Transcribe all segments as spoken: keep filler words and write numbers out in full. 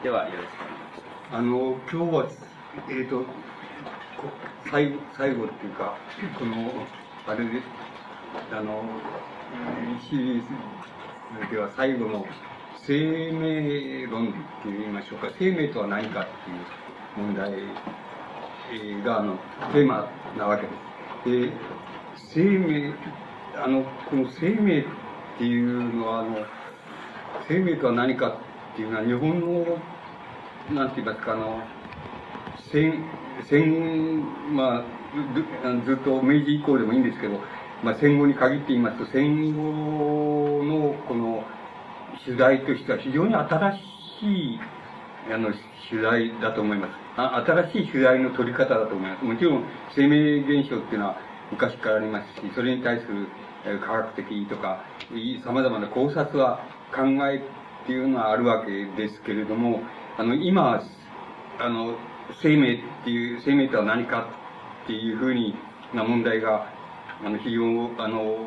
ではよろしくお願いします。 あの、今日は、えっ、と、こ最後、最後っていうか、この、あれで、あの、シリーズでは最後の生命論って言いましょうか、生命とは何かっていう問題が、あの、テーマなわけです。で、生命、あの、この生命っていうのは、あの、生命とは何かっていうのは、日本の、なんて言いますか、あの、戦、戦、まあ、ずずっと明治以降でもいいんですけど、まあ、戦後に限って言いますと、戦後のこの取材としては非常に新しい、あの、取材だと思います。あ、新しい取材の取り方だと思います。もちろん、生命現象っていうのは昔からありますし、それに対する科学的とか、様々な考察は、考えっていうのはあるわけですけれども、あの、今、あの、生命っていう、生命とは何かっていうふうにな問題が、あの、非常、あの、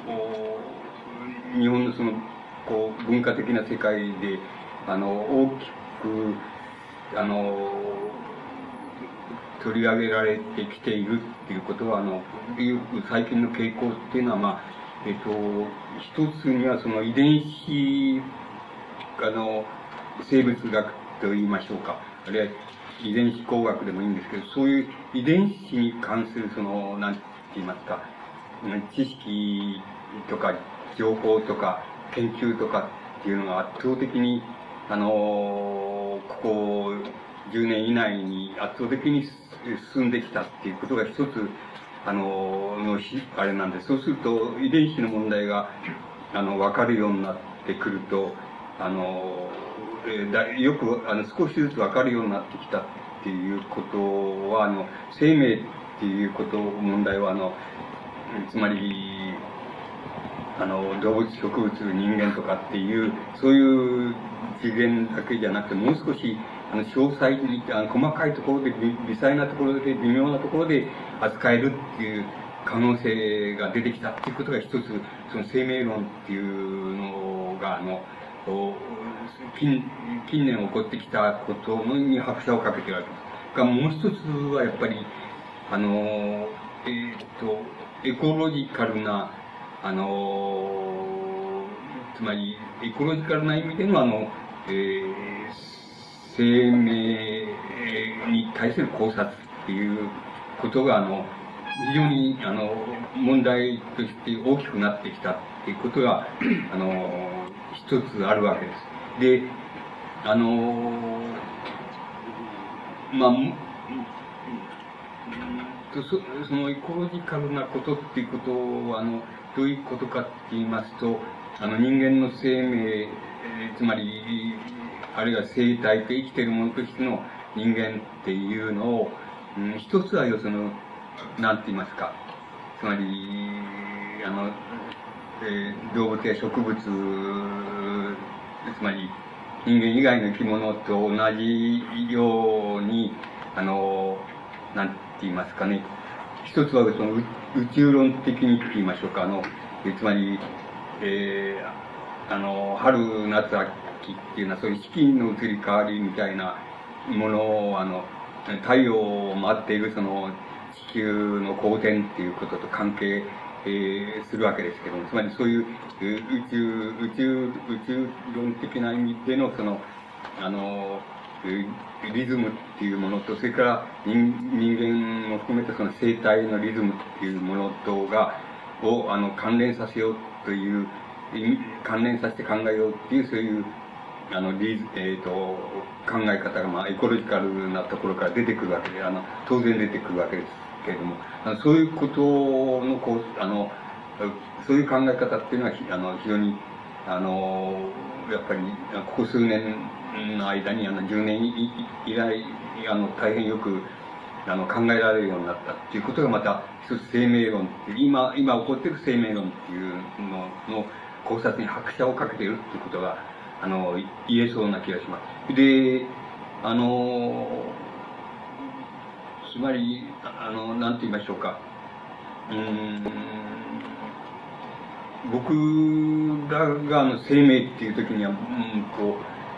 日本のその、こう、文化的な世界で、あの、大きく、あの、取り上げられてきているっていうことは、あの、いう最近の傾向っていうのは、まあ、えっと、一つにはその遺伝子、あの、生物学と言いましょうか。あるいは遺伝子工学でもいいんですけど、そういう遺伝子に関するその、なんて言いますか、知識とか情報とか研究とかっていうのが圧倒的に、あの、ここじゅうねん以内に圧倒的に進んできたっていうことが一つ、あの、のし、あれなんで、そうすると遺伝子の問題が、あの、わかるようになってくると、あの、えー、だよく、あの、少しずつわかるようになってきたっていうことは、あの、生命っていうこと、問題は、あの、つまり、あの、動物、植物、人間とかっていう、そういう次元だけじゃなくて、もう少し、あの、詳細に、あの細かいところで、微細なところで、微妙なところで扱えるっていう可能性が出てきたっていうことが一つ、その生命論っていうのが、あの、近、近年起こってきたことに拍車をかけているわけです。が、もう一つはやっぱり、あの、えー、っと、エコロジカルな、あの、つまり、エコロジカルな意味でのあの、えー、生命に対する考察っていうことが、あの、非常に、あの、問題として大きくなってきたっていうことが、あの、一つあるわけです。で、あの、まあ、そ, そのエコロジカルなことっていうことは、あの、どういうことかって言いますと、あの人間の生命、つまり、あるいは生態と生きているものとしての人間っていうのを、うん、一つはよ、その、なんて言いますか、つまり、あの、えー、動物や植物、つまり、人間以外の生き物と同じように、あの、なんて言いますかね。一つはその宇宙論的にって言いましょうか。あの、えつまり、えー、あの、春、夏、秋っていうのはそういう四季の移り変わりみたいなものを、あの、太陽を回っているその地球の公転っていうことと関係、えー、するわけですけども、つまりそういう宇宙、宇宙、宇宙論的な意味でのその、あの、リズムっていうものと、それから人人間も含めてその生態のリズムっていうものとが、を、あの、関連させようという、関連させて考えようっていう、そういう、あの、リズ、えっと、考え方が、まあ、エコロジカルなところから出てくるわけで、あの、当然出てくるわけですけれども、あのそういうことの、こう、あの、そういう考え方っていうのは、あの、非常に、あの、やっぱり、ここ数年の間に、あの、じゅうねん以来、あの、大変よく、あの、考えられるようになったっていうことがまた、一つ生命論っていう、今、今起こっている生命論っていうのの考察に拍車をかけているっていうことが、あの、言えそうな気がします。で、あの、つまり、あの、なんて言いましょうか。うーん、僕らがあの生命っていう時には、うんと、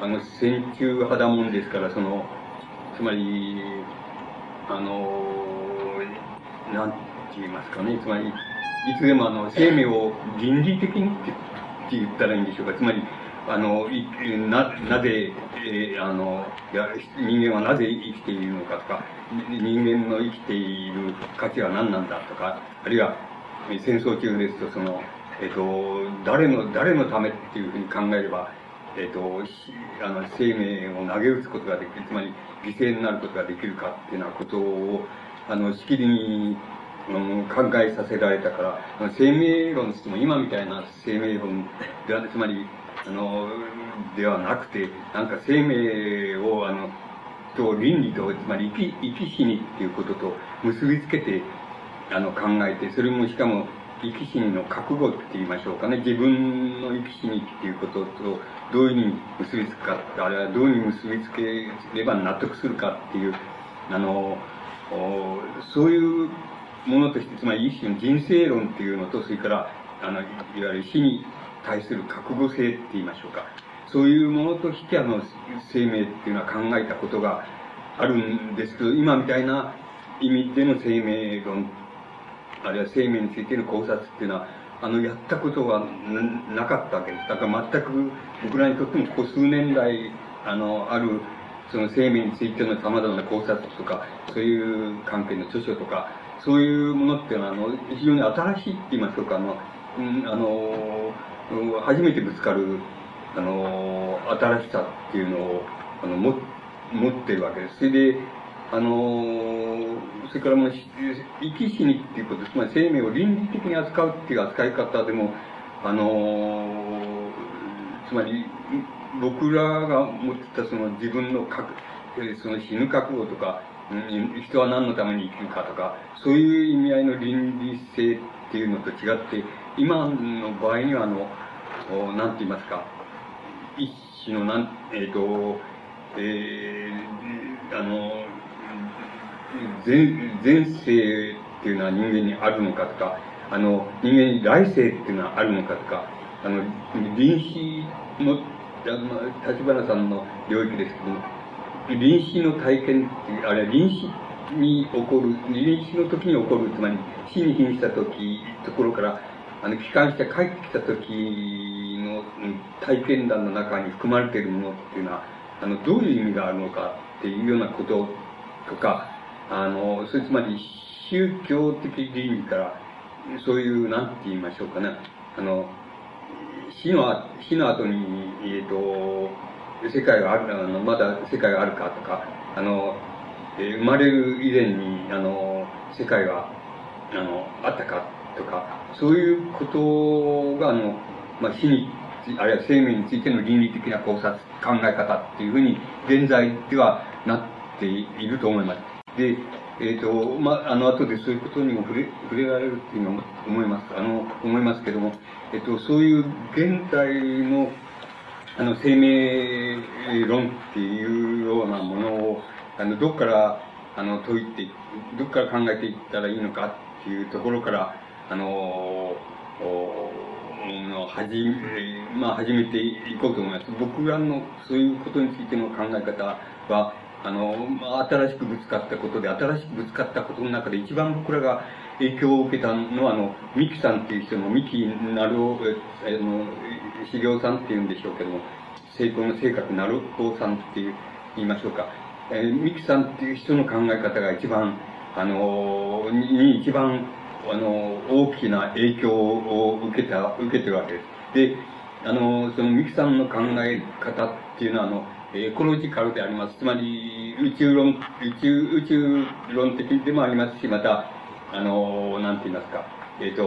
あの、戦中派だもんですから、その、つまり、あの、なんて言いますかね、つまり、いつでもあの、生命を倫理的にってって言ったらいいんでしょうか。つまり、あの、いな、なぜ、えーあの、いや、人間はなぜ生きているのかとか、人間の生きている価値は何なんだとか、あるいは、戦争中ですと、その、えっ、と、誰の、誰のためっていうふうに考えれば、えっ、と、あの、生命を投げ打つことができる、つまり、犠牲になることができるかっていうようなことを、あの、しきりに、うん、考えさせられたから、生命論としても今みたいな生命論では、つまり、あの、ではなくて、なんか生命を、あの、と倫理と、つまり生き、生き死にっていうことと結びつけて、あの、考えて、それもしかも、生き死にの覚悟って言いましょうかね。自分の生き死にっていうことと、どういうふうに結びつくか、あれはどういうふうに結びつければ納得するかっていう、あの、そういうものとして、つまり一種の人生論っていうのと、それから、あの、いわゆる死に対する覚悟性って言いましょうか。そういうものとして、あの、生命っていうのは考えたことがあるんですけど、今みたいな意味での生命論、あるいは生命についての考察っていうのは、あの、やったことが な, なかったわけです。だから全く僕らにとってもここ数年来、あの、ある、その生命についての様々な考察とか、そういう関係の著書とか、そういうものっていうのは、あの、非常に新しいって言いましょうか、あの、うん、あの、初めてぶつかる、あの、新しさっていうのを、あの、も、持ってるわけです。それで、あの、それからもう、生き死にっていうこと、つまり生命を倫理的に扱うっていう扱い方でも、あの、つまり、僕らが持ってたその自分の覚、その死ぬ覚悟とか、人は何のために生きるかとか、そういう意味合いの倫理性っていうのと違って、今の場合には、あの、なんて言いますか、一種の、なん、えっ、ー、と、えー、あの、前、前世っていうのは人間にあるのかとか、あの、人間に来世っていうのはあるのかとか、あの、臨死の、あの、立花さんの領域ですけども、臨死の体験っていう、あれは臨死に起こる、臨死の時に起こる、つまり死に瀕した時、ところから、あの、帰還して帰ってきた時の体験談の中に含まれているものっていうのは、あの、どういう意味があるのかっていうようなこととか、あの、それつまり宗教的倫理から、そういう、なんて言いましょうかね、あの、死の、死の後に、えっと、世界がある、あの、まだ世界があるかとか、あの、えー、生まれる以前に、あの、世界が、あの、あったかとか、そういうことが、あの、まあ、死に、あるいは生命についての倫理的な考察、考え方っていうふうに、現在ではなっていると思います。で、えっ、ー、と、まあ、あの、後でそういうことにも触れ、触れられるっていうのは思います。あの、思いますけども、えっ、ー、と、そういう現代の、あの、生命論っていうようなものを、あの、どっから、あの、解いて、どっから考えていったらいいのかっていうところから、あの、の、はじめ、まあ、始めていこうと思います。僕らのそういうことについての考え方は、あの、まあ、新しくぶつかったことで、新しくぶつかったことの中で一番僕らが影響を受けたのは、あの、三木さんっていう人の、三木なるお、あの、修行さんっていうんでしょうけども、成功の性格なるおさんっていう、言いましょうか。えー、三木さんっていう人の考え方が一番、あの、に一番、あの、大きな影響を受けた、受けてるわけです。で、あの、その三木さんの考え方っていうのは、あの、エコロジカルであります。つまり、宇宙論、宇宙、宇宙論的でもありますし、また、あの、なんて言いますか、えっ、ー、と、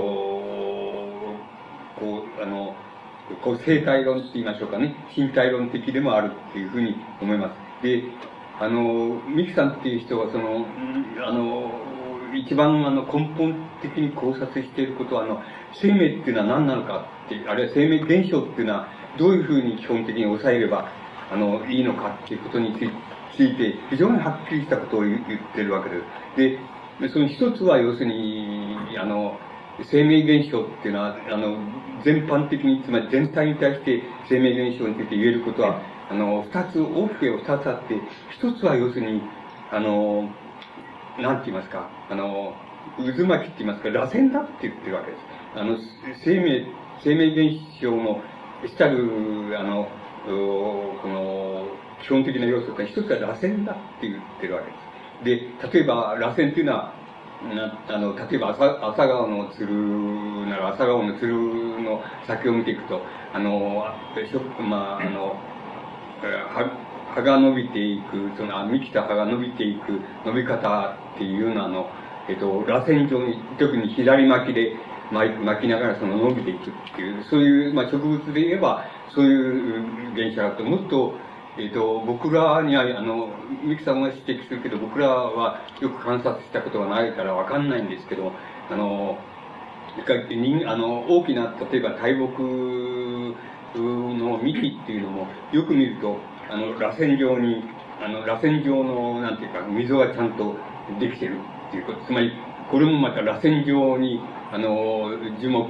こう、あの、こう生態論って言いましょうかね、身体論的でもあるっていうふうに思います。で、あの、三木さんっていう人は、その、あの、一番あの根本的に考察していることは、あの、生命っていうのは何なのかって、あるいは生命現象っていうのはどういうふうに基本的に抑えれば、あの、いいのかっていうことについて、非常にはっきりしたことを言ってるわけです。で、その一つは要するに、あの、 生命現象っていうのは、あの、全般的に、つまり全体に対して生命現象について言えることは、あの、二つ、大きく二つあって、一つは要するに、あの、なんて言いますか、あの、渦巻きって言いますか、螺旋だって言ってるわけです。あの、生命、生命現象の、したる、あの、この、基本的な要素って一つは螺旋だって言ってるわけです。で、例えば、螺旋っていうのは、なあの、例えば朝、朝顔のつるなら、朝顔のつるの先を見ていくと、あの、しょまあ、あの、は葉が伸びていく、その、幹た葉が伸びていく伸び方っていうのは、あの、えっと、螺旋状に、特に左巻きで巻巻きながらその伸びていくっていう、そういう、まあ、植物で言えば、そういう現象だと、もっと、えっと、僕らには、あの、ミキさんが指摘するけど、僕らはよく観察したことがないからわかんないんですけど、あの、人あの大きな、例えば大木の幹っていうのも、よく見ると、あの、螺旋状に、あの、螺旋状の、なんていうか、溝がちゃんとできてるっていうこと。つまり、これもまた螺旋状に、あの、樹木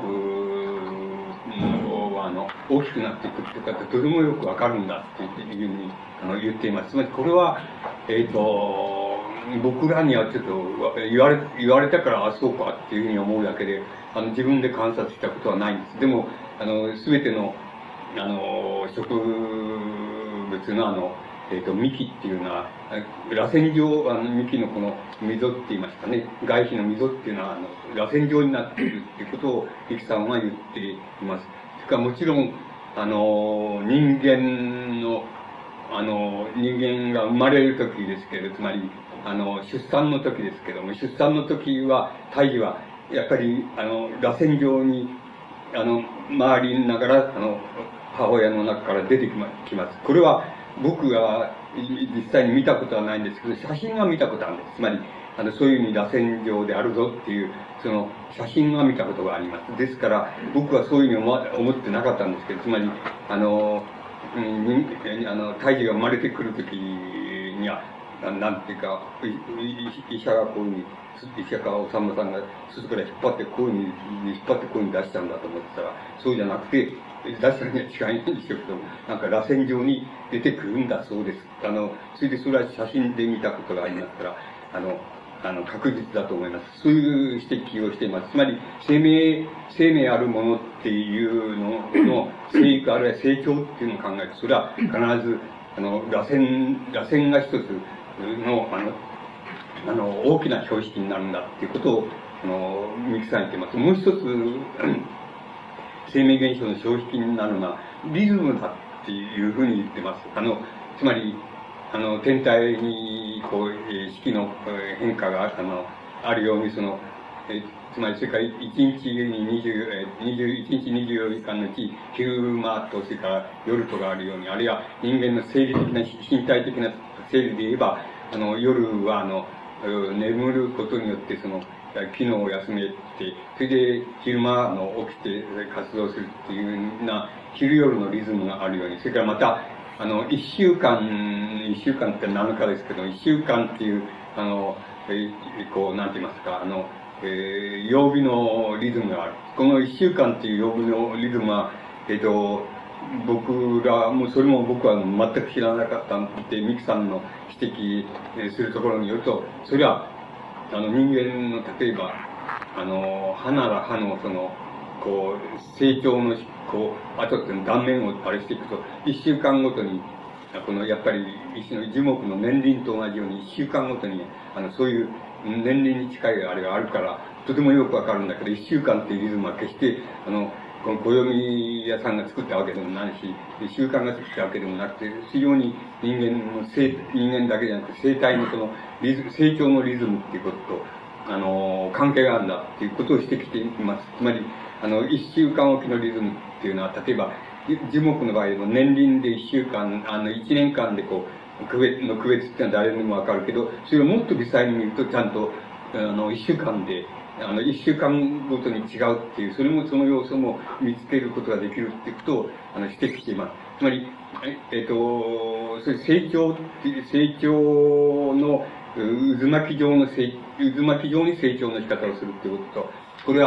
あの、大きくなっていくっていうか、とてもよくわかるんだっていうふうにあの言っています。つまり、これは、えっと、僕らにはちょっと言われ、言われたから、あ、そうかっていうふうに思うだけで、あの、自分で観察したことはないんです。でも、あの、すべての、あの、植物のあの、えっと、幹っていうのは、螺旋状、あの、幹のこの溝って言いますかね、外皮の溝っていうのは、あの、螺旋状になっているっていうことを、リキさんは言っています。それからもちろん、あの、人間の、あの、人間が生まれる時ですけれど、つまり、あの、出産の時ですけども、出産の時は、胎児は、やっぱり、あの、螺旋状に、あの、回りながら、あの、母親の中から出てきます。これは、僕が実際に見たことはないんですけど、写真は見たことあるんです。つまり、あの、そういうふうに螺旋状であるぞっていう、その、写真は見たことがあります。ですから、僕はそういうふうに思ってなかったんですけど、つまり、あの、うん、あの、胎児が生まれてくるときには、なんていうか、医者がこういうふうに、医者かおさんまさんが外から引っ張ってこういうふうに、引っ張ってこういうふうに出したんだと思ってたら、そうじゃなくて、出したには違いないんでしょうけども、なんか螺旋状に出てくるんだそうです。あの、それでそれは写真で見たことがありますから、あの、あの、確実だと思います。そういう指摘をしています。つまり、生命、生命あるものっていうのの生育あるいは成長っていうのを考えると、それは必ず、あの、螺旋、螺旋が一つの、あの、あの、大きな標識になるんだっていうことを、あの、ミキさん言ってます。もう一つ、生命現象の標識になるのは、リズムだっていうふうに言ってます。あの、つまり、あの、天体に、こう、えー、四季の変化が、あの、あるように、その、えー、つまり、それから一日に二十、えー、二十、一日二十四時間のうち、昼間と、それから夜とがあるように、あるいは人間の生理的な、身体的な生理で言えば、あの、夜は、あの、眠ることによって、その、機能を休めて、それで昼間、あの、起きて活動するっていうような、昼夜のリズムがあるように、それからまた、あの、一週間、一週間ってなのかですけど、一週間っていう、あの、えこう、なんて言いますか、あの、えー、曜日のリズムがある。この一週間っていう曜日のリズムは、えっと、僕ら、もうそれも僕は全く知らなかったんで、ミキさんの指摘するところによると、それは、あの、人間の、例えば、あの、歯なら歯の、その、こう、成長の、こう、後っていうの断面をあれしていくと、一週間ごとに、この、やっぱり、一種の樹木の年輪と同じように、一週間ごとに、あの、そういう年輪に近いあれがあるから、とてもよくわかるんだけど、一週間っていうリズムは決して、あの、この暦屋さんが作ったわけでもないし、習慣が作ったわけでもなくて、非常に人間の生、人間だけじゃなくて生態のそのリズム、成長のリズムっていうことと、あの、関係があるんだっていうことを指摘しています。つまり、あの、一週間おきのリズムっていうのは、例えば、樹木の場合の年輪で一週間、あの、一年間でこう、区別の区別っていうのは誰にもわかるけど、それをもっと微細に見ると、ちゃんと、あの、一週間で、あの、一週間ごとに違うっていう、それもその要素も見つけることができるっていうことを、あの、指摘しています。つまり、えっと、そういう成長っていう、成長の、渦巻き状の成、渦巻き状に成長の仕方をするっていうことと、これは、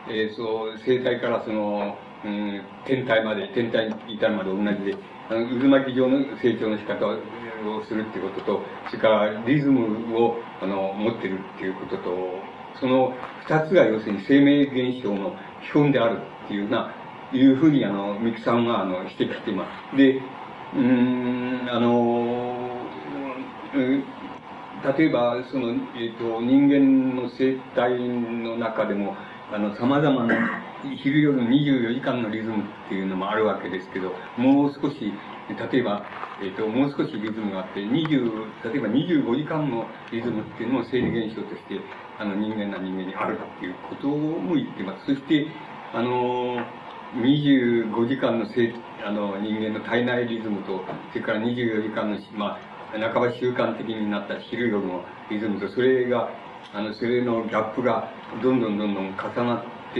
えー、そう、生体からその、うん、天体まで、天体に至るまで同じで、あの、渦巻き状の成長の仕方をするっていうことと、それからリズムを、あの、持ってるっていうことと、その二つが要するに生命現象の基本であるっていうような、いうふうに、あの、三木さんは、あの、指摘しています。で、うーん、あの、うん例えば、その、えっ、と、人間の生態の中でも、あの、様々な、昼夜にじゅうよじかんのリズムっていうのもあるわけですけど、もう少し、例えば、えっ、と、もう少しリズムがあって、にじゅう、例えばにじゅうごじかんのリズムっていうのも生理現象として、あの、人間な人間にあるっていうことも言ってます。そして、あの、にじゅうごじかんの生、あの、人間の体内リズムと、それからにじゅうよじかんの、まあ、半ば習慣的になった昼夜のリズムと、それが、あの、それのギャップがどんどんどんどん重なって、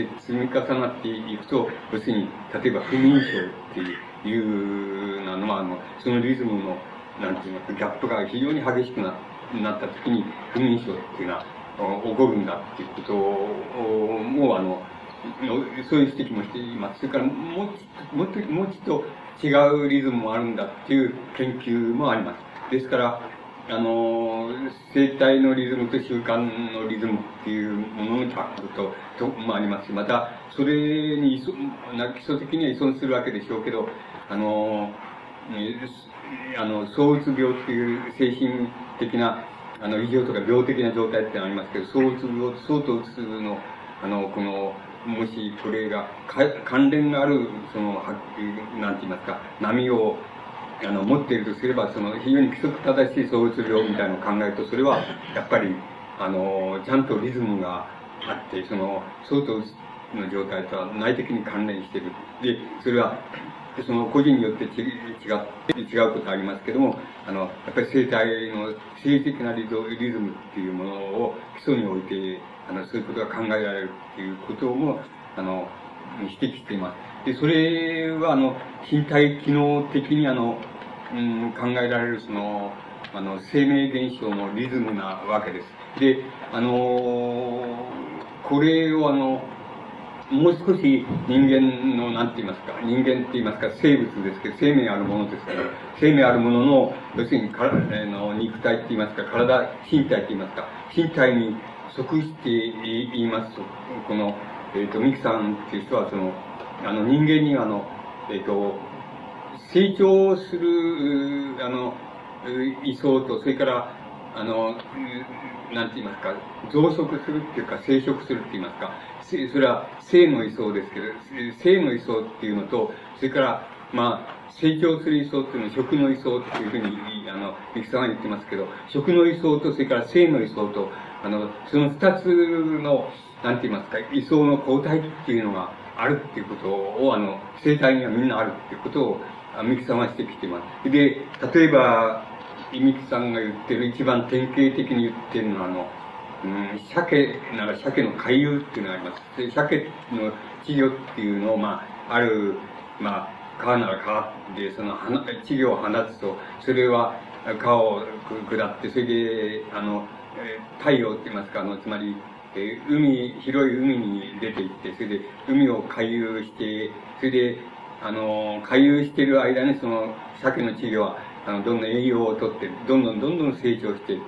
積み重なっていくと、要するに、例えば不眠症っていうのは、あの、そのリズムの、なんていうのか、ギャップが非常に激しくななった時に、不眠症っていうのは起こるんだっていうことを、もうあの、そういう指摘もしています。それから、もうちょっと、もうちょっと、もうちょっと違うリズムもあるんだっていう研究もあります。ですから、あの、生体のリズムと習慣のリズムっていうもののギャップと、ともありますし、また、それに依存、基礎的には依存するわけでしょうけど、あの、あの、躁うつ病っていう精神的な、あの、異常とか病的な状態ってのありますけど、躁うつ病、躁とうつの、あの、この、もしこれが、か関連がある、その、はなんて言いますか、波を、あの、持っているとすれば、その、非常に規則正しい躁うつ病みたいなのを考えると、それは、やっぱり、あの、ちゃんとリズムがあって、その、躁とうつの状態とは内的に関連している。で、それは、その個人によって違って違うことありますけども、あの、やっぱり生体の政治的なリズリズムっていうものを基礎に置いて、あの、そういうことが考えられるっていうことも、あの、指摘しています。で、それは、あの、身体機能的に、あの、うん、考えられる、その、あの、生命現象のリズムなわけです。で、あの、これを、あの、もう少し人間の、なんて言いますか、人間って言いますか、生物ですけど、生命あるものですから、生命あるものの、要するに、からあの肉体って言いますか、体、身体って言いますか、身体に即して言いますと、この、えっ、ー、と、ミキさんっていう人は、その、あの、人間には、あの、えっ、ー、と、成長する、あの、位相と、それから、あの、なんて言いますか、増殖するっていうか、生殖するって言いますか、それは生の位相ですけど、生の位相っていうのと、それから、まあ、成長する位相っていうのは食の位相っていうふうに、あの、ミキさんは言ってますけど、食の位相と、それから生の位相と、あの、その二つの、なんて言いますか、位相の交代っていうのがあるっていうことを、あの、生態にはみんなあるっていうことを、ミキさんは指摘しています。で、例えば、ミキさんが言ってる一番典型的に言ってるのは、あの、うん、鮭なら鮭の回遊っていうのがあります。で、鮭の稚魚っていうのを、まあ、ある、まあ、川なら川で、その、稚魚を放つと、それは川を下って、それで、あの、太陽って言いますか、あの、つまり、えー、海、広い海に出て行って、それで海を回遊して、それで、あの、回遊している間に、その、鮭の稚魚は、あの、どんどん栄養をとって、どんどんどんどん成長していって、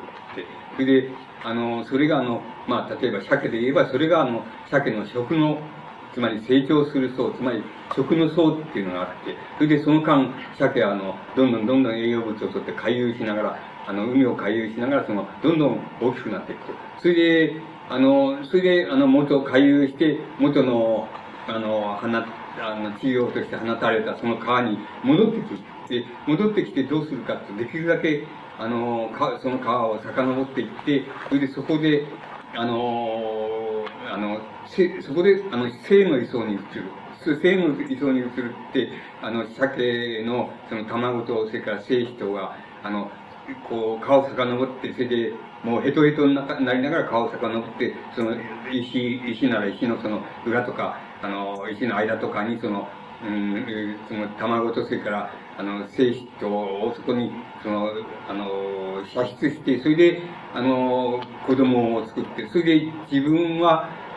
それで、あの、それがあの、まあ、例えば鮭で言えば、それがあの、鮭の食の、つまり成長する層、つまり食の層っていうのがあって、それでその間、鮭はあの、どんどんどんどん栄養物をとって回遊しながら、あの、海を回遊しながら、その、どんどん大きくなっていくと。それで、あの、それで、あの、元を回遊して、元の、あの、放、あの、治療として放たれたその川に戻ってくる。で、戻ってきてどうするかって、できるだけ、あの、か、その川を遡っていって、それでそこで、あの、あの、せ、そこで、あの、生の位相に移る。生の位相に移るって、あの、鮭の、その卵と、それから精子とが、あの、こう、川を遡って、それで、もうヘトヘトになりながら川を遡って、その、石、石なら石のその裏とか、あの、石の間とかに、その、うん、その卵と、それから、あの、精子とをそこに、その、あの、射出して、それで、あの、子供を作って、それで自分は、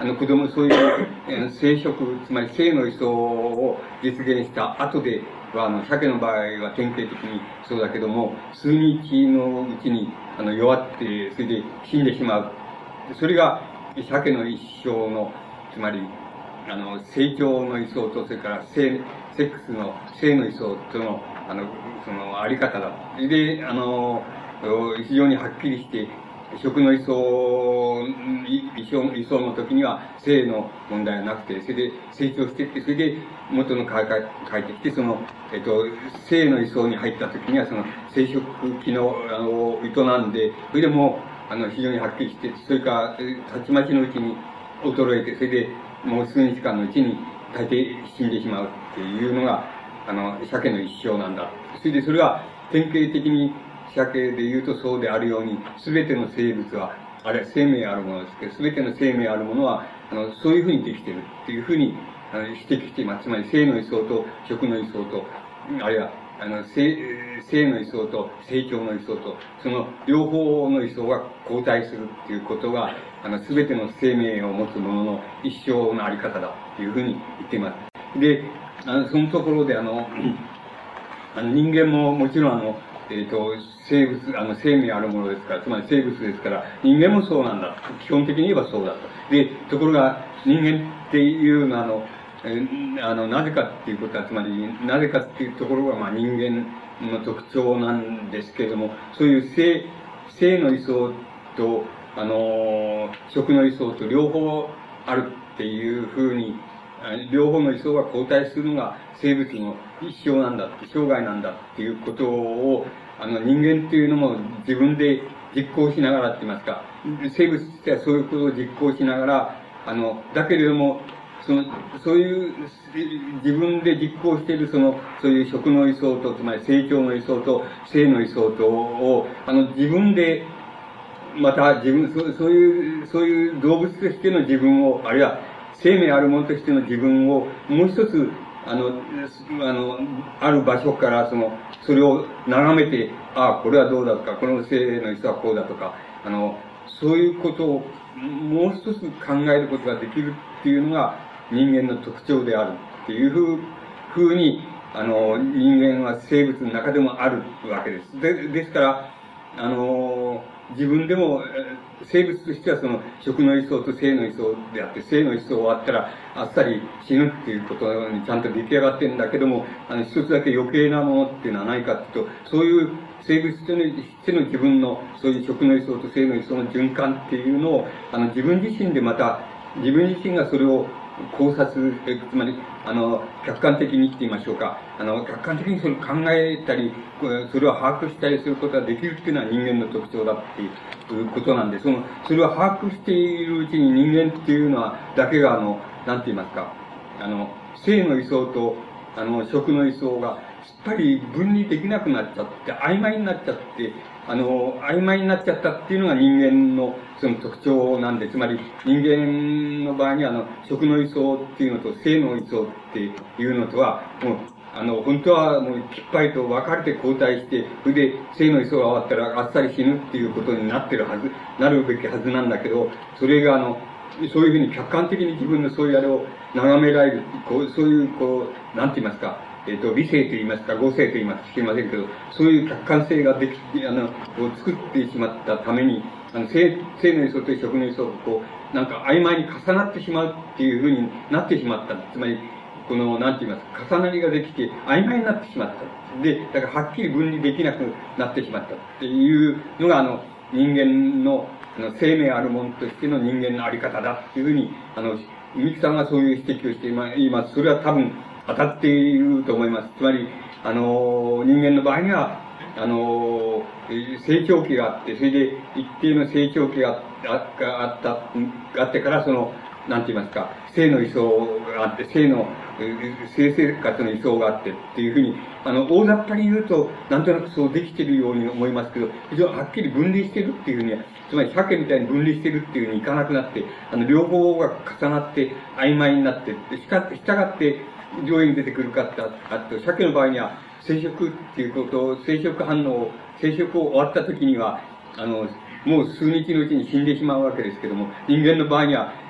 あの子供、そういう、えー生殖、つまり性の位相を実現した後では、あの、鮭の場合は典型的にそうだけども、数日のうちに、あの、弱って、それで死んでしまう。それが、鮭の一生の、つまり、あの、成長の位相と、それから性、セックスの、性の位相との、あの、その、あり方だ。で、あの、非常にはっきりして、食の位相、位相位相の時には性の問題はなくて、それで成長していって、それで元の変え変えてきて、その、えっと、性の位相に入った時には、その生殖機能を営んで、それでもう、あの、非常にはっきりして、それから、たちまちのうちに衰えて、それでもう数日間のうちに大抵死んでしまうっていうのが、あの、鮭の一生なんだ。それでそれは典型的に鮭で言うとそうであるように、すべての生物は、あるいは生命あるものですけど、すべての生命あるものは、あの、そういうふうにできているっていうふうに、あの、指摘しています。つまり、性の位相と食の位相と、あるいは、あの、性、性の位相と成長の位相と、その両方の位相が交代するっていうことが、あの、すべての生命を持つものの一生のあり方だっていうふうに言っています。で、あの、そのところで、あの、あの、人間ももちろんあの、えっ、と、生物、あの、生命あるものですから、つまり生物ですから、人間もそうなんだ。基本的に言えばそうだと。で、ところが、人間っていうのは、あの、えーあの、なぜかっていうことは、つまり、なぜかっていうところが、まあ、人間の特徴なんですけれども、そういう性、性の位相と、あの、食の位相と両方あるっていうふうに、両方の位相が交代するのが生物の一生なんだって、生涯なんだっていうことを、あの人間っていうのも自分で実行しながらって言いますか、生物としてはそういうことを実行しながら、あの、だけれども、その、そういう自分で実行しているその、そういう食の位相と、つまり成長の位相と性の位相とを、あの自分で、また自分、そうそういう、そういう動物としての自分を、あるいは生命あるものとしての自分を、もう一つ、あの、あの、ある場所から、その、それを眺めて、ああ、これはどうだとか、この生の人はこうだとか、あの、そういうことを、もう一つ考えることができるっていうのが人間の特徴であるっていうふう、ふうに、あの、人間は生物の中でもあるわけです。で、ですから、あの、自分でも、生物としてはその食の位相と性の位相であって、性の位相終わったらあっさり死ぬっていうことにちゃんと出来上がってるんだけども、あの、一つだけ余計なものっていうのは何かっていうと、そういう生物としての自分の、そういう食の位相と性の位相の循環っていうのを、あの、自分自身でまた、自分自身がそれを考察、えつまり、あの、客観的にって言いましょうか。あの、客観的にそれを考えたり、それを把握したりすることができるっていうのは人間の特徴だっていうことなんで、その、それを把握しているうちに人間っていうのは、だけが、あの、なんて言いますか、あの、性の位相と、あの、食の位相が、すっぱり分離できなくなっちゃって、曖昧になっちゃって、あの、曖昧になっちゃったっていうのが人間のその特徴なんで、つまり人間の場合には、あの、食の位相っていうのと性の位相っていうのとは、もう、あの、本当はもうきっぱりと分かれて交代して、それで性の位相が終わったらあっさり死ぬっていうことになってるはず、なるべきはずなんだけど、それがあの、そういうふうに客観的に自分のそういうあれを眺められる、こう、そういう、こう、なんて言いますか、えっ、と、理性と言いますか、合性と言いますか、知りませんけど、そういう客観性ができ、あの、を作ってしまったために、あの、性、性の位相と食の位相がこう、なんか曖昧に重なってしまうっていうふうになってしまった。つまり、この、なんて言いますか、重なりができて、曖昧になってしまった。で、だからはっきり分離できなくなってしまったっていうのが、あの、人間の、あの、生命あるものとしての人間のあり方だっていうふうに、あの、三木さんがそういう指摘をしています。それは多分、当たっていると思います。つまり、あの、人間の場合には、あの、成長期があって、それで一定の成長期があった、あってから、その、なんて言いますか、性の位相があって、性の、性生活の位相があってっていうふうに、あの、大雑把に言うと、なんとなくそうできてるように思いますけど、非常にはっきり分離してるっていうふうには、つまり鮭みたいに分離してるっていうふうにいかなくなって、あの、両方が重なって曖昧になって、したがって、上位に出てくるかって、あと、鮭の場合には、生殖っていうことを、生殖反応、生殖を終わった時には、あの、もう数日のうちに死んでしまうわけですけども、人間の場合には、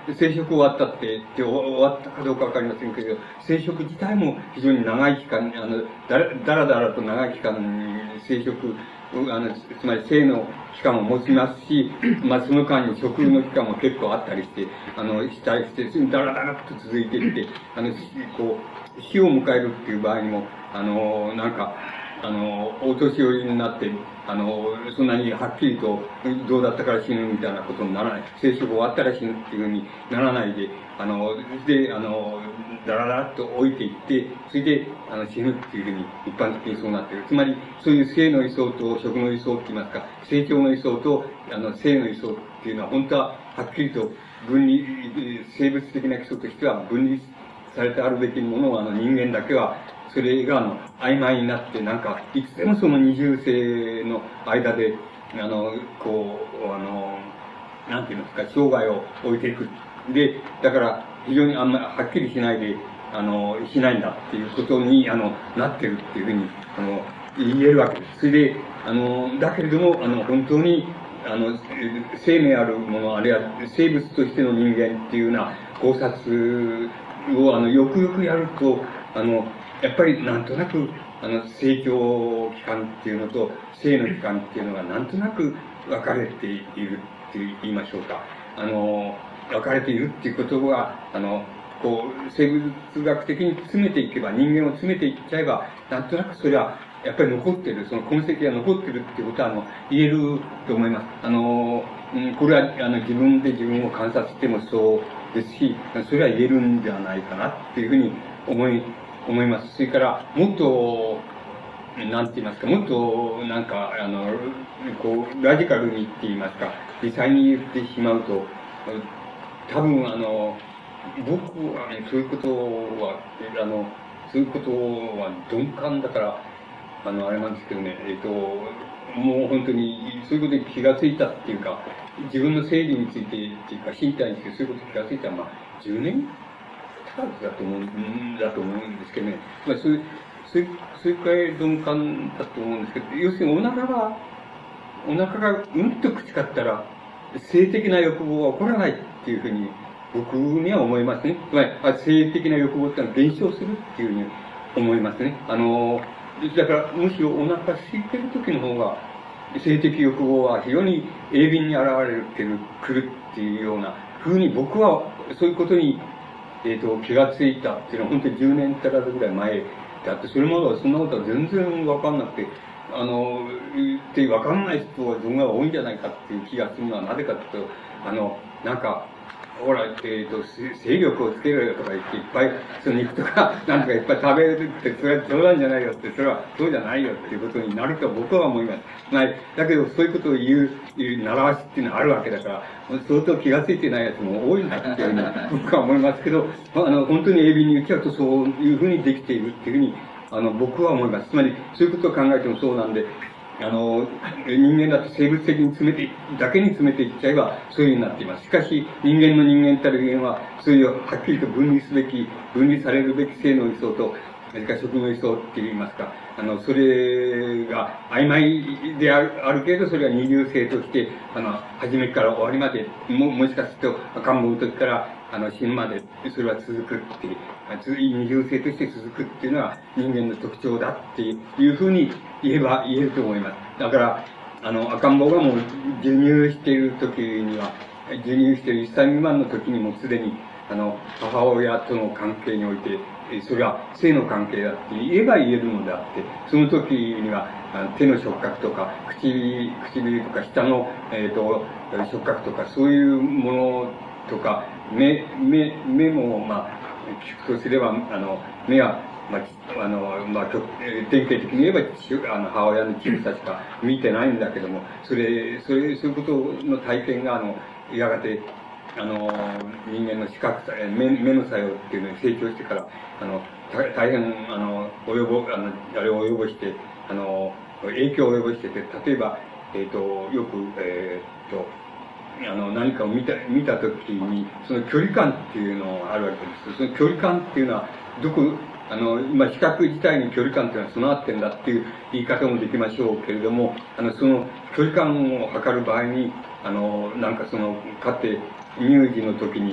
生殖終わったって、って終わったかどうかわかりませんけど、生殖自体も非常に長い期間、あの、だらだらだらと長い期間、生殖、あの、つまり性の期間を持ちますし、まあ、その間に食の期間も結構あったりして、あの、したりして、それにだらだらと続いていって、あの、こう、死を迎えるっていう場合にも、あの、なんか、あの、お年寄りになって、あの、そんなにはっきりと、どうだったから死ぬみたいなことにならない。生殖終わったら死ぬっていうふうにならないで、あの、で、あの、だらだらっと置いていって、それで、あの、死ぬっていうふうに一般的にそうなっている。つまり、そういう性の位相と食の位相って言いますか、成長の位相と、あの、性の位相っていうのは、本当ははっきりと分離、生物的な基礎としては分離されてあるべきものを、あの、人間だけは、それが、あの、曖昧になって、なんか、いつでもその二重性の間で、あの、こう、あの、なんていうんですか、生涯を置いていく。で、だから、非常にあんまりはっきりしないで、あの、しないんだっていうことに、あの、なってるっていうふうに、あの、言えるわけです。それで、あの、だけれども、あの、本当に、あの、生命あるもの、あるいは生物としての人間っていうような考察を、あの、よくよくやると、あの、やっぱりなんとなく、あの、成長期間っていうのと、性の期間っていうのがなんとなく分かれているって言いましょうか。あの、分かれているっていうことは、あの、こう、生物学的に詰めていけば、人間を詰めていっちゃえば、なんとなくそれは、やっぱり残ってる、その痕跡が残ってるっていうことは、あの、言えると思います。あの、これは、あの、自分で自分を観察してもそうですし、それは言えるんじゃないかなっていうふうに思い、思います。それから、もっと、なんて言いますか、もっと、なんか、あの、こう、ラジカルにって言いますか、実際に言ってしまうと、多分、あの、僕はね、そういうことは、あの、そういうことは鈍感だから、あの、あれなんですけどね、えっと、もう本当に、そういうことに気がついたっていうか、自分の生理についてっていうか、身体についてそういうことに気がついたのは、まあ、じゅうねん足らずだと思うんだと思うんですけどね。まあ、そういう、そういう、そういうくらい鈍感だと思うんですけど、要するにお腹が、お腹がうんと口かったら、性的な欲望は起こらないっていうふうに、僕には思いますね。つまり、性的な欲望ってのは減少するっていうふうに思いますね。あの、だから、むしろお腹空いてる時の方が、性的欲望は非常に鋭敏に現れてる、来るっていうような風に僕は、そういうことに、えっ、と、気がついたっていうのは本当にじゅうねん足らずぐらい前であって、それまではそんなことは全然わかんなくて、あの、言ってわかんない人は自分が多いんじゃないかっていう気がするのはなぜかっていうと、あの、なんか、ほら、えっ、と、勢力をつけろよとか言って、いっぱい、その肉とか、なんとかいっぱい食べるって、それは冗談じゃないよって、それはそうじゃないよっていうことになると僕は思います。はい。だけど、そういうことを言う、言う習わしっていうのはあるわけだから、相当気がついてないやつも多いんだっていうふうに僕は思いますけど、あの、本当に鋭敏に言っちゃうとそういうふうにできているっていうふうに、あの、僕は思います。つまり、そういうことを考えてもそうなんで、あの、人間だと生物的に詰めて、だけに詰めていっちゃえば、そういうふうになっています。しかし、人間の人間たる人間は、そういうはっきりと分離すべき、分離されるべき性の位相と、それから食の位相って言いますか、あの、それが曖昧である、あるけれど、それは二重性として、あの、初めから終わりまで、も、もしかすると、赤ん坊の時から、あの、死ぬまで、それは続くっていう、二重性として続くっていうのは人間の特徴だっていうふうに言えば、言えると思います。だから、あの、赤ん坊がもう授乳している時には、授乳しているいっさい未満の時にもすでに、あの、母親との関係において、それは性の関係だって言えば言えるのであって、その時には、あの手の触覚とか、口、唇とか、舌の、えっ、と、触覚とか、そういうものとか、目、目、目も、まあ、聞くとすれば、あの、目は、まあ、あの、まあ、典型的に言えば、あの、母親の乳房しか見てないんだけども、それ、それ、そういうことの体験が、あの、やがて、あの、人間の視覚さ、目、目の作用っていうのに成長してから、あの、大変、あの、及ぼ、あの、あれを及ぼして、あの、影響を及ぼしてて、例えば、えっ、と、よく、えっ、と、あの、何かを見た、見たときに、その距離感っていうのがあるわけです。その距離感っていうのは、どこ、あの、今、視覚自体に距離感っていうのは備わってんだっていう言い方もできましょうけれども、あの、その距離感を測る場合に、あの、なんかその、かつて、乳児の時に、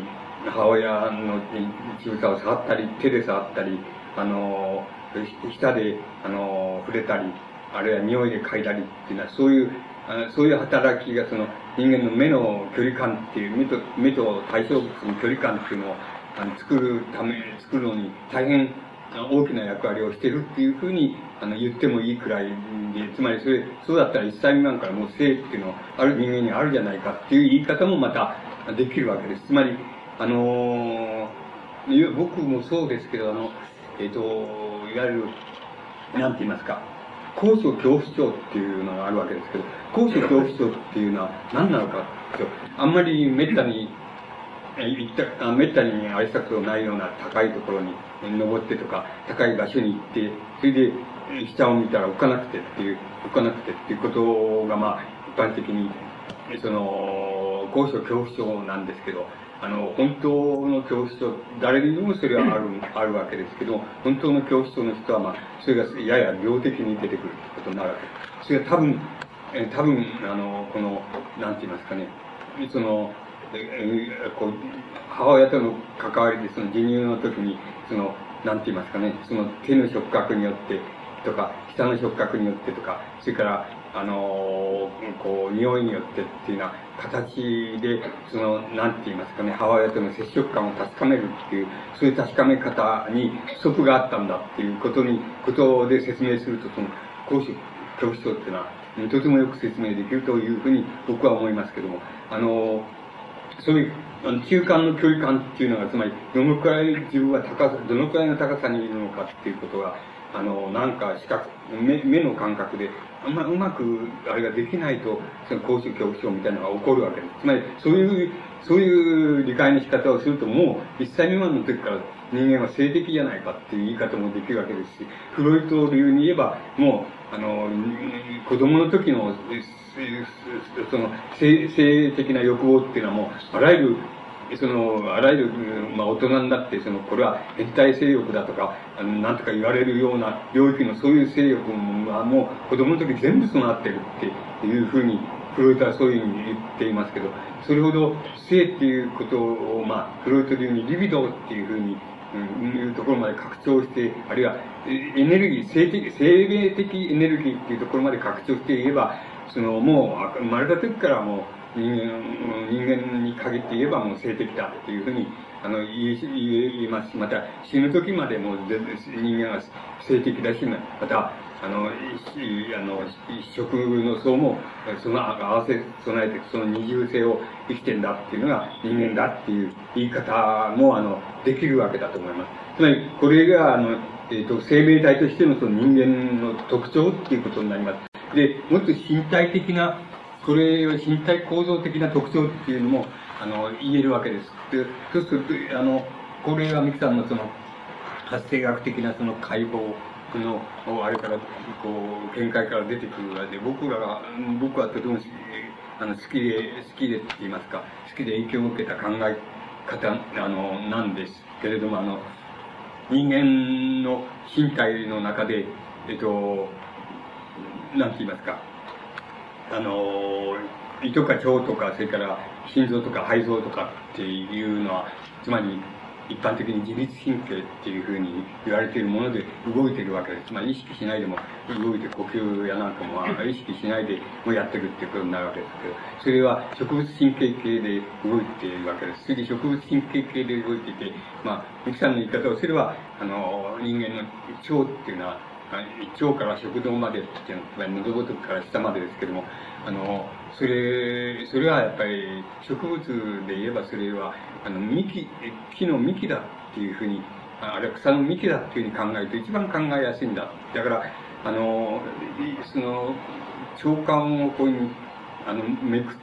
母親の乳房を触ったり、手で触ったり、あの、舌で、あの、触れたり、あるいは匂いで嗅いだりっていうのは、そういう、あそういう働きが、その、人間の目の距離感っていう、目と、目と対象物の距離感っていうのを、あの、作るため、作るのに大変大きな役割をしているっていうふうに、あの、言ってもいいくらいで、つまりそれ、そうだったらいっさい未満からもう性っていうのは、ある人間にあるじゃないかっていう言い方もまたできるわけです。つまり、あのー、僕もそうですけど、あの、えっ、と、いわゆる、なんて言いますか、高所恐怖症っていうのがあるわけですけど、高所恐怖症っていうのは何なのかって、あんまり滅多に、行った、滅多に愛したことないような高いところに登ってとか、高い場所に行って、それで下を見たら浮かなくてっていう、浮かなくてっていうことが、まあ、一般的に、その、高所恐怖症なんですけど、あの、本当の恐怖症、誰にでもそれはある、あるわけですけど、本当の恐怖症の人は、まあ、それがやや病的に出てくるってことになるわけです。それは多分、え多分、あの、この、なんて言いますかね、その、えこう、母親との関わりで、その授乳の時に、その、なんて言いますかね、その手の触覚によって、とか、舌の触覚によってとか、それから、あのこう、匂いによってっていうような形で、その、なんて言いますかね、母親との接触感を確かめるっていう、そういう確かめ方に不足があったんだっていうことに、ことで説明すると、その、高所恐怖症っていうのは、とてもよく説明できるというふうに僕は思いますけども、あのそういう、あの、中間の距離感っていうのが、つまり、どのくらい自分は高さ、どのくらいの高さにいるのかっていうことが、あの、なんか視覚、目、目の感覚で、あんまうまく、あれができないと、その高所恐怖症みたいなのが起こるわけです。つまり、そういう、そういう理解の仕方をすると、もう、いっさい未満の時から人間は性的じゃないかっていう言い方もできるわけですし、フロイト流に言えば、もう、あの、子供の時の、その性、性的な欲望っていうのはもう、あらゆる、その、あらゆる、まあ、大人になって、その、これは変態性欲だとか、あのなんとか言われるような領域のそういう性欲はもう子供の時全部備わってるっていうふうに、フロイトはそういうふうに言っていますけど、それほど性っていうことを、まあ、フロイト流にリビドーっていうふうに、うん、いうところまで拡張して、あるいはエネルギー、性的、生命的エネルギーっていうところまで拡張して言えば、その、もう、生まれた時からもう、人間、人間に限って言えばもう性的だっていうふうに、あの、言い、言います。また、死ぬ時までもう、人間は性的だし、また、あの、あの、食の層も、その、合わせ、備えて、その二重性を生きてんだっていうのが人間だっていう言い方も、あの、できるわけだと思います。つまり、これが、あの、えっと、生命体としてのその人間の特徴っていうことになります。で、もっと身体的な、これを身体構造的な特徴っていうのも、あの、言えるわけです。で、そうすると、あの、これはミキさんのその、発生学的なその解剖の、あれから、こう、見解から出てくるわけで、僕らが、僕はとても、あの、好きで、好きでって言いますか、好きで影響を受けた考え方、あの、なんですけれども、あの、人間の身体の中で、えっと、なんて言いますか、あの、胃とか腸とか、それから心臓とか肺臓とかっていうのは、つまり一般的に自律神経っていうふうに言われているもので動いているわけです。つまり意識しないでも動いて呼吸やなんかも意識しないでもやってるっていうことになるわけですけど、それは植物神経系で動いているわけです。それで植物神経系で動いていて、まあ、ミキさんの言い方をすれば、あの、人間の腸っていうのは、腸から食道までっていうのは、つまり喉仏から下までですけども、あの、それ、それはやっぱり植物で言えばそれは、あの、幹、木の幹だっていうふうに、あれは草の幹だっていうふうに考えると一番考えやすいんだ。だから、あの、その、腸管をこういうふうに、あの、めくって、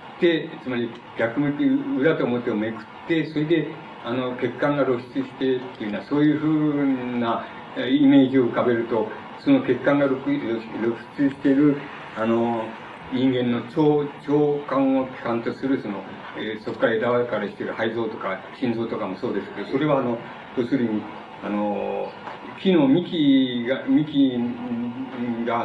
つまり逆向き、裏と表をめくって、それで、あの、血管が露出してっていうような、そういうふうなイメージを浮かべると、その血管が露出している、あの、人間の腸、腸管を基幹とする、その、えー、そこから枝分かれしている肺臓とか心臓とかもそうですけど、それはあの、要するに、あの、木の幹が、幹があの、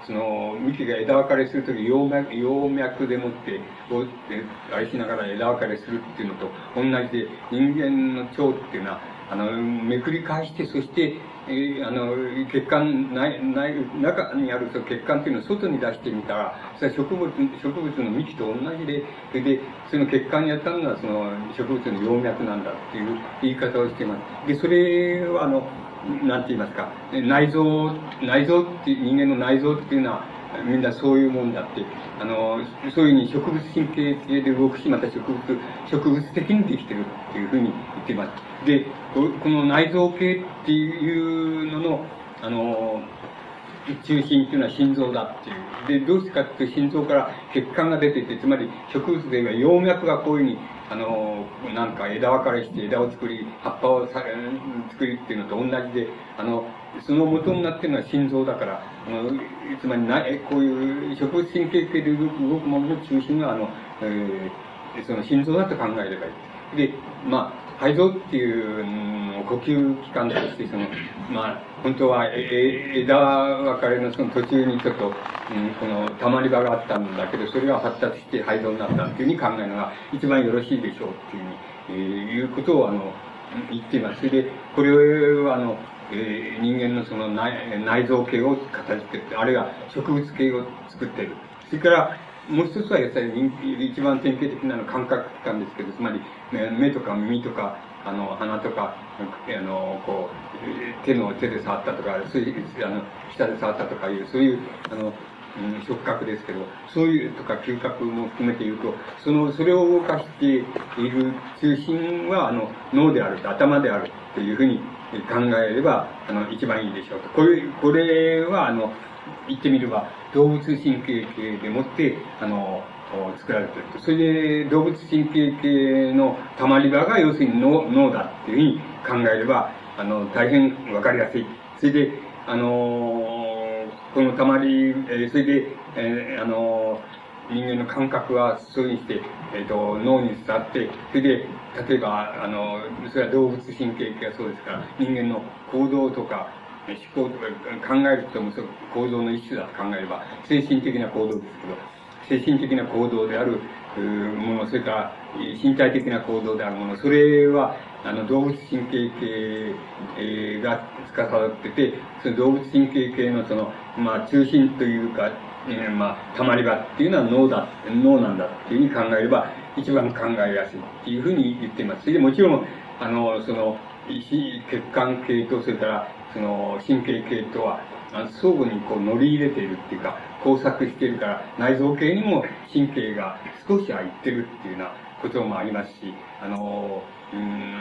その、幹が枝分かれするとき、葉脈、葉脈でもって、こう、あれしながら枝分かれするっていうのと同じで、人間の腸っていうのは、あの、めくり返して、そして、えー、あの、血管、内、内、中にあるその血管っていうのを外に出してみたら、それは植物、植物の幹と同じで、それで、その血管にやったのはその植物の葉脈なんだっていう言い方をしています。で、それはあの、なんて言いますか、内臓、内臓っていう、人間の内臓っていうのは、みんなそういうもんだって、あの、そういうふうに植物神経系で動くし、また植物、植物的にできてるっていうふうに言っています。で、この内臓系っていうのの、あの、中心っていうのは心臓だっていう。で、どうしてかっていうと心臓から血管が出てて、つまり植物で言えば葉脈がこういうふうに、あの、なんか枝分かれして枝を作り、葉っぱをさ作りっていうのと同じで、あの、その元になっているのは心臓だから、あの、つまりな、こういう植物神経系で動く動くものの中心は、あの、えー、その心臓だと考えればいい。で、まあ、肺臓っていうのを呼吸器官として、その、まあ、本当は、え、枝分かれのその途中にちょっと、うん、この、溜まり場があったんだけど、それが発達して肺臓になったっていうふうに考えるのが一番よろしいでしょうっていうふうに、えー、いうことを、あの、言っています。それで、これは、あの、えー、人間のその内内臓系を形作って、あるいは植物系を作っている。それから、もう一つはやっぱり一番典型的なのは感覚器官ですけど、つまり目とか耳とか、あの、鼻とか、あの、こう、手の手で触ったとか、そういう、あの、舌で触ったとかいう、そういう、あの、うん、触覚ですけど、そういうとか嗅覚も含めて言うと、その、それを動かしている中心は、あの、脳であると、頭であるというふうに考えれば、あの、一番いいでしょうと。これ、これは、あの、言ってみれば、動物神経系でもって、あの、作られていると。それで、動物神経系の溜まり場が要するに脳、脳だっていうふうに考えれば、あの、大変わかりやすい。それで、あの、この溜まり、えそれで、えー、あの、人間の感覚はそういうふうにして、えっ、ー、と、脳に伝わって、それで、例えば、あの、それは動物神経系がそうですから、人間の行動とか、思考とか考えることもそう行動の一種だと考えれば、精神的な行動ですけど、精神的な行動であるもの、それから身体的な行動であるもの、それは、あの、動物神経系が司ってて、その動物神経系のその、まあ、中心というか、えー、まあ、溜まり場っていうのは脳だ、脳なんだっていうふうに考えれば、一番考えやすいっていうふうに言っています。それでもちろん、あの、その、血管系と、それから、その、神経系とは、相互にこう乗り入れているっていうか、交錯しているから、内臓系にも神経が少しは行ってるっていうようなこともありますし、あの、うん、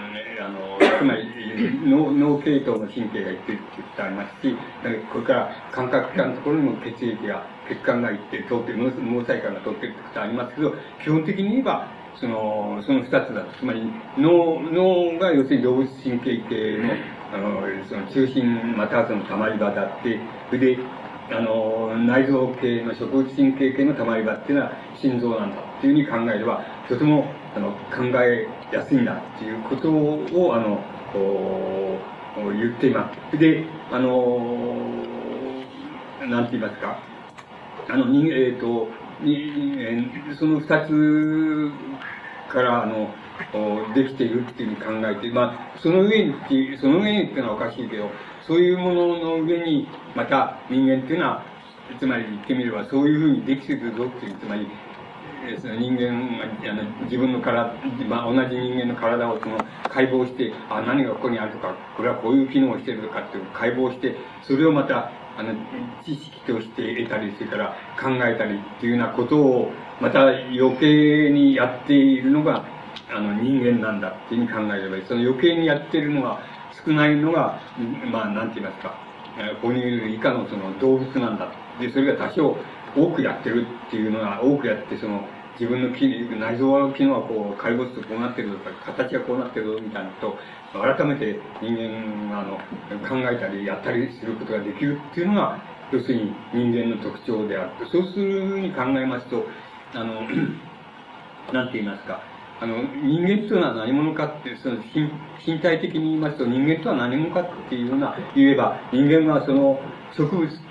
あの、つまり、脳、脳系統の神経が行ってるっていうことありますし、これから感覚器官のところにも血液が、血管が行ってる、通ってる、脳細管が通ってるってことありますけど、基本的に言えば、その、その二つだと。つまり、脳、脳が要するに動物神経系の、あの、その中心、またはその溜まり場だって、それで、あの、内臓系の植物神経系の溜まり場っていうのは心臓なんだっていうふうに考えれば、とても、あの、考えやすいんだっていうことを、あの、言っています。で、あの、なんて言いますか、あの、人えっ、ー、と、に、その二つから、あの、できているっていうふうに考えて、まあ、その上にっていう、その上にっていうのはおかしいけど、そういうものの上に、また人間っていうのは、つまり言ってみれば、そういうふうにできてるぞっていう、つまり、その人間が、あの、自分の体、まあ、同じ人間の体をその解剖して、あ、何がここにあるとか、これはこういう機能をしているとかっていう解剖して、それをまた、あの、知識として得たり、それから考えたりっていうようなことを、また余計にやっているのが、あの、人間なんだっていうふうに考えればいい。その余計にやってるのが、少ないのが、まあ、なんて言いますか、哺乳類以下のその動物なんだ。で、それが多少多くやってるっていうのが、多くやって、その、自分の機能、内臓の機能はこう、解剖するとこうなってるとか、形がこうなってるみたいなことを、改めて人間が、あの、考えたり、やったりすることができるっていうのが、要するに人間の特徴であって、そうするふうに考えますと、あの、なんて言いますか、あの、人間というのは何者かって、その身、身体的に言いますと、人間とは何者かっていうのは言えば、人間はその植物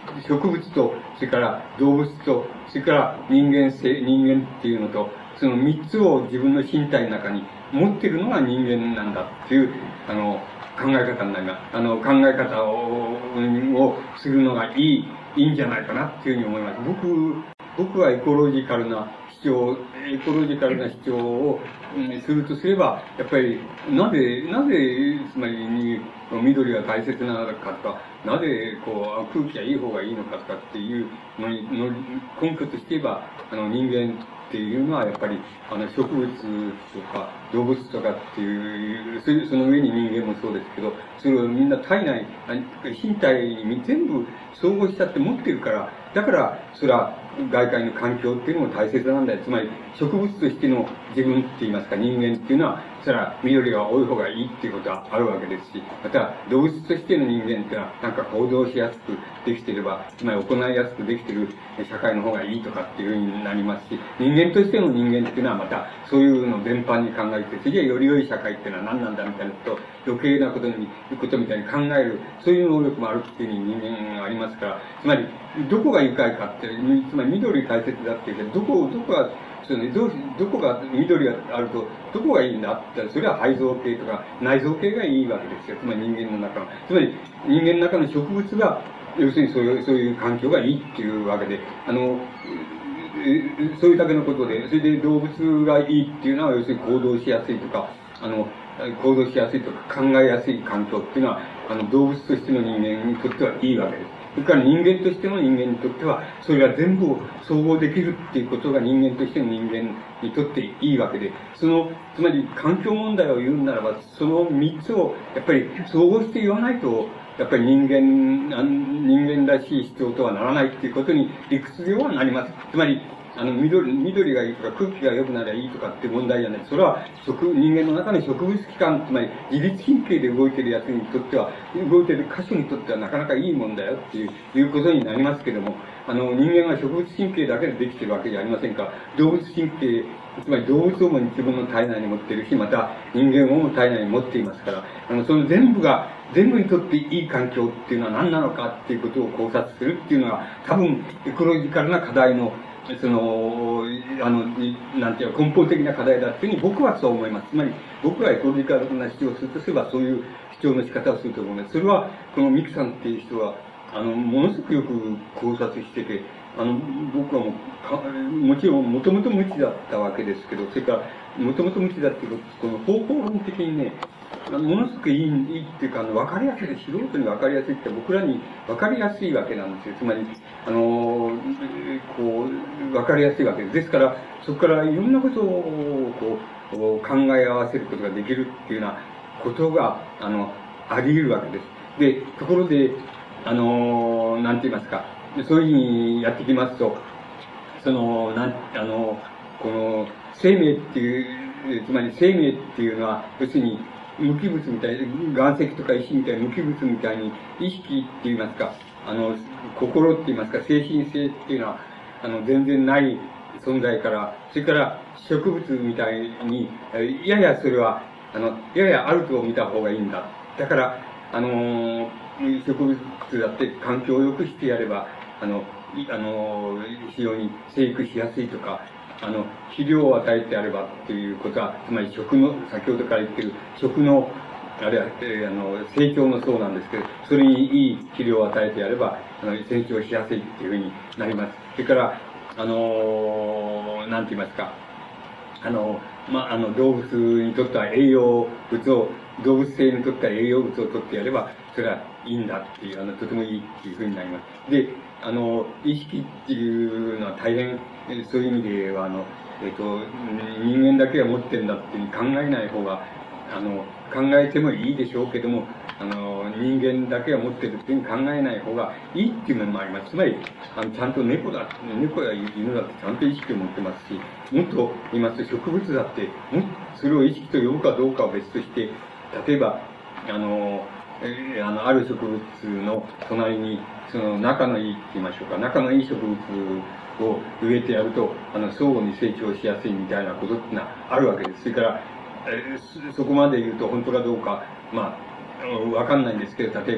植物と、それから動物と、それから人間性、人間っていうのと、その三つを自分の身体の中に持ってるのが人間なんだっていう、あの、考え方になります。あの、考え方を、をするのがいい、いいんじゃないかなっていうふうに思います。僕、僕はエコロジカルな主張、エコロジカルな主張を、うん、するとすれば、やっぱり、なぜ、なぜ、つまりに、緑が大切なのかとか、なぜ、こう、空気がいい方がいいのかとかっていうのに、の根拠として言えば、あの、人間っていうのは、やっぱり、あの、植物とか、動物とかっていう、そその上に人間もそうですけど、それをみんな体内、身体に全部総合しちゃって持ってるから、だから、それは、外界の環境っていうのも大切なんだよ。つまり、植物としての自分って言いますか、人間っていうのは、それは緑が多い方がいいっていうことはあるわけですし、また、動物としての人間っていうのは、なんか行動しやすくできていれば、つまり行いやすくできている社会の方がいいとかっていうふうになりますし、人間としての人間っていうのはまた、そういうのを全般に考えて、次はより良い社会っていうのは何なんだみたいなことを、余計なことに、ことみたいに考える、そういう能力もあるっていうふうに人間がありますから、つまり、どこが愉快かって、つまり緑大切だって言って、どこ、どこが、そうね、どうどこが緑があると、どこがいいんだって言ったら、それは肺臓系とか内臓系がいいわけですよ。つまり人間の中の。つまり人間の中の植物が、要するにそういう、そういう環境がいいっていうわけで、あの、そういうだけのことで、それで動物がいいっていうのは、要するに行動しやすいとか、あの、行動しやすいとか考えやすい環境っていうのは、あの、動物としての人間にとってはいいわけです。それから人間としての人間にとっては、それが全部総合できるっていうことが人間としての人間にとっていいわけで、その、つまり環境問題を言うならば、その三つをやっぱり総合して言わないと、やっぱり人間、人間らしい主張とはならないっていうことに理屈上はなります。つまり、あの、緑、緑がいいとか空気が良くなりゃいいとかって問題じゃない。それは、植、人間の中の植物器官、つまり自律神経で動いてるやつにとっては、動いてる箇所にとってはなかなかいいもんだよっていう、いうことになりますけども、あの、人間は植物神経だけでできてるわけじゃありませんか。動物神経、つまり動物をも自分の体内に持っているし、また人間をも体内に持っていますから、あの、その全部が、全部にとっていい環境っていうのは何なのかっていうことを考察するっていうのが、多分、エコロジカルな課題のその、あの、なんていうか根本的な課題だっていうふうに僕はそう思います。つまり、僕がエコロジカルな主張をするとすれば、そういう主張の仕方をすると思います。それは、このミクさんっていう人は、あの、ものすごくよく考察してて、あの、僕はもう、かもちろん、もともと無知だったわけですけど、それから、もともと無知だっていうこの方法論的にね、ものすごくいい、いいっていうか、あの、わかりやすいで、素人にわかりやすいって僕らにわかりやすいわけなんですよ。つまり、あの、こう、わかりやすいわけです。ですから、そこからいろんなことを、こう、考え合わせることができるっていうようなことが、あの、あり得るわけです。で、ところで、あの、なんて言いますか、そういうふうにやってきますと、その、なん、あの、この、生命っていう、つまり生命っていうのは、要するに、無機物みたい、岩石とか石みたいな無機物みたいに、意識って言いますか、あの、心って言いますか、精神性っていうのは、あの、全然ない存在から、それから植物みたいに、ややそれは、あの、ややあると見た方がいいんだ。だから、あの、植物だって環境を良くしてやれば、あの、あの、非常に生育しやすいとか、あの、肥料を与えてやればっていうことは、つまり食の、先ほどから言ってる食の、あるいは、えー、あの、成長もそうなんですけど、それにいい肥料を与えてやれば、あの、成長しやすいっていうふうになります。それから、あの、なんて言いますか、あの、まあ、あの、動物にとっては栄養物を、動物性にとっては栄養物を取ってやれば、それはいいんだっていう、あの、とてもいいっていうふうになります。で、あの、意識っていうのは大変、そういう意味では、あの、えっと、人間だけが持ってるんだっていうふうに考えない方が、あの、考えてもいいでしょうけども、あの、人間だけが持ってるっていうふうに考えない方がいいっていう面もあります。つまり、あの、ちゃんと猫だ、猫や犬だってちゃんと意識を持ってますし、もっと言いますと植物だって、もそれを意識と呼ぶかどうかは別として、例えば、あの、えー、あの、ある植物の隣に、その仲のいいって言いましょうか、仲のいい植物を植えてやると、あの、相互に成長しやすいみたいなことってのはあるわけです。それから、えー、そこまで言うと本当かどうか、まあ、わかんないんですけど、例えば、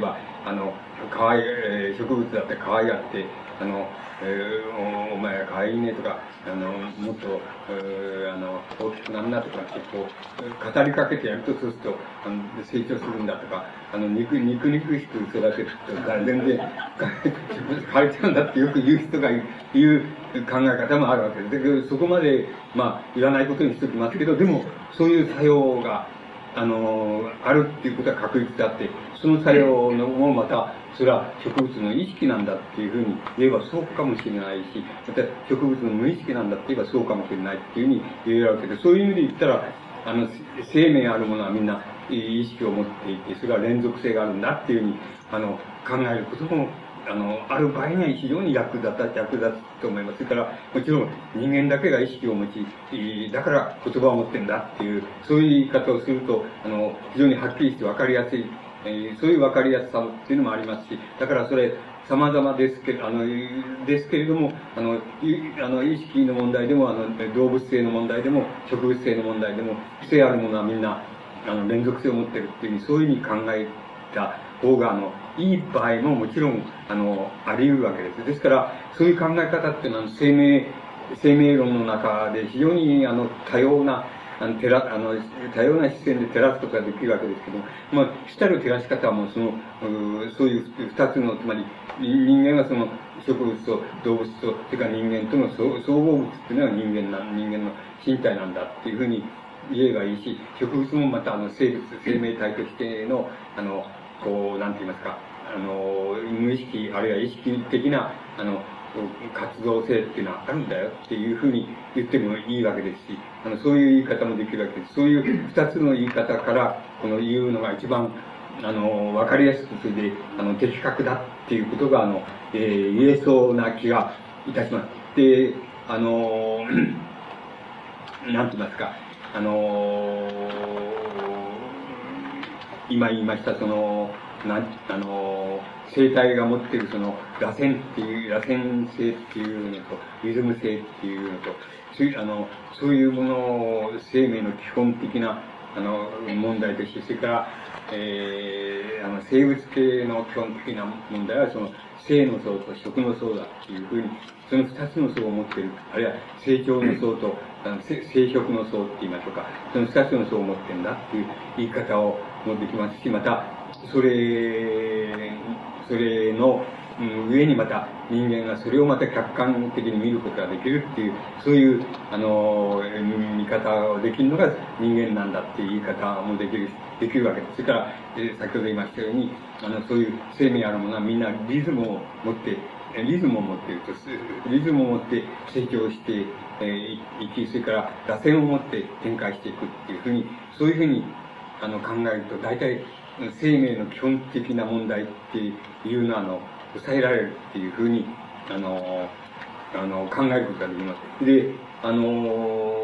あの、可愛い、えー植物だって可愛がって、あの、えーお、お前は可愛いねとか、あの、もっと、えーあの、大きくなんなとかってこう、語りかけてやると、そうすると、あの、成長するんだとか、あの、肉、肉肉しく育てると、全然、変われちゃうんだってよく言う人がいる考え方もあるわけです。だけど、そこまで、まあ、言わないことにしておきますけど、でも、そういう作用が、あの、あるっていうことは確実であって、その作用のもまた、それは植物の意識なんだっていうふうに言えばそうかもしれないし、また植物の無意識なんだって言えばそうかもしれないっていうふうに言えるわけで、そういう意味で言ったら、あの、生命あるものはみんな意識を持っていて、それは連続性があるんだっていうふうに、あの、考えることも、あの、ある場合には非常に役立た、役立つと思います。それから、もちろん人間だけが意識を持ち、だから言葉を持ってんだっていう、そういう言い方をすると、あの、非常にはっきりして分かりやすい、えーそういう分かりやすさっていうのもありますし、だからそれ、様々ですけど、あの、ですけれども、あの、いあの意識の問題でも、あの、動物性の問題でも、植物性の問題でも、性あるものはみんな、あの、連続性を持ってるっていうふうに、そういうふうに考えた方が、あの、いい場合ももちろん、あの、あり得るわけです。ですから、そういう考え方っていうのは、生命、生命論の中で非常に、あの、多様な、あの、照ら、あの、多様な視線で照らすことができるわけですけども、まあ、主たる照らし方はもうその、うそういう二つの、つまり、人間はその植物と動物と、それから人間との総総合物っていうのは人間な、人間の身体なんだっていうふうに言えばいいし、植物もまたあの生物、生命体としての、あの、こう、なんて言いますか、あの、無意識、あるいは意識的な、あの、活動性っていうのはあるんだよっていうふうに言ってもいいわけですし、あの、そういう言い方もできるわけです。そういう二つの言い方から、この言うのが一番、あの、わかりやすく、それで、あの、的確だっていうことが、あの、えー言えそうな気がいたします。で、あの、なんて言いますか、あの、今言いました、その、なん、あの、生態が持っているその、螺旋っていう、螺旋性っていうのと、リズム性っていうのと、そういう、あの、そういうものを生命の基本的な、あの、問題として、それから、えー、あの、生物系の基本的な問題は、その、生の層と食の層だっていうふうに、その二つの層を持っている、あるいは成長の層と、あの生生殖の層って言いましょうか、その二つの層を持ってるんだっていう言い方をもできますし、また、それ、それの、うん、上にまた人間がそれをまた客観的に見ることができるっていう、そういう、あの、見方をできるのが人間なんだっていう言い方もできる、できるわけです。それから、えー先ほど言いましたように、あの、そういう生命あるものはみんなリズムを持って、リズムを持っていると、リズムを持って成長して、えー生き、それから螺旋を持って展開していくっていうふうに、そういうふうに、あの、考えると、大体、生命の基本的な問題っていうのは、あの、抑えられるっていうふうに、あの、あの、考えることができます。で、あの、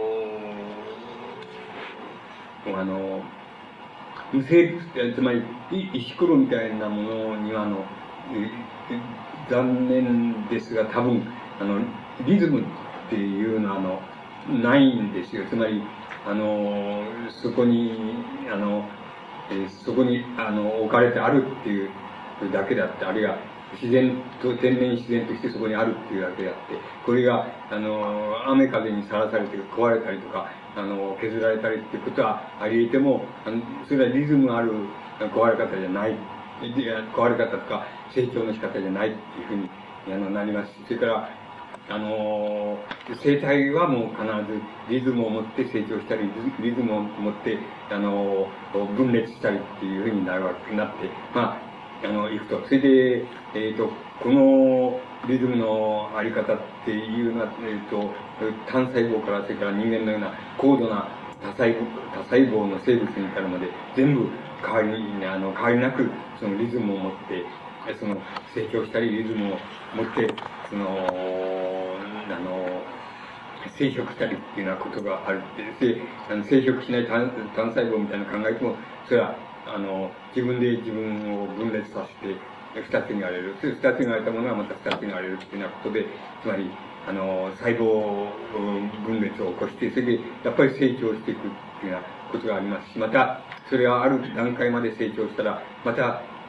あの、無生物、つまり、い石ころみたいなものには、あの、え残念ですが、多分、あの、リズムっていうのは、あの、ないんですよ。つまり、あの、そこに、あの、えーそこに、あの、置かれてあるっていうだけであって、あるいは、自然と、天然自然としてそこにあるっていうだけであって、これが、あの、雨風にさらされて壊れたりとか、あの、削られたりっていうことはあり得ても、あのそれはリズムある壊れ方じゃない、いや壊れ方とか成長の仕方じゃないっていうふうにあのなりますし、それから、あの、生態はもう必ずリズムを持って成長したり、リズリズムを持って、あの、分裂したりっていうふうになるわけになって、まあ、あの、いくと。それで、えっ、と、このリズムのあり方っていうのは、えっ、と、単細胞から、それから人間のような高度な多細胞、多細胞の生物に至るまで、全部変わり、あの、変わりなく、そのリズムを持って、その、成長したり、リズムを持って、その、あの、生殖したりっていうようなことがあるって、で、あの生殖しない単単細胞みたいな考えても、それは、あの、自分で自分を分裂させて、二つに割れる。二つに割れたものはまた二つに割れるっていうようなことで、つまり、あの、細胞分裂を起こして、それで、やっぱり成長していくっていうようなことがありますし、また、それがある段階まで成長したら、また、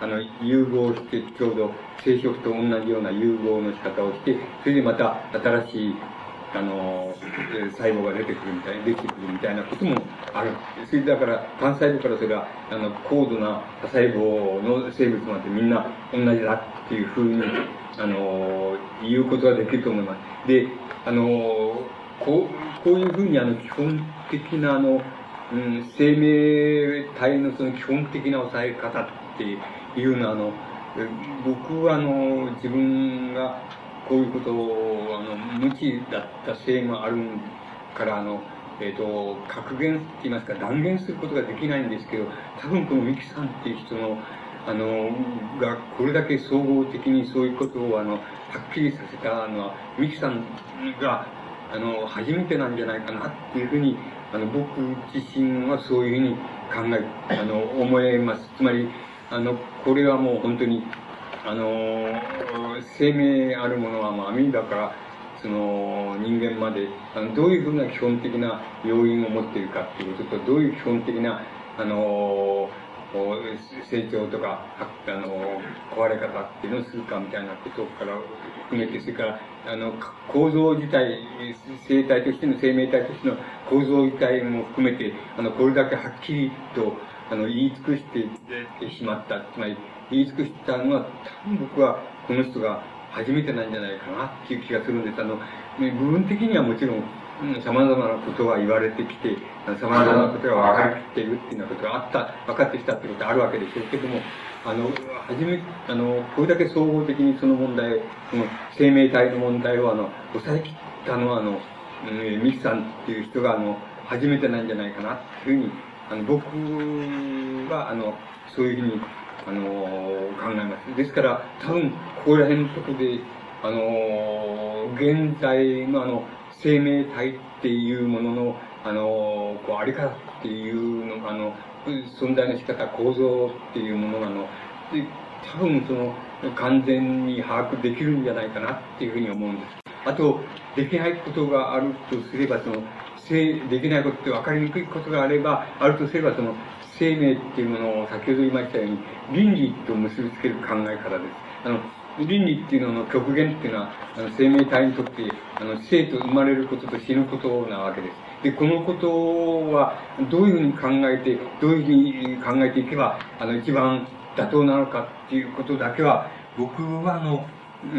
あの、融合して、ちょうど生殖と同じような融合の仕方をして、それでまた新しい、あの、細胞が出てくるみたい、できてくるみたいなこともある。それだから、単細胞からそれは、あの、高度な多細胞の生物までみんな同じだっていうふうに、あの、言うことができると思います。で、あの、こう、こういうふうに、あの、基本的な、あの、うん、生命体のその基本的な抑え方っていうのは、あの、僕は、あの、自分が、こういうことを、あの、無知だったせいもあるから、あの、えっ、と、格言って言いますか、断言することができないんですけど、多分このミキさんっていう人の、あの、が、これだけ総合的にそういうことを、あの、はっきりさせたのは、ミキさんが、あの、初めてなんじゃないかなっていうふうに、あの、僕自身はそういうふうに考え、あの、思えます。つまり、あの、これはもう本当に、あの、生命あるものは、まあ、アミーバから、その、人間まで、あの、どういうふうな基本的な要因を持っているかっていうことと、どういう基本的な、あの、成長とか、あの、壊れ方っていうのをするかみたいなことから含めて、それから、あの、構造自体、生体としての、生命体としての構造自体も含めて、あの、これだけはっきりと、あの、言い尽くしてしまった。つまり、言い尽くしたのは、多分僕はこの人が初めてなんじゃないかなっていう気がするんです。あの、部分的にはもちろん、様々なことが言われてきて、様々なことが分かりきっているっていうようなことがあった、分かってきたってことがあるわけでしょうけども、あの、はじめ、あの、これだけ総合的にその問題、その生命体の問題をあの、抑えきったのは、あの、うん、ミキさんっていう人があの、初めてなんじゃないかなっていうふうに、あの、僕は、あの、そういうふうに、あの、考えます。ですから、多分、ここら辺のところで、あの、現在のあの、生命体っていうものの、あの、こう、あり方っていうのが、あの、存在の仕方、構造っていうものが、あの、で多分その、完全に把握できるんじゃないかなっていうふうに思うんです。あと、できないことがあるとすれば、その、できないことって分かりにくいことがあれば、あるとすれば、その、生命っていうものを先ほど言いましたように、倫理と結びつける考え方です。あの、倫理っていうのの極限っていうのは、あの生命体にとって、あの、生と生まれることと死ぬことなわけです。で、このことは、どういうふうに考えて、どういうふうに考えていけば、あの、一番妥当なのかっていうことだけは、僕は、あの、うん、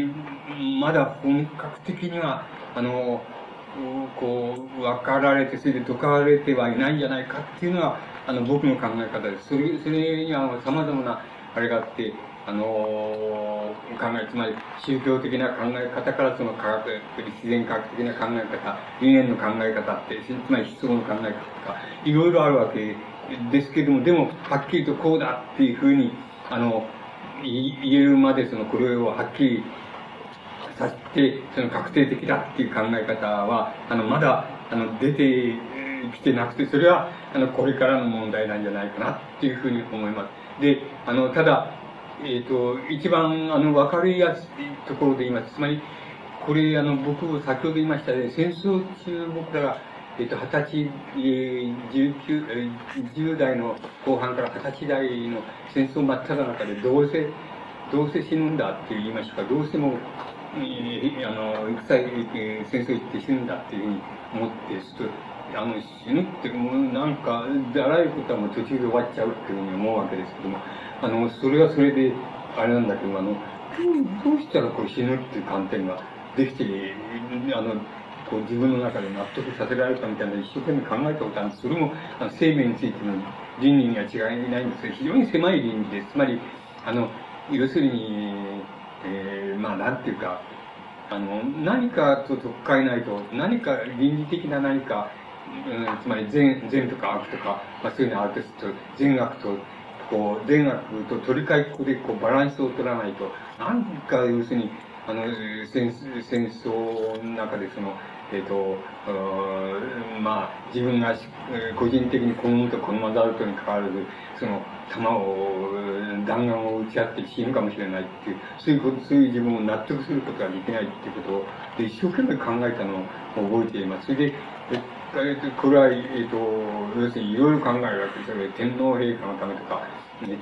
まだ本格的には、あの、こう、分かられて、それで解かれてはいないんじゃないかっていうのが、あの、僕の考え方です。それ、それには様々な、あれがあって、あのー、考え、つまり宗教的な考え方からその科学、自然科学的な考え方、人間の考え方って、つまり思想の考え方とか、いろいろあるわけですけども、でも、はっきりとこうだっていうふうに、あの、言えるまで、その、これをはっきりさせて、その確定的だっていう考え方は、あの、まだ、あの、出てきてなくて、それは、あの、これからの問題なんじゃないかなっていうふうに思います。で、あの、ただ、えっ、ー、と、一番、あの、わかりやすいところで言います。つまり、これ、あの、僕、先ほど言いましたね、戦争中、僕らが、えっ、ー、と、二十歳、えー、十九、えー、十代の後半から二十歳代の戦争真っ只中で、どうせ、どうせ死ぬんだって言いましょうか、どうしても、えー、あの、戦、えー、戦争行って死ぬんだっていうふうに思って、ちょっと、あの、死ぬってもうなんか、あらゆることはもう途中で終わっちゃうっていうふうに思うわけですけども、あの、それはそれで、あれなんだけど、あの、どうしたらこれ死ぬっていう観点ができて、あの、こう自分の中で納得させられるかみたいな一生懸命考えたことあるんです。それも、あの生命についての倫理には違いないんですけど、非常に狭い倫理です。つまり、あの、要するに、えー、まあ、なんていうか、あの、何かと取っ換えないと、何か倫理的な何か、うん、つまり善、善とか悪とか、まあそういうのあるとすると、善悪と、こう、善悪と取り替えっこでこうバランスを取らないと、何か要するに、あの、戦戦争の中でその、えっ、ー、と、まあ、自分が個人的に好むと好まざるとに関わらず、その、弾を、弾丸を撃ち合って死ぬかもしれないっていう、そういうこと、そういう自分を納得することができないっていうことを、で一生懸命考えたのを覚えています。それで、えっと、これは、えっと、要するにいろいろ考えるわけですよね。天皇陛下のためとか、えっと、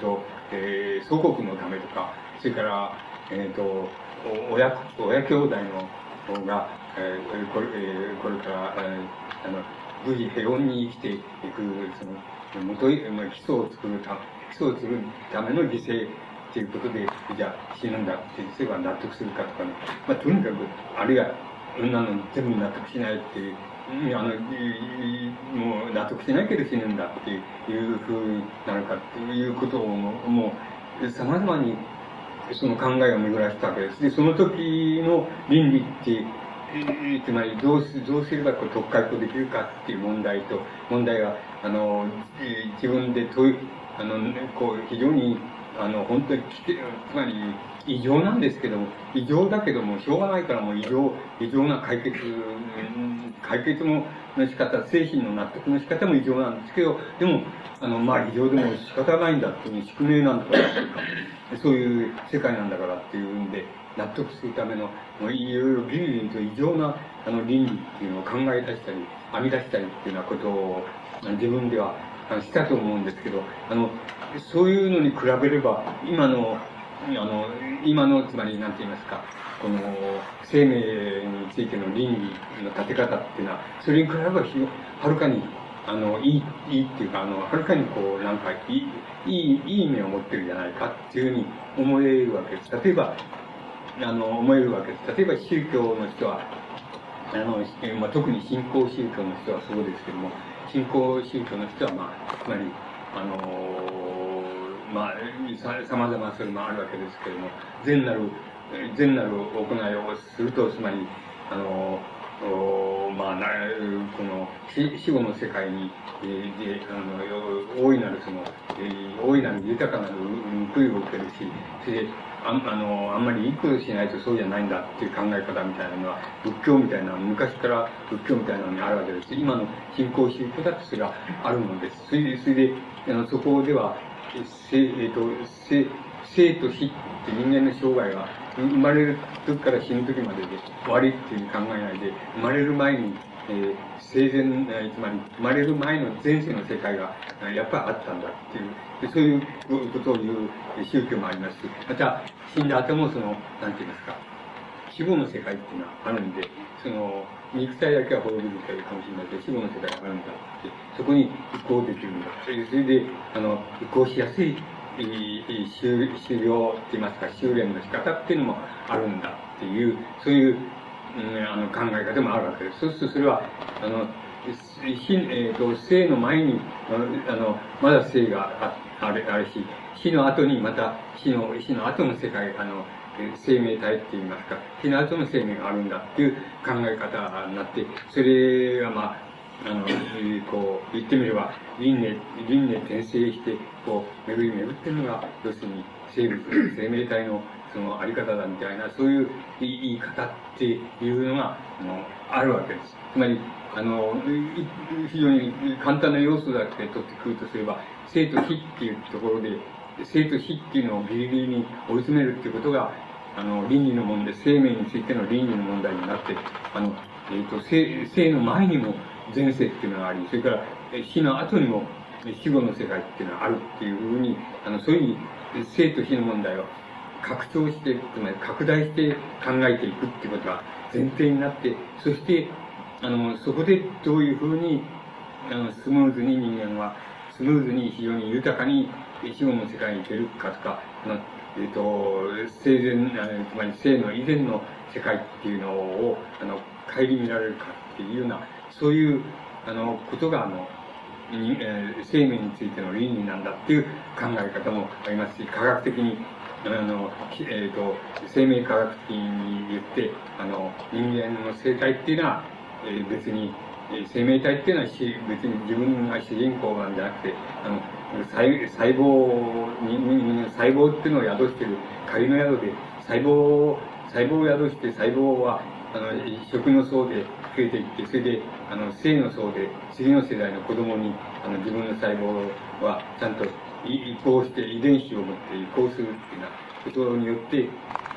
えー、祖国のためとか、それから、えっ、と、親、親兄弟の方が、えー、これ、えー、これから、えー、あの、無事平穏に生きていく、その、元い、まあ、基礎を作るた、基礎を作るための犠牲っていうことで、じゃあ死ぬんだってすれば納得するかとかね。まあ、とにかく、あるいは、女の全部納得しないっていう、あの、もう納得しないけど死ぬんだっていうふうになるかっていうことをもう、様々にその考えを巡らしたわけです。で、その時の倫理って、つまりどうす、どうすればこう特化できるかっていう問題と、問題が、あの、自分で問い、あの、こう、非常に、あの、本当にきて、つまり、異常なんですけども、異常だけども、しょうがないからもう異常、異常な解決、解決の仕方、精神の納得の仕方も異常なんですけど、でも、あの、まあ異常でも仕方ないんだっていう、宿命なんだからっていうか、そういう世界なんだからっていうんで、納得するための、もういろいろギリギリと異常な、あの、倫理っていうのを考え出したり、編み出したりっていうようなことを、自分ではしたと思うんですけど、あの、そういうのに比べれば、今の、あの、今の、つまり、なんて言いますか、この、生命についての倫理の立て方っていうのは、それに比べれば、はるかに、あの、いい、いいっていうか、あの、はるかにこう、なんか、いい、いい、いい意味を持ってるじゃないかっていうふうに思えるわけです。例えば、あの、思えるわけです。例えば、宗教の人は、あの、まあ、特に新興宗教の人はそうですけども、新興宗教の人は、まあ、つまり、あの、まあ、さまざまそれもあるわけですけれども、善なる、善なる行いをすると、つまり、あの、まあ、な、この、死後の世界に、えー、で、あの、大いなるその、えー、大いなる豊かなる報いを受けるし、それで、ああの、あんまりいいことしないとそうじゃないんだっていう考え方みたいなのは、仏教みたいな、昔から仏教みたいなのにあるわけです。今の新興宗教だとそれはあるのです。それで、それで、あの、そこでは、生、えっと、生、生と死って人間の生涯は、生まれる時から死ぬ時までで終わりっていうふうに考えないで、生まれる前に、えー、生前、えー、つまり生まれる前の前世の世界がやっぱりあったんだっていう、でそういうことを言う宗教もありますし、また死んだ後もその、なんて言いますか、死後の世界っていうのはあるんで、その、肉体だけは滅びるかもしれないけど、死後の世界があるんだって、そこに移行できるんだ。それで、それであの、移行しやすい、修修行って言いますか、修練の仕方っていうのもあるんだっていう、そういう、うん、あの考え方もあるわけです。そうするとそれは、あの、死、えっ、ー、と、生の前に、あの、まだ生があある、あるし、死の後にまた死の、死の後の世界、あの、生命体って言いますか、死の後の生命があるんだっていう考え方になって、それがまあ、あの、こう、言ってみれば、輪廻、輪廻転生して、こう、巡り巡ってるのが、要するに生物、生命体のそのあり方だみたいな、そういう言い方っていうのが、あの、あるわけです。つまり、あの、非常に簡単な要素だけ取ってくるとすれば、生と死っていうところで、生と死っていうのをギリギリに追い詰めるっていうことが、あの、倫理の問題、生命についての倫理の問題になって、あの、えっ、ー、と、生、生の前にも前世っていうのがあり、それから死の後にも死後の世界っていうのがあるっていうふうに、あの、そういうふうに生と死の問題を拡張して、つまり拡大して考えていくっていうことが前提になって、そして、あの、そこでどういうふうに、あの、スムーズに人間は、スムーズに非常に豊かに死後の世界に行けるかとか、あの、えっ、ー、と、生前、つまり生の以前の世界っていうのを、あの、顧みられるかっていうような、そういう、あの、ことが、あの、えー、生命についての倫理なんだっていう考え方もありますし、科学的に、あの、えっ、ー、と、生命科学的に言って、あの、人間の生態っていうのは、えー、別に、生命体っていうのは別に自分が主人公なんじゃなくて、あの、細細胞に、細胞っていうのを宿している仮の宿で、細胞、細胞を宿して細胞は、あの、食の層で増えていって、それで、あの、生の層で次の世代の子供に、あの、自分の細胞はちゃんと移行して遺伝子を持って移行するっていうようなことによって、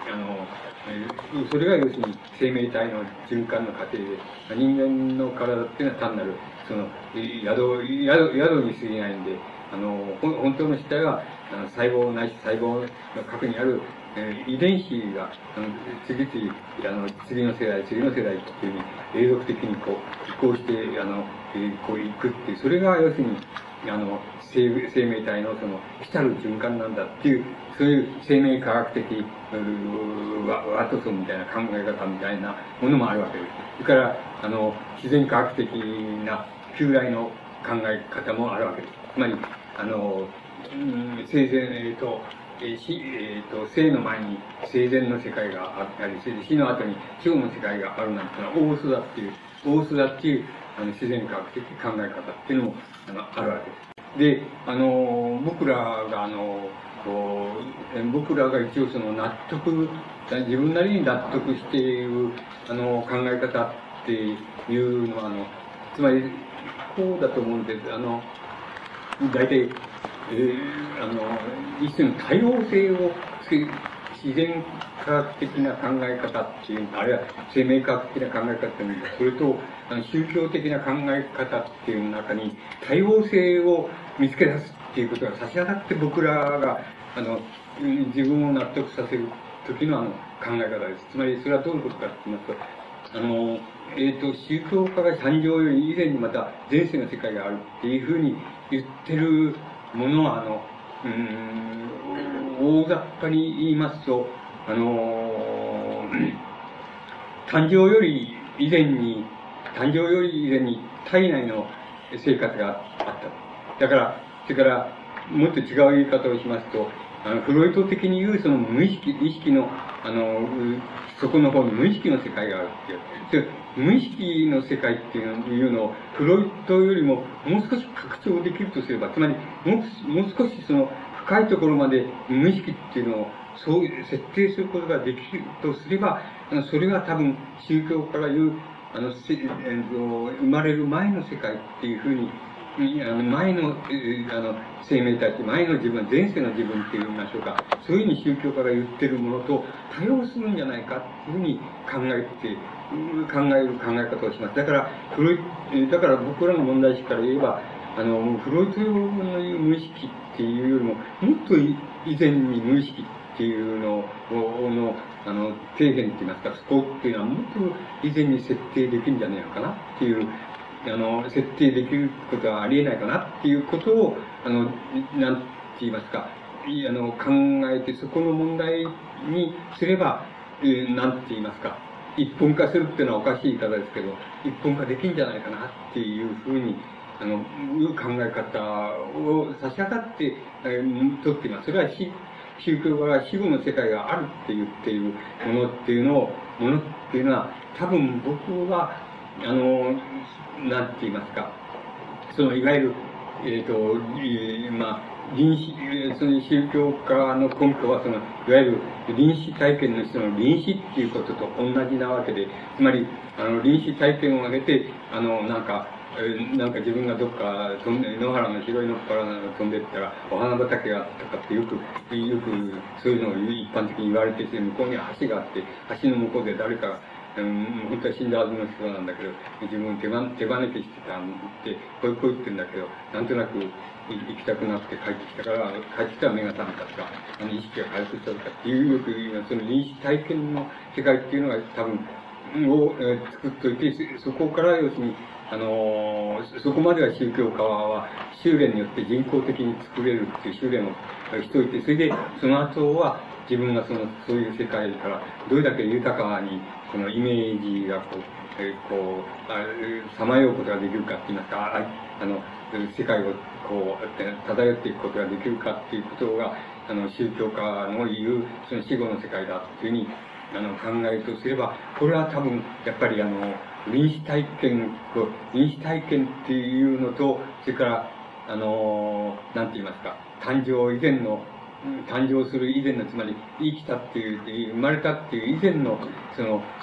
あの、えー、それが要するに生命体の循環の過程で、人間の体っていうのは単なる、その、宿、宿、宿に過ぎないんで、あの、本当の主体は、あの細胞ないし細胞の核にある、えー、遺伝子が、あの、次々、あの、次の世代、次の世代っていうふうに、永続的にこう、移行して、あの、えー、こう行くっていう、それが要するに、あの、生、生命体のその、来たる循環なんだっていう、そういう生命科学的、ワワトソンみたいな考え方みたいなものもあるわけです。それから、あの、自然科学的な旧来の考え方もあるわけです。つまり、あの、うん、生前、えっと、えー、死、えっ、ー、と、生の前に生前の世界があったり、死の後に死後の世界があるなんていうのは大嘘だっていう、大嘘だっていう、あの、自然科学的考え方っていうのも、あの、あるわけです。で、あの、僕らが、あの、こう、僕らが一応その納得、自分なりに納得している、あの、考え方っていうのは、あの、つまり、こうだと思うんです。あの、大体、えー、あの、一種の多様性を、自然科学的な考え方っていうあるいは生命科学的な考え方っていうのそれと、あの、宗教的な考え方っていう中に、多様性を見つけ出すっていうことが差し当たって僕らが、あの、自分を納得させる時のあの、考え方です。つまり、それはどういうことかって言いますと、あの、えっ、ー、と、宗教家が誕生より以前にまた前世の世界があるっていうふうに言ってるものは、あの、うーん、大雑把に言いますと、あの、誕生より以前に、誕生より以前に体内の生活があった。だから、それから、もっと違う言い方をしますと、あの、フロイト的に言うその無意識、意識の、あの、そこの方に無意識の世界があるっていう。無意識の世界っていうのを、フロイトよりももう少し拡張できるとすれば、つまり、もう、もう少しその、深いところまで無意識っていうのを、そう設定することができるとすれば、それは多分、宗教から言う、あの、せえー、生まれる前の世界っていうふうに、あの前の、あの、生命体、前の自分、前世の自分って言いましょうか。そういうふうに宗教家が言ってるものと多様するんじゃないかっていうふうに考えて、考える考え方をします。だから、フロイだから僕らの問題意識から言えば、あの、フロイトの言う無意識っていうよりも、もっと以前に無意識っていうのを、の、あの、底辺って言いますか、スコっていうのはもっと以前に設定できるんじゃないのかなっていう、あの、設定できることはありえないかなっていうことを、あの、なんて言いますか、あの、考えて、そこの問題にすれば、えー、なんて言いますか、一本化するっていうのはおかしい言い方ですけど、一本化できるんじゃないかなっていうふうに、あの、いう考え方を差し当たって、えー、とっています。それはし、宗教が死後の世界があるって言っているものっていうのを、ものっていうのは、多分僕は、あの、なんて言いますか、その、いわゆる、えっ、ー、と、えー、まあ、臨死、その宗教家の根拠は、その、いわゆる臨死体験の人の臨死っていうことと同じなわけで、つまり、あの、臨死体験を挙げて、あの、なんか、なんか自分がどっか飛んで、野原の広い野原の飛んでったら、お花畑があったかってよく、よくそういうのを一般的に言われてて、向こうには橋があって、橋の向こうで誰かが、うん、本当は死んだはずの人なんだけど、自分手ば手招きしてたんで、こういうこう言ってんだけど、なんとなく行きたくなくて帰ってきたから、帰ってきたら目が覚めたとか、あの意識が回復したとかっていう、よく言うその臨死体験の世界っていうのが多分、を、えー、作っといて、そこから要するに、あのー、そこまでは宗教家は修練によって人工的に作れるっていう修練をしといて、それでその後は自分がその、そういう世界からどれだけ豊かに、このイメージがこう、えー、こう、さまようことができるかって言いますか、ああの、世界をこう、漂っていくことができるかっていうことが、あの、宗教家の言う、その死後の世界だっていうふうに、あの、考えるとすれば、これは多分、やっぱりあの、臨死体験、臨死体験っていうのと、それから、あの、なんて言いますか、誕生以前の、誕生する以前の、つまり、生きたっていう、生まれたっていう以前の、その、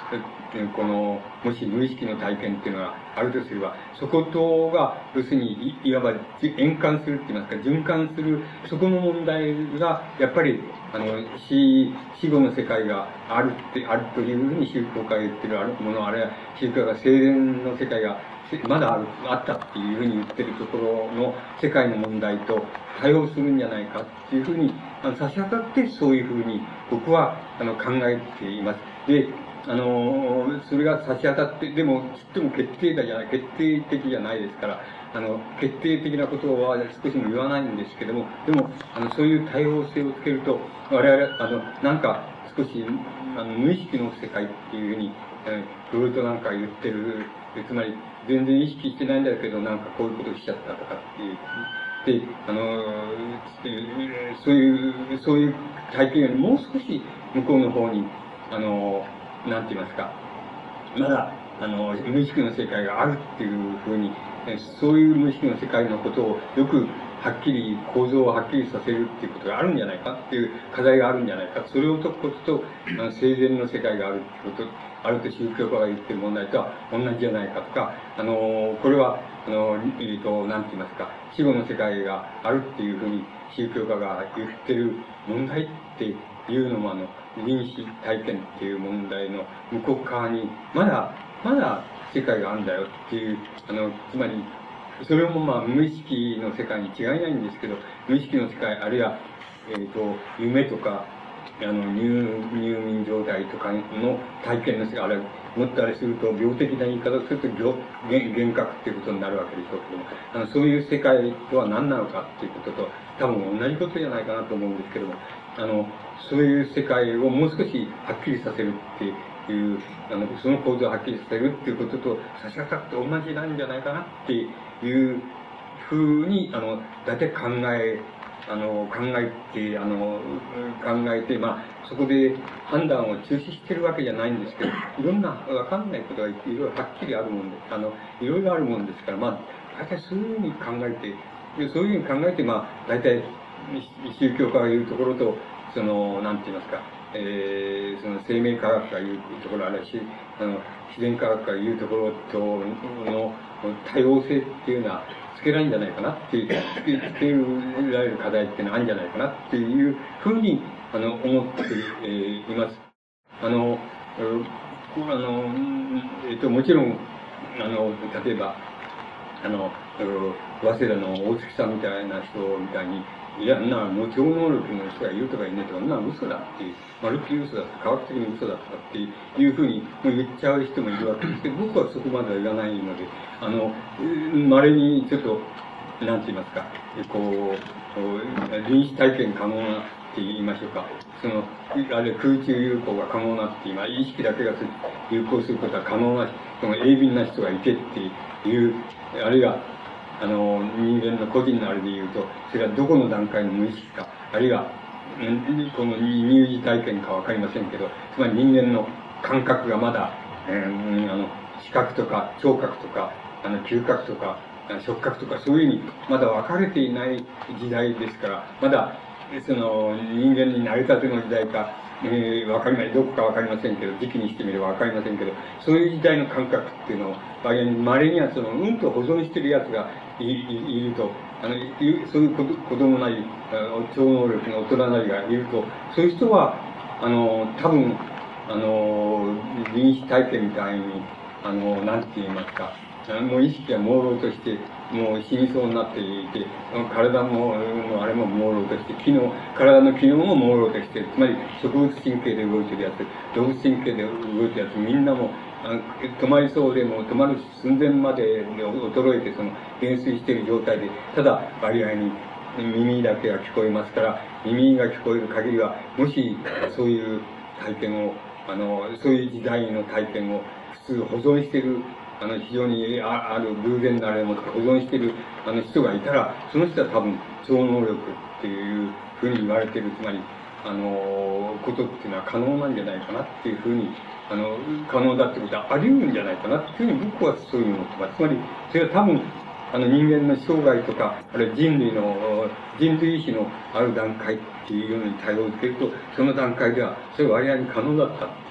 この、もし無意識の体験っていうのがあるとすれば、そことが、要するに、い、いわば円環するって言いますか、循環する、そこの問題が、やっぱり、あの、死、死後の世界があるって、あるというふうに宗教家が言ってるもの、あるいは宗教家が生前の世界が、まだある、あったっていうふうに言ってるところの世界の問題と対応するんじゃないかっていうふうに、あの、差し当たってそういうふうに僕は、あの、考えています。で、あの、それが差し当たって、でも、つっても決定打じゃない、決定的じゃないですから、あの、決定的なことは少しも言わないんですけども、でも、あの、そういう多様性をつけると、我々、あの、なんか少し、あの、無意識の世界っていうふうに、えー、フロイトなんか言ってる、つまり、全然意識してないんだけど、なんかこういうことしちゃったとかっていう。で、あの、そういう、そういう体験よりもう少し向こうの方に、あの、なんて言いますか、まだ、あの、無意識の世界があるっていうふうに、そういう無意識の世界のことをよくはっきり、構造をはっきりさせるっていうことがあるんじゃないかっていう課題があるんじゃないか。それを解くことと、あの生前の世界があるってこと、あると宗教家が言ってる問題とは同じじゃないかとか、あの、これは、あの、えっと、なんて言いますか、死後の世界があるっていうふうに宗教家が言ってる問題っていうのも、あの、臨死体験っていう問題の向こう側に、まだ、まだ世界があるんだよっていう、あの、つまり、それもまあ無意識の世界に違いないんですけど、無意識の世界、あるいは、えっと、夢とか、あの、入、入眠状態とかの体験の世界、あれ、もっとあれすると、病的な言い方をすると、幻幻覚っていうことになるわけでしょうけども、あの、そういう世界とは何なのかっていうことと、多分同じことじゃないかなと思うんですけども、あの、そういう世界をもう少しはっきりさせるっていう、あの、その構造をはっきりさせるっていうことと差し当たって同じなんじゃないかなっていうふうに、あの、大体考え、あの、考えて、あの、考えて、まあ、そこで判断を中止してるわけじゃないんですけど、いろんなわかんないことがいろいろはっきりあるもんで、あの、いろいろあるもんですから、まあ、大体そういうふうに考えて、そういうふうに考えて、まあ、大体、宗教家が言うところと、その、なんて言いますか、えー、その生命科学が言うところあるし、あの、自然科学が言うところとの多様性っていうのはつけないんじゃないかなっていう、つけ、つけられる課題っていうのはあるんじゃないかなっていうふうに、あの、思って、えー、います。あの、あの、えっと、もちろん、あの、例えば、あの、早稲田の大月さんみたいな人みたいに、いや、な、もう超能力の人がいるとかいないとか、な、嘘だっていう、まるっきり嘘だって、科学的に嘘だとかっていうふうにもう言っちゃう人もいるわけですけど、僕はそこまでは言わないので、あの、稀にちょっと、なんて言いますか、こう、臨死体験可能なって言いましょうか。その、あれ、空中有効が可能なっていう、まあ、意識だけが有効することは可能な、その鋭敏な人がいてっていう、あるいは、あの、人間の個人のあれで言うと、それはどこの段階の無意識か、あるいは、この入示体験かわかりませんけど、つまり人間の感覚がまだ、えー、あの、視覚とか聴覚とか、あの、嗅覚とか、触覚とか、そういうふうにまだ分かれていない時代ですから、まだ、その、人間に慣れたての時代か、えー、わかりません。どこかわかりませんけど、時期にしてみればわかりませんけど、そういう時代の感覚っていうのを、稀にはその、うんと保存してる奴がいいると、あの、そういう子子供なり、超能力の大人なりがいると、そういう人は、あの、多分、あの、臨死体験みたいに、あの、なんて言いますか、もう意識が朦朧として、もう死にそうになっていて、体も、あれも朦朧として、機能、体の機能も朦朧として、つまり植物神経で動いてるやつ、動物神経で動いてるやつ、みんなも、止まりそうでも止まる寸前まで衰えて、その、減衰している状態で、ただ割合に耳だけが聞こえますから、耳が聞こえる限りは、もしそういう体験を、あの、そういう時代の体験を普通保存している、あの、非常にあある偶然なあれをもって保存している、あの人がいたら、その人は多分、超能力っていうふうに言われている、つまり、あの、ことっていうのは可能なんじゃないかなっていうふうに、あの、可能だってことはあり得るんじゃないかなっていうふうに僕はそういうふうに思ってます。つまり、それは多分、あの人間の生涯とか、あるいは人類の、人類意志のある段階っていうように対応をつけると、その段階では、それは割合に可能だったっていう、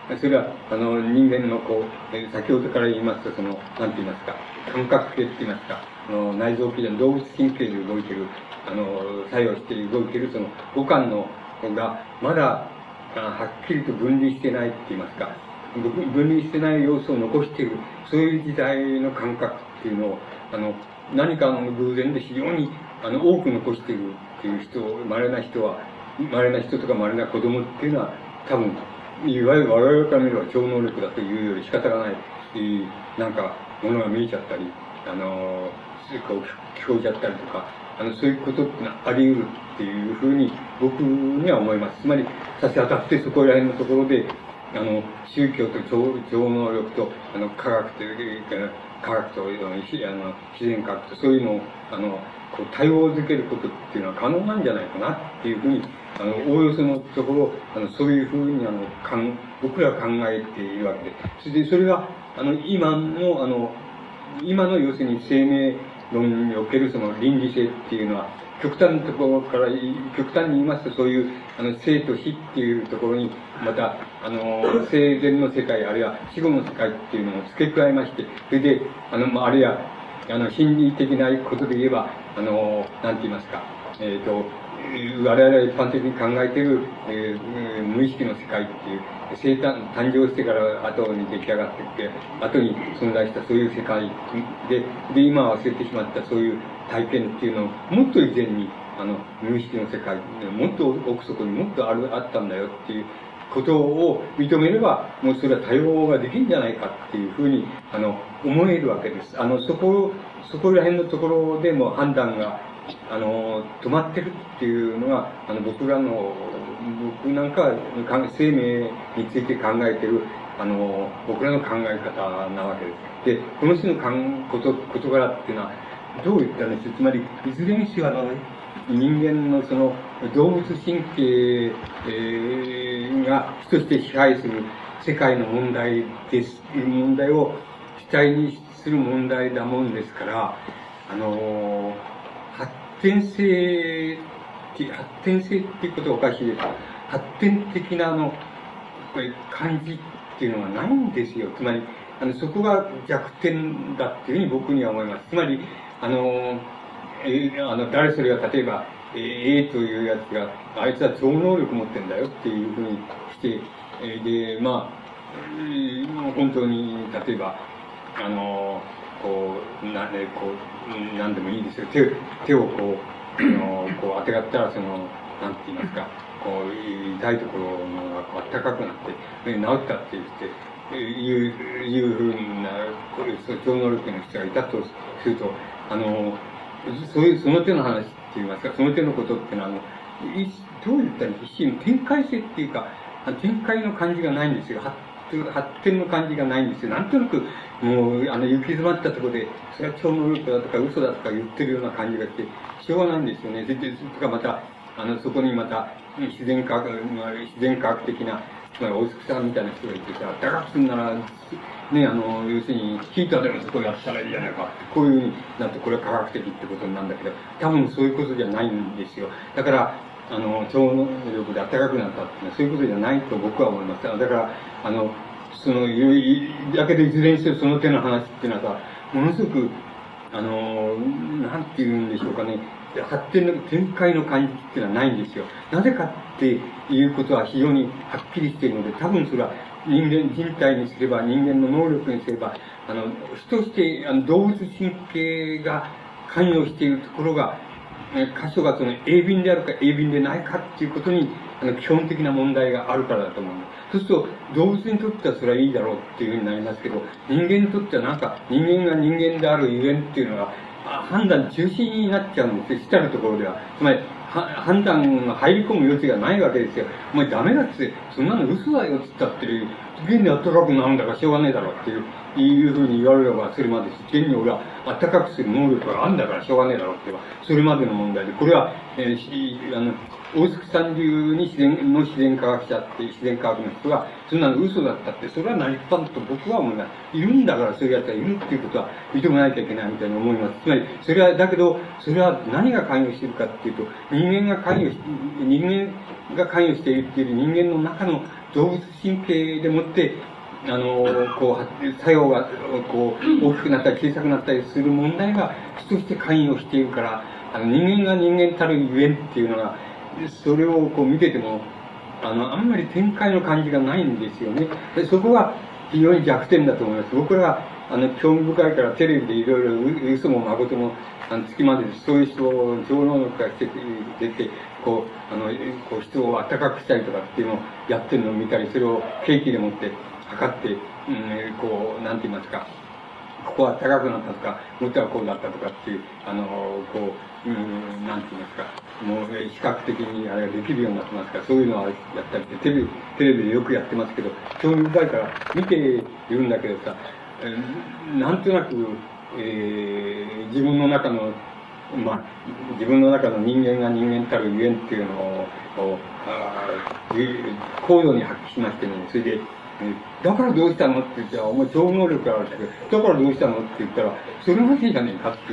それは、あの、人間のこう、えー先ほどから言いますと、その、なんて言いますか、感覚系って言いますか、あの、内臓系で動物神経で動いてる、あの、作用して動いてる、その、五感の、が、まだ、あはっきりと分離してないって言いますか、分分離してない要素を残している、そういう時代の感覚っていうのを、あの、何かの偶然で非常に、あの、多く残しているっていう人、稀な人は、稀な人とか稀な子供っていうのは、多分、いわゆる我々から見れば超能力だというより仕方がない、えーなんか、ものが見えちゃったり、あの、こう聞こえちゃったりとか、あの、そういうことってのはあり得るっていうふうに僕には思います。つまり、差し当たってそこら辺のところで、あの、宗教と超超能力と、あの、科学という、科学と、あの、自然科学と、そういうのを、あの、こう、対応づけることっていうのは可能なんじゃないかなっていうふうに、あの、おおよそのところ、あの、そういうふうに、あの、かん、僕らは考えているわけで。それで、それが、あの、今の、あの、今の要するに生命論におけるその倫理性っていうのは、極端なところからい、極端に言いますと、そういう、あの、生と死っていうところに、また、あの、生前の世界、あるいは死後の世界っていうのを付け加えまして、それで、あの、まあ、あるいは、あの、心理的なことで言えば、あの、なんて言いますか、えっ、と、我々が一般的に考えている、えー、無意識の世界っていう、生誕、誕生してから後に出来上がってきて、後に存在したそういう世界で、で、今忘れてしまったそういう体験っていうのを、もっと以前に、あの、無意識の世界、もっと奥底にもっとある、あったんだよっていうことを認めれば、もうそれは対応ができるんじゃないかっていうふうに、あの、思えるわけです。あの、そこ、そこら辺のところでも判断が、あの、止まってるっていうのが、あの、僕らの、僕なんか生命について考えてる、あの、僕らの考え方なわけです。で、この人のかんこと、事柄っていうのは、どう言ったらいいんですか。つまり、いずれにしろあの、人間のその、動物神経、えー、が主として支配する世界の問題です、問題を主体にする問題だもんですから、あの、発展性、発展性っていうことはおかしいです。発展的なあの、これ感じっていうのはないんですよ。つまり、あの、そこが弱点だっていうふうに僕には思います。つまり、あの、えー、あの、誰それが例えば、えー、A というやつが、あいつは超能力持ってんだよっていうふうにして、えー、で、まあ、えー、本当に、例えば、あの、こう、な、ね、こう、なんでもいいですよ。手、手をこう、あの、こう、あてがったら、その、なんて言いますか、こう、痛いところがこう暖かくなって、治ったって言って、いう、いうふうな、こういう超能力の人がいたとすると、あの、そういう、その手の話って言いますか、その手のことっていうのは、あの、どう言ったら一種の展開性っていうか、展開の感じがないんですよ。発展の感じがないんですよ。なんとなく、もう、あの、行き詰まったところで、それは超能力だとか嘘だとか言ってるような感じがして、しょうがないんですよね。で、で、それかまた、あの、そこにまた、自然科学、自然科学的な、つまり、大塚さんみたいな人がいてさ、高くするなら、ね、あの、要するに、ヒーターでもそこやったらいいじゃないか。こういうふうになって、これは科学的ってことなんだけど、多分そういうことじゃないんですよ。だから、あの、超能力で暖かくなったっていうのは、そういうことじゃないと僕は思います。だから、あの、その、だけどいずれにせよその手の話っていうのはさ、ものすごく、あの、なんて言うんでしょうかね、発展の展開の感じっていうのはないんですよ。なぜかっていうことは非常にはっきりしているので、多分それは人間、人体にすれば、人間の能力にすれば、あの、主として、あの、動物神経が関与しているところが、箇所がその鋭敏であるか鋭敏でないかっていうことに、あの、基本的な問題があるからだと思う。そうすると、動物にとってはそれはいいだろうっていうふうになりますけど、人間にとってはなんか、人間が人間であるゆえんっていうのが、判断中心になっちゃうんですよ。したるところでは。つまり、判断が入り込む余地がないわけですよ。お前ダメだって、そんなの嘘だよって言ったって、現に暖かくなるんだからしょうがねえだろうっていう、いうふうに言われればそれまでし、現に俺は暖かくする能力があるんだからしょうがねえだろうって言えば、それまでの問題で、これは、えー、し、あの、大月さん流に自然の自然科学者って、自然科学の人が、そんなの嘘だったって、それは成り立たんと僕は思います。いるんだからそういう奴がいるっていうことは認めなきゃいけないみたいに思います。つまり、それは、だけど、それは何が関与しているかっていうと、人間が関与し、人間が関与しているっていう人間の中の動物神経でもって、あの、こう、作用が、こう、大きくなったり小さくなったりする問題が、主として関与しているから、あの、人間が人間たるゆえんっていうのが、それをこう見てても、あの、あんまり展開の感じがないんですよね。でそこは非常に弱点だと思います。僕らは、あの、興味深いからテレビでいろいろ嘘も誠も、あの、つきまでそういう人を超能力がして出て、こう、あの、こう人を暖かくしたりとかっていうのをやってるのを見たり、それをケーキでもって測って、うん、こう、なんて言いますか、ここは高くなったとか、元はこうだったとかっていう、あの、こう、うん、なんて言いますか、もう比較的にあれができるようになってますから、そういうのはやったりって、テレビ、テレビでよくやってますけど、興味深いから見ているんだけどさ、なんとなく、えー、自分の中の、まあ、自分の中の人間が人間たるゆえんっていうのを、高度に発揮しましてね、それで、だからどうしたのって言ったら、お前超能力があるんだけど、だからどうしたのって言ったら、それだけじゃねえかって。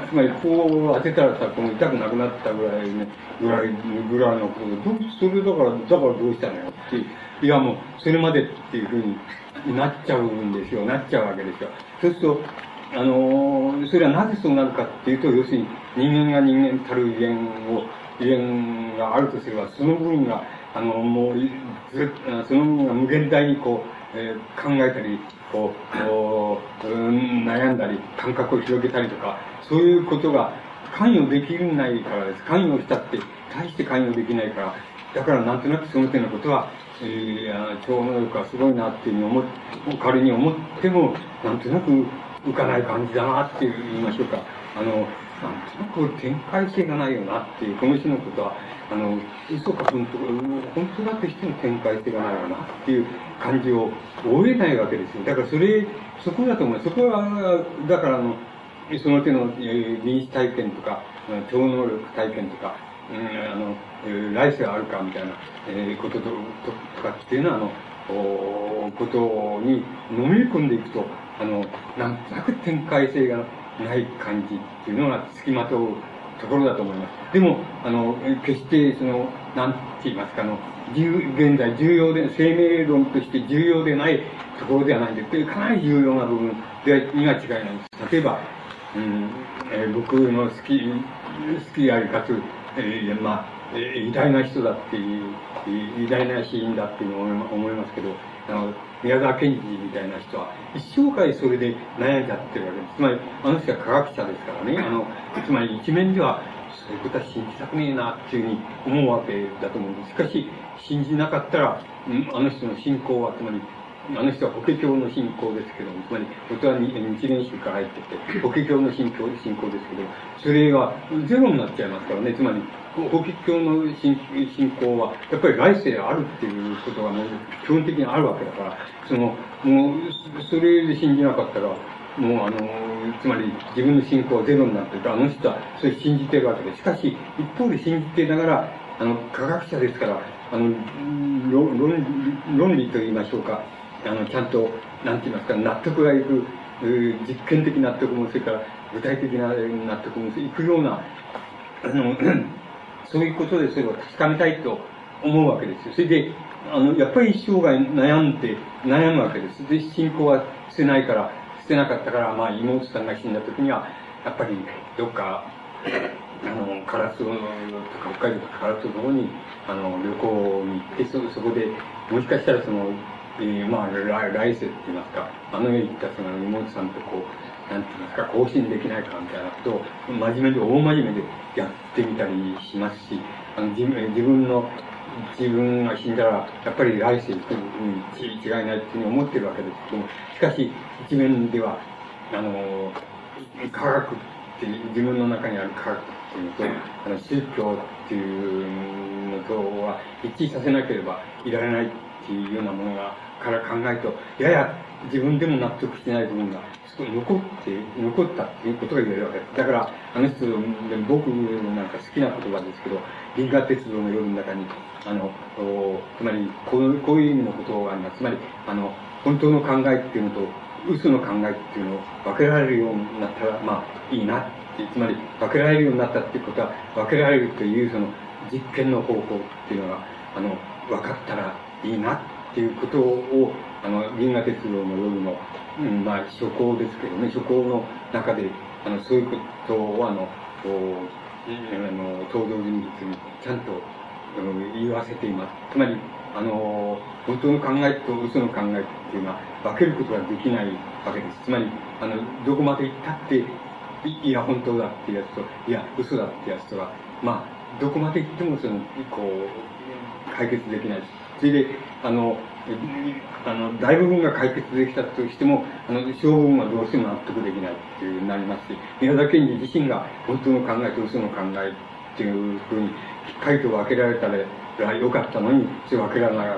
つまり、こう当てたらさ、この痛くなくなったぐらいね、ぐらい、ぐらいのことで、どうそれだから、だからどうしたのよって。いや、もう、それまでっていうふうになっちゃうんですよ。なっちゃうわけですよ。そうすると、あのー、それはなぜそうなるかっていうと、要するに、人間が人間たるゆえんを、ゆえんがあるとすれば、その部分が、あの、もう、ずその部分が無限大にこう、えー、考えたり、こう、こう、うん、悩んだり、感覚を広げたりとか、そういうことが関与できないからです。関与したって、大して関与できないから、だからなんとなくその点のことは、えー、超能力はすごいなっていうふうに思っ、仮に思っても、なんとなく浮かない感じだなっていう言いましょうか。あの、なんとなく展開性がないよなっていう、この人のことは、あの、嘘か本当か、本当だとしても展開性がないよなっていう感じを追えないわけですよ。だからそれ、そこだと思う。そこは、だからあの、その手の、えー、臨死体験とか、超能力体験とか、うん、あの、えー、来世があるかみたいな、えー、ことと、と、とかっていうのは、あの、おことに飲み込んでいくと、あの、なんとなく展開性がない感じっていうのが付きまとうところだと思います。でも、あの、決してその、なんて言いますか、あの、現在重要で、生命論として重要でないところではないんですけど、かなり重要な部分でには違いないんです。例えば、うん、えー、僕の好き、好きでありかつ、えー、まあ、えー、偉大な人だっていう、偉大な詩人だっていうのを思いますけど、あの、宮沢賢治みたいな人は、一生涯それで悩んじゃってるわけです。つまり、あの人は科学者ですからね、あの、つまり一面では、そういうことは信じたくねえなっていうふうに思うわけだと思うんです。しかし、信じなかったら、あの人の信仰は、つまり、あの人は法華経の信仰ですけども、つまり、元は日蓮宗から入ってて、法華経の信仰、信仰ですけど、それがゼロになっちゃいますからね、つまり、法華経の信信仰は、やっぱり来世あるっていうことがもう基本的にあるわけだから、その、もう、それで信じなかったら、もうあの、つまり自分の信仰はゼロになってるあの人はそれ信じてるわけで、しかし、一方で信じてながら、あの、科学者ですから、あの、論論理と言いましょうか、あの、ちゃんと、なんて言いますか、納得がいく、実験的納得も、それから具体的な納得もいくような、あの、そういうことでそれを確かめたいと思うわけですよ。それで、あの、やっぱり一生涯悩んで、悩むわけです。で、信仰は捨てないから、捨てなかったから、まあ、妹さんが死んだ時には、やっぱり、どっか、あの、唐津とか、北海道とか唐津の方に、あの、旅行に行って、そ、そこで、もしかしたらその、えー、まあ、来、来世って言いますか、あの世に行ったその妹さんとこう、なんて言いますか、更新できないかみたいなことを、真面目で、大真面目でやってみたりしますし、あの、自分、自分の、自分が死んだら、やっぱり来世行くに違いないっていうふうに思ってるわけですけども、しかし、一面では、あの、科学っていう、自分の中にある科学っていうのと、あの、宗教っていうのとは一致させなければいられないっていうようなものが、から考えると、やや自分でも納得してない部分が、少し残って、残ったっていうことが言えるわけです。だから、あの人、僕なんか好きな言葉ですけど、銀河鉄道の夜の中に、あの、つまり、こうこういう意味のことがあります。つまり、あの、本当の考えっていうのと、嘘の考えっていうのを分けられるようになったら、まあ、いいなって、つまり、分けられるようになったっていうことは、分けられるという、その、実験の方法っていうのが、あの、分かったらいいなっていうことを、あの、銀河鉄道の夜の、うん、まあ、初稿ですけどね、初稿の中で、あの、そういうことを、あの、こう、あの、登場人物にちゃんと、うん、言わせています。つまり、あの、本当の考えと嘘の考えっていうのは分けることができないわけです。つまり、あの、どこまで行ったって、いいや、本当だっていうやつと、いや、嘘だっていうやつとは、まあ、どこまで行っても、その、こう、解決できないです。それで、あの、あの、大部分が解決できたとしても、あの、小部分はどうしても納得できないっていうなりますし、宮沢賢治自身が本当の考えと嘘の考えっていうふうに、きっかりと分けられたらよかったのに、それ分けられなかった。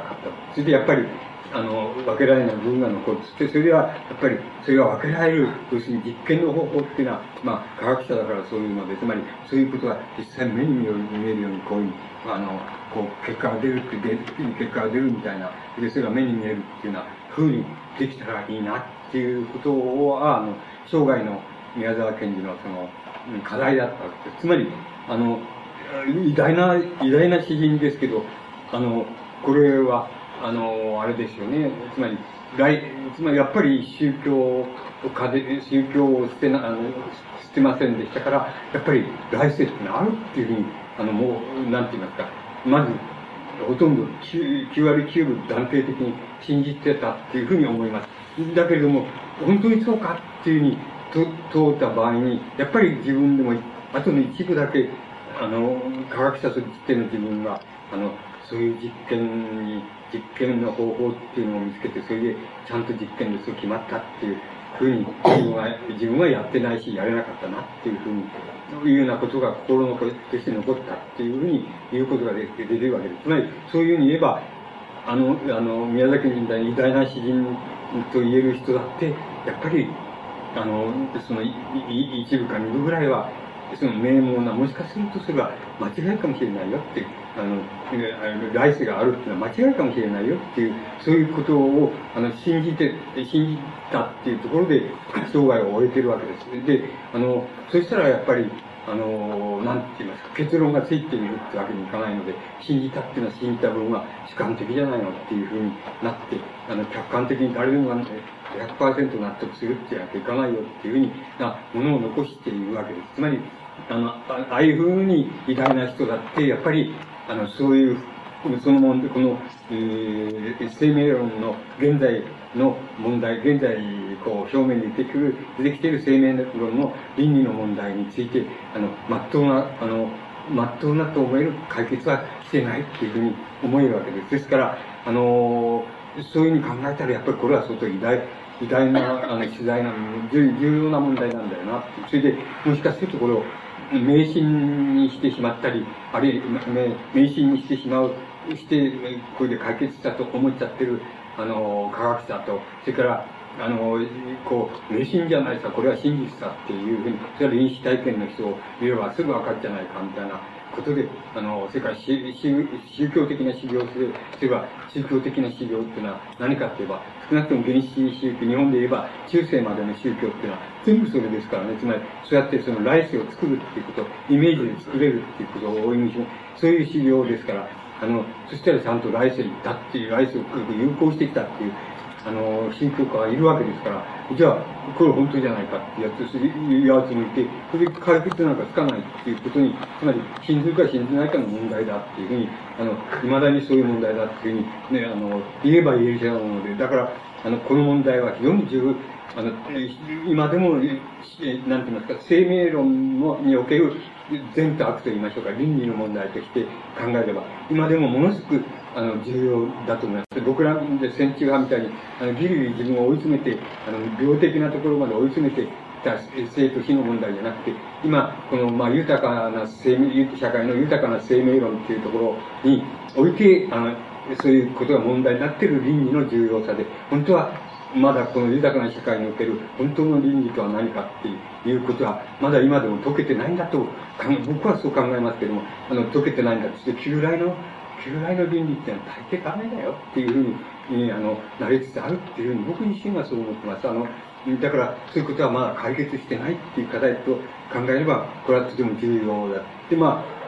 それでやっぱり、あの、分けられない部分が残って、それでは、やっぱり、それが分けられる、要するに実験の方法っていうのは、まあ、科学者だからそういうので、つまり、そういうことが実際目に見える見えるように、こういう、あの、こう、結果が出るって、で結果が出るみたいな、で、それが目に見えるっていうような風にできたらいいなっていうことは、あの、生涯の宮沢賢治のその、課題だったわけです。つまり、あの、偉大な、偉大な詩人ですけど、あの、これは、あの、あれですよね。つまり、来、つまりやっぱり宗教家で、宗教を捨てな、あの、捨てませんでしたから、やっぱり来世ってのあるっていうふうに、あの、もう、なんて言いますか、まず、ほとんど 9, きゅう割きゅうぶ断定的に信じてたっていうふうに思います。だけれども、本当にそうかっていうふうにと通った場合に、やっぱり自分でも、あとの一部だけ、あの、科学者としての自分は、あの、そういう実験に、実験の方法っていうのを見つけて、それでちゃんと実験でそう決まったっていうふうに、自分は、自分はやってないし、やれなかったなっていうふうに、そういうようなことが心の声として残ったっていうふうに言うことができるわけです。つまり、そういうふうに言えば、あの、あの、宮崎みたいに偉大な詩人と言える人だって、やっぱり、あの、その、い一部か二部ぐらいは、その名門な、もしかするとそれは間違いかもしれないよっていう、あの、来世があるっていうのは間違いかもしれないよっていう、そういうことを、あの、信じて、信じたっていうところで、生涯を終えてるわけです。で、あの、そしたらやっぱり、あの、なんて言いますか、結論がついているってわけにいかないので、信じたっていうのは信じた分は主観的じゃないのっていうふうになって、あの、客観的に誰でもひゃくパーセント 納得するってわけいかないよっていうふうになものを残しているわけです。つまり、あの、ああいうふうに偉大な人だって、やっぱり、あの、そういう、その問題、この、えー、生命論の現在の問題、現在、こう、表面に出てくる、出てきている生命論の倫理の問題について、あの、まっとうな、あの、まっとうなと思える解決はしてないっていうふうに思えるわけです。ですから、あの、そういうふうに考えたら、やっぱりこれは相当偉大、偉大な、あの、取材な、重要な問題なんだよな。それで、もしかするとこれを、迷信にしてしまったり、あるいは迷信にしてしまう、して、これで解決したと思っちゃってる、あの、科学者と、それから、あの、こう、迷信じゃないさ、これは真実さっていうふうに、それは臨死体験の人を見ればすぐわかるじゃないか、みたいなことで、あの、それから宗教的な修行すれすれば、宗教的な修行っていうのは何かって言えば、少なくとも原始宗教、日本で言えば中世までの宗教っていうのは全部それですからね。つまり、そうやってその来世を作るっていうこと、イメージで作れるっていうことを意味します。そういう修行ですから、あの、そしたらちゃんと来世行ったっていう、来世を有効してきたっていう、あの、宗教家がいるわけですから、じゃあ、これ本当じゃないかってやつ、いうやつもいて、それで解決なんかつかないっていうことに、つまり、信ずるか信じないかの問題だっていうふうに、あの、未だにそういう問題だっていうふうに、ね、あの、言えば言えるもので、だから、あの、この問題は非常に重要、あの、今でも、なんて言いますか、生命論のにおける善と悪と言いましょうか、倫理の問題として考えれば、今でもものすごく、あの、重要だと思います。僕らで戦中派みたいに、あの、ギリギリ自分を追い詰めて、あの、病的なところまで追い詰めて、生と死の問題じゃなくて、今、この、まあ、豊かな生命、社会の豊かな生命論っていうところにおいて、あの、そういうことが問題になっている倫理の重要さで、本当は、まだこの豊かな社会における本当の倫理とは何かっていうことは、まだ今でも解けてないんだと、僕はそう考えますけども、あの、解けてないんだとして、旧来の、旧来の倫理ってのは大抵ダメだよっていうふうに、あの、なりつつあるっていうふうに僕自身はそう思ってます。あの、だから、そういうことはまだ解決してないっていう課題と考えれば、これはとても重要だ。で、ま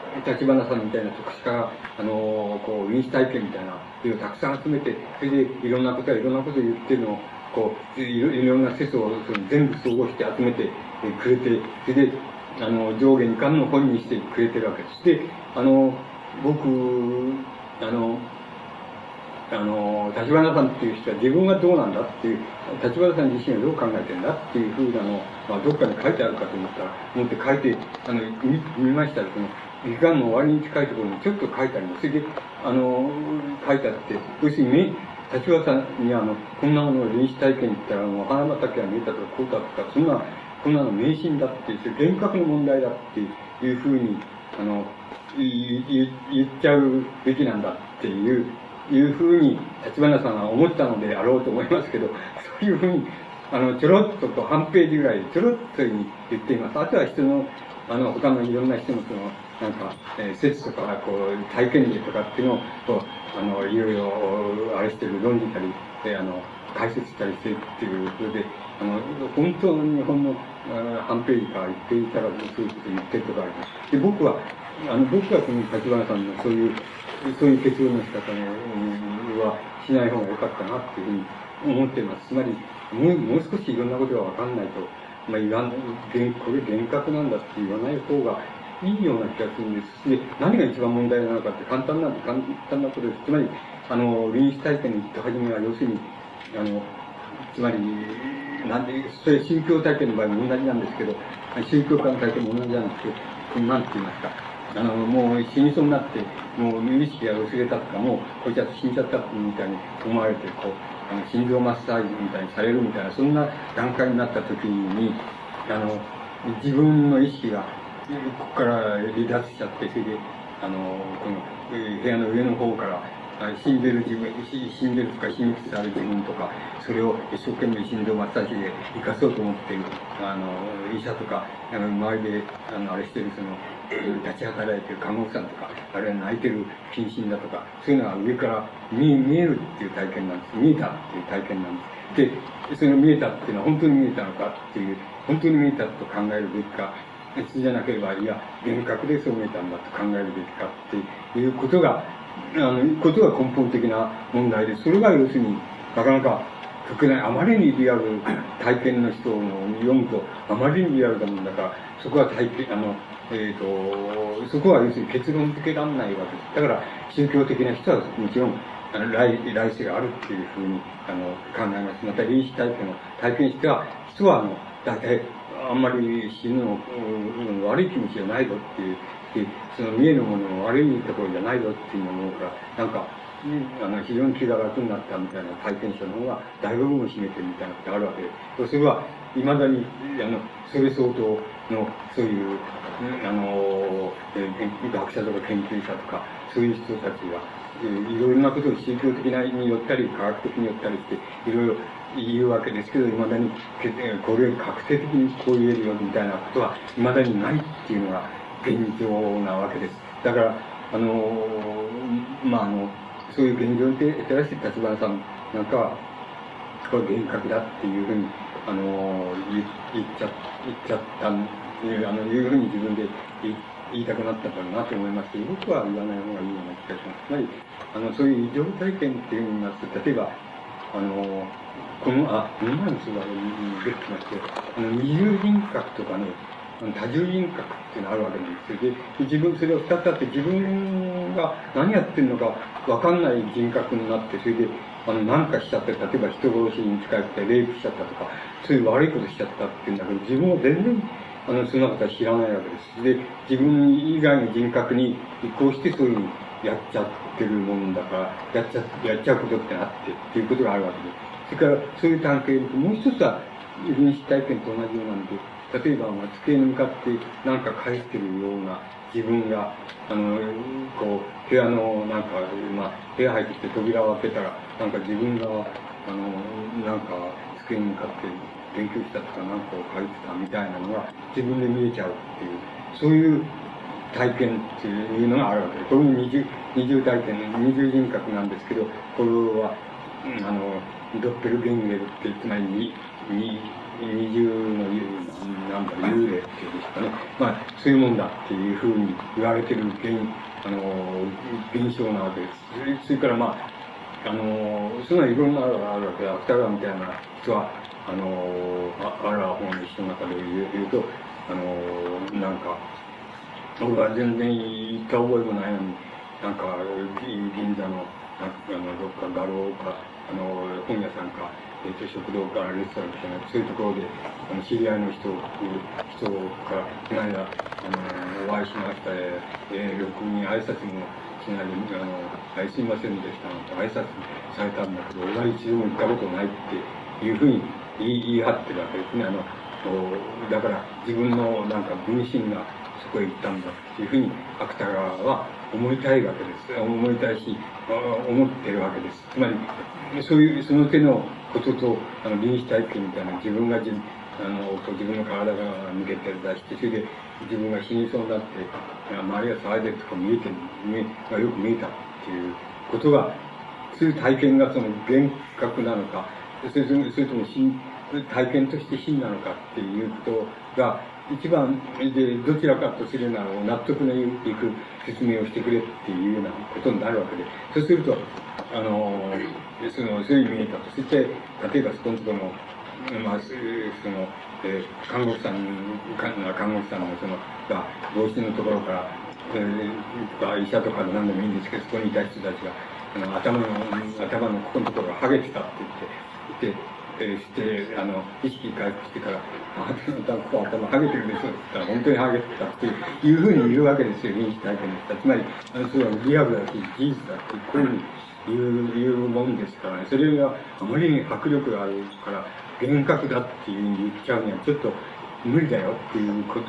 立花さんみたいな特殊家が、あの、こう、臨死体験みたいな、それをたくさん集めて、それでいろんなことやいろんなことを言ってるのを、こう、いろいろんな説をその全部総合して集めてくれて、それで、あの、上下二巻の本にしてくれてるわけです。で、あの、僕、あの、あの、立花さんっていう人は自分はどうなんだっていう、立花さん自身はどう考えてんだっていうふうなのを、まあ、どっかに書いてあるかと思ったら、思って書いて、あの、見、見ましたら、その、時間の終わりに近いところにちょっと書いてあります。それで、あの、書いてあって、要するに、立花さんにあの、こんなものを臨死体験って言ったら、もう花畑が見えたとか、こうだとか、そんな、こんなの迷信だっていう、それ幻覚の問題だっていうふうに、あの、言言っちゃうべきなんだっていう、いうふうに、立花さんは思ったのであろうと思いますけど、そういうふうに、あの、ちょろっとと半ページぐらいでちょろっとに言っています。あとは人の、あの、他のいろんな人のその、なんか、えー、説とか、こう、体験例とかっていうのを、こう、あの、いろいろ、あれしてる、論じたり、えー、あの、解説したりしてっていう、それで、あの、本当の日本の、半ページからいちページからそういうことを言ってるとかあります。で、僕は、あの、僕はその立花さんのそういう、そういう結論の仕方はしない方が良かったなっていうふうに思っています。つまり、もう、もう少しいろんなことがわかんないと、まあ、言わん、これ幻覚なんだって言わない方がいいような気がするんです。で、何が一番問題なのかって簡単な、簡単なことです。つまり、あの、臨死体験の言った初めは、要するに、あの、つまり、なんで、それ宗教体験の場合も同じなんですけど、宗教家の体験も同じなんですけど、なんて言いますか。あの、もう死にそうになって、もう意識が薄れたとか、もうこいつは死んじゃったみたいに思われて、こう、あの心臓マッサージみたいにされるみたいな、そんな段階になった時に、あの、自分の意識が、ここから離脱しちゃって、それで、あの、この、部屋の上の方から、死んでる自分、死んでるとか死につつある自分とか、それを一生懸命心臓マッサージで生かそうと思っている、あの、医者とか、あの、周りで、あの、あれしてる、その、立ち働いてる看護婦さんとか、あるいは泣いてる謹慎だとか、そういうのは上から見見えるっていう体験なんです。見えたっていう体験なんです。で、その見えたっていうのは本当に見えたのかっていう、本当に見えたと考えるべきか、そうじゃなければ、いや、幻覚でそう見えたんだと考えるべきかっていうことが、あの、ことが根本的な問題で、それが要するになかなか特段あまりにリアル体験の人を読むと、あまりにリアルだもんだから、そこは体験、あの、えっ、ー、と、そこは要するに結論付けられないわけです。だから、宗教的な人はもちろん、あの、来、来世があるっていうふうに、あの、考えます。また、臨死体験を体験しては、人は、あの、大体、あんまり死ぬの、うん、悪い気持ちじゃないぞっていう、で、その見えるものの悪いところじゃないぞっていうのを思うから、なんか、うん、あの、非常に気が楽になったみたいな体験者の方が大部分を占めてるみたいなことがあるわけで、それは、未だに、あの、それ相当の、そういう、あの、学者とか研究者とか、そういう人たちが、いろいろなことを宗教的なによったり、科学的によったりして、いろいろ言うわけですけど、未だに、これより確定的にこう言えるよみたいなことは、未だにないっていうのが現状なわけです。だから、あの、まあ、あの、そういう現状で、新しい立花さんなんかは、これ幻覚だっていうふうに、あの、言言っちゃ、言っちゃったんいう、あの、いうふうに自分で言言いたくなったんだろうなと思いますけど、僕は言わない方がいいような気がします。つまり、あの、そういう異常体験っていうふうに言いますと、例えば、あの、この、あ、この前のそばに出てきまして、あの、二重人格とかね、多重人格っていうのがあるわけなんですよ。で、自分、それを二つあって、自分が何やってるのかわかんない人格になって、それで、あの、なんかしちゃったり、例えば人殺しに使って、レイプしちゃったとか、そういう悪いことしちゃったっていうんだけど、自分は全然、あの、そんなことは知らないわけです。で、自分以外の人格に移行してそういうふうにやっちゃってるもんだから、やっちゃ、やっちゃうことってあって、っていうことがあるわけです。それから、そういう関係で、もう一つは、臨死体験と同じようなんで、例えば、まあ、机に向かって何か書いてるような自分が、あの、こう、部屋の、なんか、まあ、部屋入ってきて扉を開けたら、なんか自分が、あの、なんか、机に向かって勉強したとかなんかを書いてたみたいなのが自分で見えちゃうっていう、そういう体験っていうのがあるわけで、これも二重、二重体験、二重人格なんですけど、これは、あの、ドッペルゲンゲルって、つまり、に、二重の、なんだ、幽霊、 っていうんですかね。まあ、そういうもんだっていうふうに言われてる現、あの、現象なわけです。それからまあ、あの、そういうのはいろんなのがあるわけで、芥川みたいな人は、あの、あある本の人の中で言うと、あの、なんか、僕は全然行った覚えもないのに、なんか、銀座の、なんか、あの、どっか画廊か、あの、本屋さんか、えっと、食堂か、レストランか、そういうところで、あの、知り合いの人、人から、この間、あの、お会いしました、えー、ろくに挨拶もしないで、あの、はい、すいませんでした、挨拶されたんだけど、俺は一度も行ったことないっていうふうに言い、言い張ってるわけですね。あの、だから、自分のなんか分身が、そこへ行ったんだっていうふうに芥川は思いたいわけです。思いたいし、思ってるわけです。つまり、そういう、その手のことと、あの、臨死体験みたいな、自分が自分、あの、自分の体が抜けて出して、それで自分が死にそうになって、周りが騒いでるとか見えてる、見え、がよく見えたっていうことが、そういう体験がその幻覚なのか、それとも、それとも真、体験として真なのかっていうことが、一番で、どちらかとするなら納得のいく説明をしてくれっていうようなことになるわけで、そうすると、あの、その、そういうふうに見えたと。そして、例えばそこのところの、まあ、その、えー、看護師さん、看護師さんのその、が、帽子のところから、えー、医者とか何でもいいんですけど、そこにいた人たちが、あの、頭の、頭のここのところが剥げてたって言って、言って、えー、して、あの、意識回復してから、あ、ここ頭剥げてるでしょって言ったら、本当に剥げてたっていうふうに言うわけですよ、臨死体験の人は。つまり、あの、それはリアルだし、事実だって、こういうふうに言う、言うもんですからね。それがあまりに迫力があるから、幻覚だっていうふうに言っちゃうには、ちょっと無理だよっていうこと、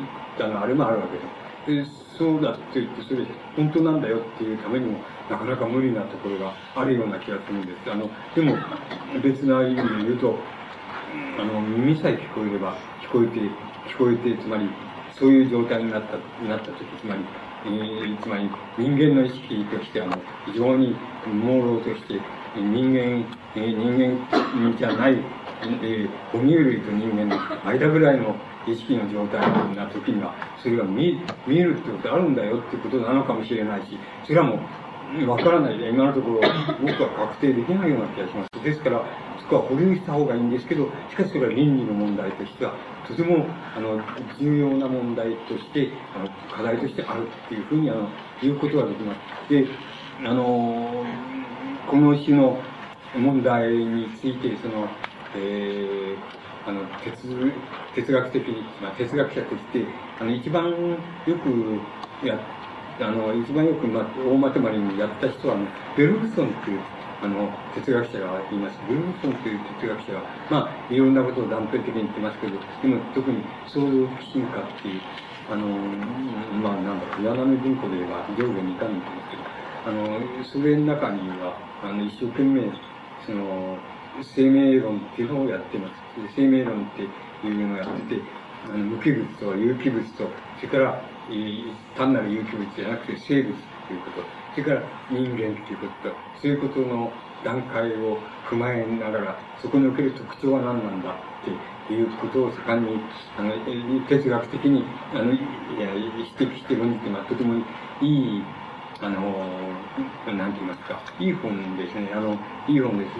あの、あれもあるわけです。で、そうだって言って、それ、本当なんだよっていうためにも、なかなか無理なところがあるような気がするんです。あの、でも、別な意味で言うと、あの、耳さえ聞こえれば、聞こえて、聞こえて、つまり、そういう状態になった、なったとき、つまり、えー、つまり、人間の意識として、あの、非常に朦朧として、人間、えー、人間じゃない、えー、哺乳類と人間の間ぐらいの意識の状態な時には、それが見、見えるってことあるんだよってことなのかもしれないし、それはもう、わからないで、今のところ、僕は確定できないような気がします。ですから、そこは保留した方がいいんですけど、しかしそれは倫理の問題としては、とても、あの、重要な問題として、あの、課題としてあるっていうふうに、あの、言うことができます。で、あの、この種の問題について、その、えー、あの、哲、哲学的に、まあ、哲学者として、あの、一番よくや、あの、一番よく、まあ、大まとまりにやった人は、あの、ベルグソンっていう、あの、哲学者がいます。ベルグソンという哲学者が、まあ、いろんなことを断片的に言ってますけど、でも特に創造的進化っていう、あの、まあ、なんだろう、岩波文庫では上下にいかんんですけど、あの、それの中には、あの、一生懸命、その、生命論っていうのをやってます。生命論っていうのをやってて、あの無機物と有機物と、それから、えー、単なる有機物じゃなくて生物ということ、それから人間ということと、そういうことの段階を踏まえながら、そこにおける特徴は何なんだっていうことを盛んに、あの、哲学的に、あの、いや指摘して論じて、まあ、とてもいい、あの、なんて言いますか、いい本ですね。あの、いい本です。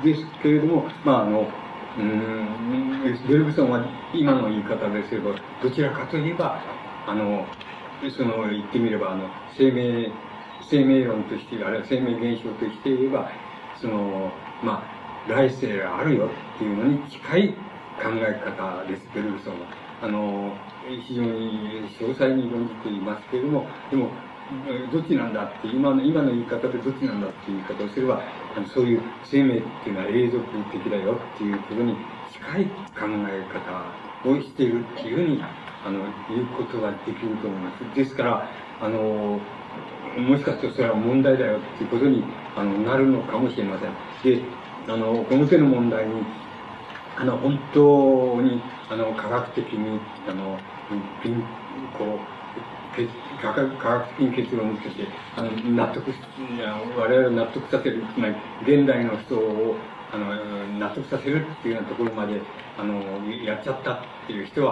ですけれども、まあ、あの、うーん、ベルグソンは今の言い方ですれば、どちらかといえば、あの、その、言ってみれば、あの、生命、生命論として、あるいは生命現象として言えば、その、まあ、来世があるよっていうのに近い考え方です、ベルグソンは。あの、非常に詳細に論じていますけれども、でも、どっちなんだって、今の、今の言い方でどっちなんだっていう言い方をすれば、あのそういう生命っていうのは永続的だよっていうことに近い考え方をしているっていうふうに、あの、言うことができると思います。ですから、あの、もしかするとそれは問題だよっていうことに、あの、なるのかもしれません。で、あの、この手の問題に、あの、本当に、あの、科学的に、あの、ピン、こう、科学科学的に結論をつけて、あの、納得、我々を納得させる、つまり、現代の人を、あの、納得させるっていうようなところまで、あの、やっちゃったっていう人は、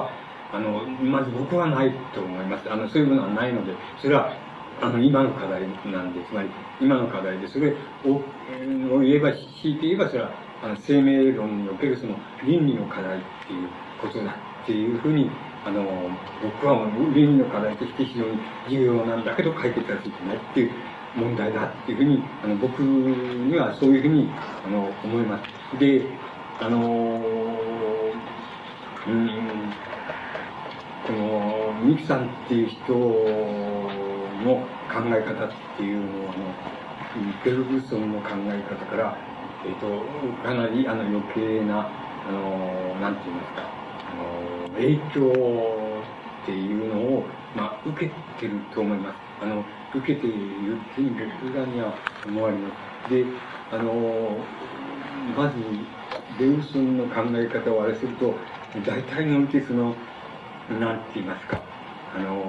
あの、まず僕はないと思います。あの、そういうものはないので、それは、あの、今の課題なんで、つまり、今の課題で、それを、を言えば、強いて言えば、それは、あの、生命論におけるその、倫理の課題っていうことだっていうふうに、あの、僕は倫理の課題として非常に重要なんだけど、解決はついてないっていう問題だっていうふうに、あの、僕にはそういうふうに、あの、思います。で、あの、うん、この、ミキさんっていう人の考え方っていうのは、あの、ペルグソンの考え方から、えっと、かなり、あの、余計な、あの、なんて言いますか、あの、影響っていうのを、まあ、受けてると思います。あの、受けているっていう僕らには思われます。で、あの、まず、ベルグソンの考え方をあれすると、大体のうちその、なんて言いますか、あの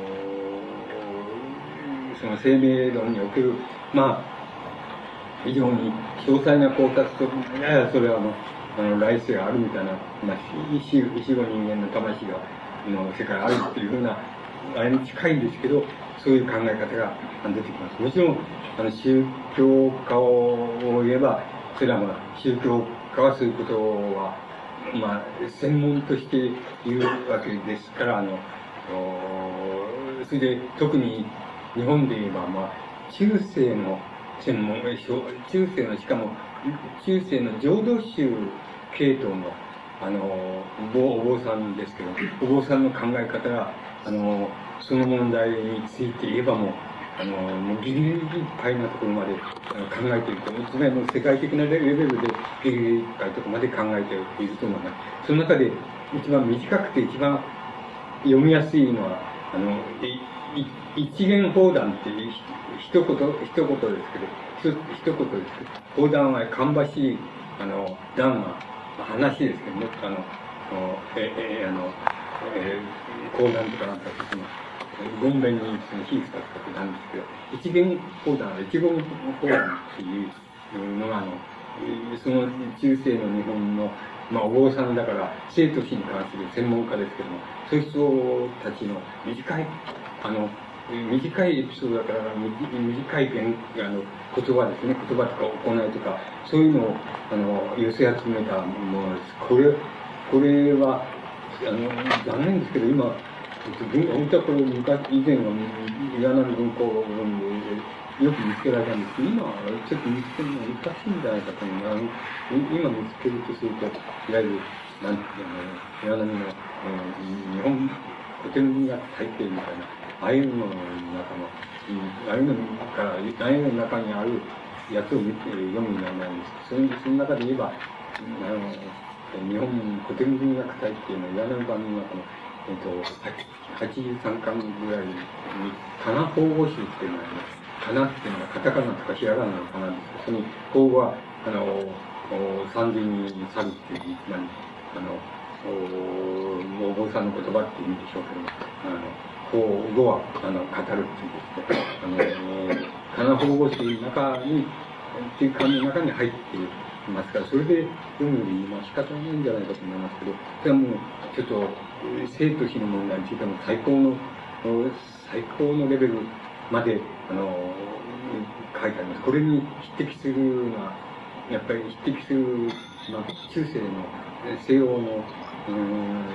ー、その生命論における、まあ、非常に詳細な考察と、ややそれはあの、あの、来世があるみたいな、まあ、死後人間の魂が、の世界があるっていうふうな、あれに近いんですけど、そういう考え方が出てきます。もちろん、あの、宗教家を言えば、それはまあ、宗教家はそういうことは、まあ、専門として言うわけですから、あの、それで特に日本で言えば、まあ、中世の専門、中世の、しかも、中世の浄土宗系統の、あの、お坊さんですけど、お坊さんの考え方が、あの、その問題について言えばもう、あの、もうギリギリいっぱいなところまであの考えていると、つまりもう世界的なレベルでギリギリいっぱいところまで考えていると思います。その中で一番短くて一番読みやすいのは、あの、一元砲弾っていう一言、一言ですけど、一一言ですけど、砲弾は芳しい、あの、弾は話ですけどね、あの、え、え、あの、えー、砲弾とかなんかその、ごんべんにその火使ったことなんですけど、一元砲弾は一言砲弾っていうのが、あの、その中世の日本の、まあ、お坊さんだから、生と死に関する専門家ですけども、そういう人たちの短い、あの、短いエピソードだから、短い言あの言葉ですね、言葉とか行いとか、そういうのを、あの、寄せ集めたものです。これ、これは、あの、残念ですけど、今、本当はこれ、昔、以前は、岩波文庫論で、よく見つけられたんですけど、今はちょっと見つけるのが難しいんじゃないかと思う。あの、今見つけるとすると、いわゆる、なんていうの、岩波の、日本古典文学体系みたいな、ああいうのの中の、ああいうのから、ああいうの中にあるやつを見て読むようにならないんです。そのその中で言えば、あの、日本古典文学体系の岩波版の中の、えっと、はちじゅうさんかんぐらいに、かな法語集っていうのがあります。かなっていうのはカタカナとかひらがなのかなですけど、その法語は、あの、三髄に去るっていう、つまり、あの、お坊さんの言葉っていう意味でしょうけども、あの、法語は、あの、語るっていうですね、あの、かな法語集の中に、っていう漢の中に入っていますから、それで読むより、まあ仕方ないんじゃないかと思いますけど、それはもう、ちょっと、生と死の問題についても最高の、最高のレベルまで、あの、書いてあります。これに匹敵するのは、やっぱり匹敵する、まあ、中世の、西洋の、うん、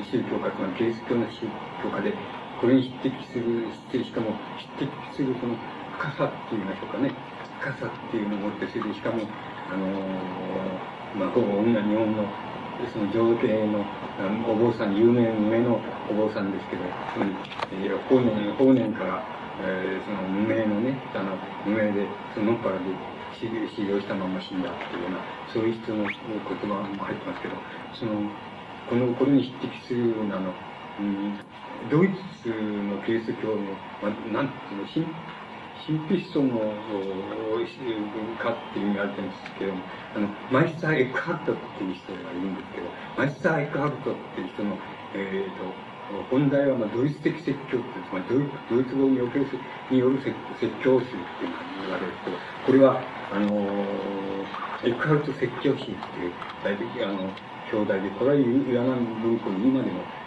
宗教家、つまりキリスト教の宗教家で、これに匹敵する、しかも匹敵するその深さって言いましょうかね。深さっていうのを持って、それでしかも、あのー、まあ、ほぼみんな日本の、その浄土系のお坊さん、有名無名のお坊さんですけど、うん、えー、法然、法然から、えー、その無名のね、あの、無名で、そののっぱらで修行したまま死んだっていうような、そういう人の言葉も入ってますけど、その、この、これに匹敵するような、あの、うん、ドイツのキリスト教の、まあ、なんていうの、神、神秘思想のかっていう意味があるんですけども、あの、マイスター・エックハルトっていう人がいるんですけど、マイスター・エックハルトっていう人の、えっ、ー、と、本題は、まあ、ドイツ的説教って、つまりドイドイツ語におけるによる説教集っていうのが言われるけど、これは、あのー、エックハルト説教集っていう、大体、あの、表題で、これは岩波文庫に今でも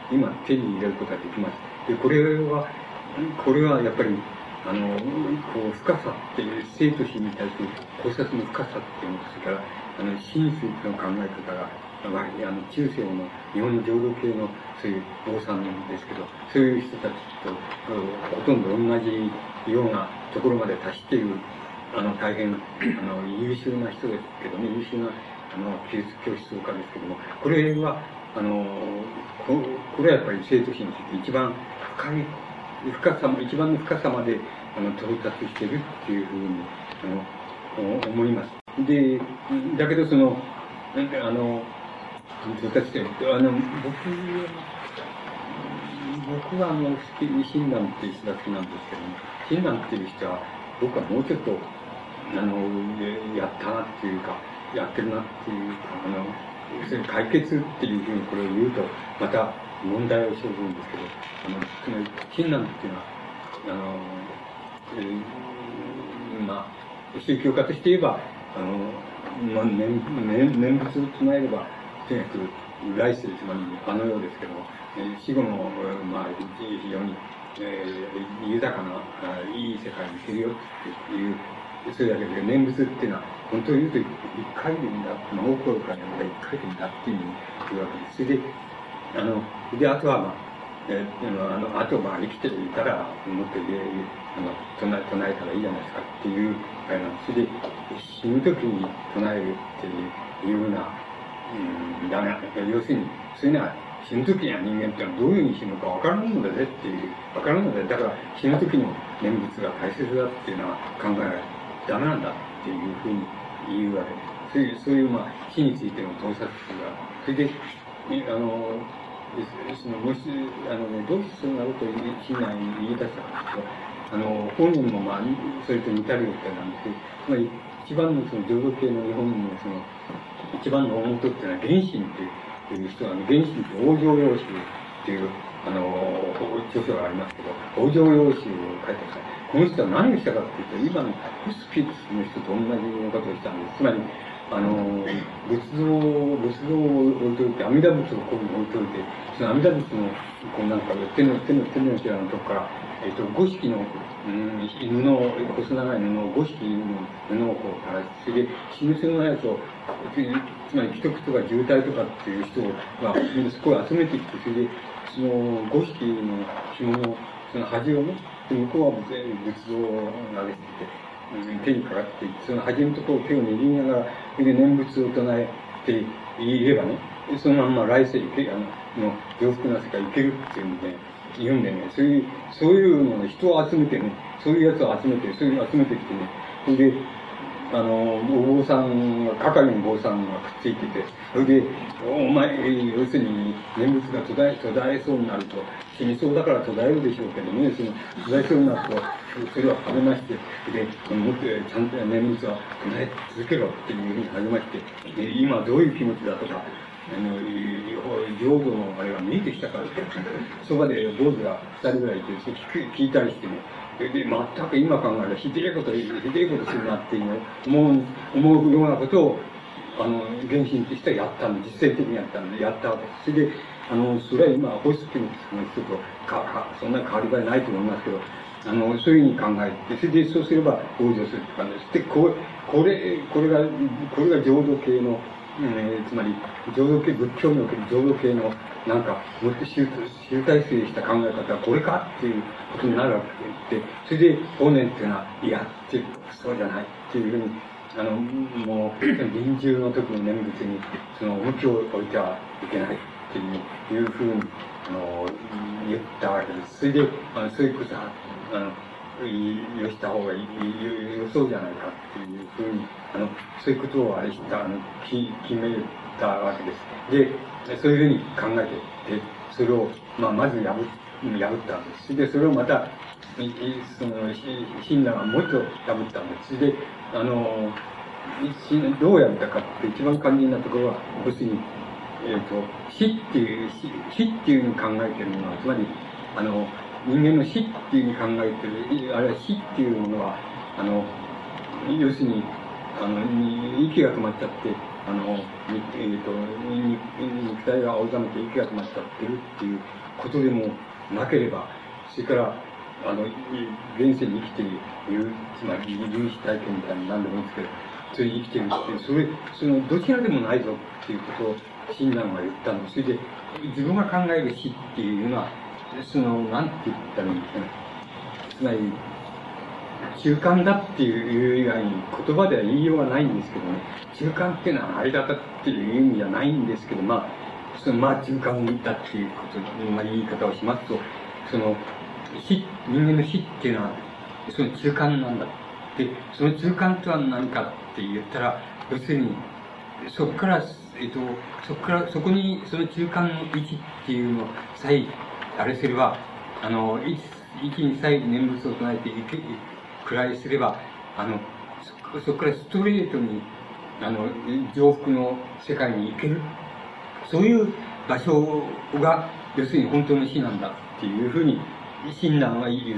今手に入れることができます。で、これは、これはやっぱり、あの、こう、深さっていう、生と死に対する考察の深さっていうのと、それから、あの、真実の考え方が、まあ、あの、中世の日本の浄土系の、そういう坊さんですけど、そういう人たちと、ほとんど同じようなところまで達している、あの、大変、あの、優秀な人ですけどね、優秀な、あの、技術教室家ですけども、これは、あの、ここれはやっぱり生と死について一番深い、深さも、一番の深さまで、あの、到達しているっていうふうに、あの、思います。で、だけどその、あの、到達してる。あの、僕は、僕はあの、好き、親鸞っていう人が好きなんですけども、親鸞っていう人は、僕はもうちょっと、あの、やったなっていうか、やってるなっていうか、あの、要するに解決っていうふうにこれを言うと、また問題を生じるんですけど、あの、つまり、親鸞っていうのは、あの、えー、まあ、宗教家として言えば、あの、まあ、念、念、念仏を唱えれば、とにかく、来世、つまり、あの世ですけども、えー、死後の、まあ、非常に、えー、豊かな、いい世界に行けるよっていう、それだけで、念仏っていうのは、本当に言うと一回でいいんだ、真心からやったら一回でいいんだっていうふうに言うわけです。それで、あの、で、あとは、まあ、えー、あの、あと、まあ、生きていたら、もっと言え、あの、唱え、唱えたらいいじゃないですかっていう、あれなんです。それで、死ぬ時に唱えるっていうような、うん、だめな、要するに、そういうのは、死ぬ時には人間ってのはどういうふうに死ぬかわからないんだぜっていう、わからないんだぜ。だから死ぬ時にも念仏が大切だっていうのは考えられダメなんだっていうふうに言うわけです。そういう、そういう、まあ、死についての洞察が、それで、あの、その、もし、あのね、どうしてそうなると親鸞に言い出したかというと、あの、本人もまあ、それと似たるようなんですけど、つまり、一番のその浄土系の日本のその、一番の大元っていうのは原神っていう人は、原神って往生要旨っていう、あの、著書がありますけど、往生要旨を書いてください。この人は何をしたかっていうと、今のホスピスの人と同じようなことをしたんです。つまり、あの、仏像、仏像を置いといて、阿弥陀仏をここに置いといて、その阿弥陀仏の、こうなんか、手の、手の、手のひらのとこから、えっと、五色の、うん、布を、細長い布を、五色の布をこう垂らして、それで、死ぬ線のやつを、つまり、既得とか渋滞とかっていう人が、みんなそこを集めてきて、それで、その、五色の紐の、その端をね、で向こうは仏像を投げてきて、手にかかっていって、その端のところを手を握りながら、それで念仏を唱えていればね、そのまんま来世行け、あの、の洋服な世界行けるっていうんで、言うんでね、そういう、そういうのを人を集めてね、そういうやつを集めて、そういうのを集めてきてね、それで、あの、お坊さんが、係の坊さんがくっついてて、それで、お前、要するに、念仏が途絶え、途絶えそうになると、死にそうだから途絶えるでしょうけどね、その、途絶えそうになると、それを励まして、で、もっとちゃんと念仏は唱え続けろっていうふうに励まして、で今どういう気持ちだとか、あの、浄土のあれが見えてきたからって、そばで坊主が二人ぐらいいて、それ聞く聞いたりしてね、で、全く今考えたらひでえこと、ひでえことするなっていうのを思う、思うようなことを、あの、原神としてはやったんで、実践的にやったんで、やったわけです。それで、あの、それは今、ホスピスの人とか、か、そんなに変わり映えないと思いますけど、あの、そういうふうに考えて、それで、そうすれば往生するって感じです。で、これ、これ、これが、これが浄土系の、えー、つまり、浄土系、仏教における浄土系の、なんか、もっと集集大成した考え方はこれかっていうことになるわけで、それで、法然っていうのは、いや、っていう、そうじゃないっていうふうに、あの、もう、臨終の時の念仏に、その、向きを置いてはいけないっていう、いうふうに、あの、言ったわけです。それで、あの、そういうことは、あの、よした方がいい、よそうじゃないかっていうふうに、あの、そういうことをあれした、あの、き決めたわけです。で、そういうふうに考えて、で、それを、まあ、まず破っ、破ったんです。で、それをまた、その、親鸞はもう一度破ったんです。で、あの、どうやったかって一番肝心なところは、要するに、えっと、死っていう、死っていうふうに考えているのは、つまり、あの、人間の死っていうふうに考えてる、あるいは死っていうものは、あの、要するに、あの、息が止まっちゃって、 あの、にえーと、に肉体が青ざめて息が止まっちゃってるっていうことでもなければ、それから、あの、現世に生きている、つまり、有意体験みたいな何でもいいんですけど、それに生きてるっていう、それ、その、どちらでもないぞっていうことを、親鸞は言ったの。それで、自分が考える死っていうのは、その、なんて言ったらいいんですかね。つまり、中間だっていう以外に言葉では言いようがないんですけどね。中間っていうのは間だっていう意味じゃないんですけど、まあ、その、まあ、中間だっていうこと、まあ、言い方をしますと、その、死、人間の死っていうのは、その中間なんだ。で、その中間とは何かって言ったら、要するに、そこから、えっと、そこから、そこに、その中間の位置っていうのさえ、あれすれば、あの、位置にさえ念仏を唱えていけ、くらいすれば、あの、そ、そこからストレートに、あの、上腹の世界に行ける。そういう場所が、要するに本当の死なんだっていうふうに、親鸞は言った、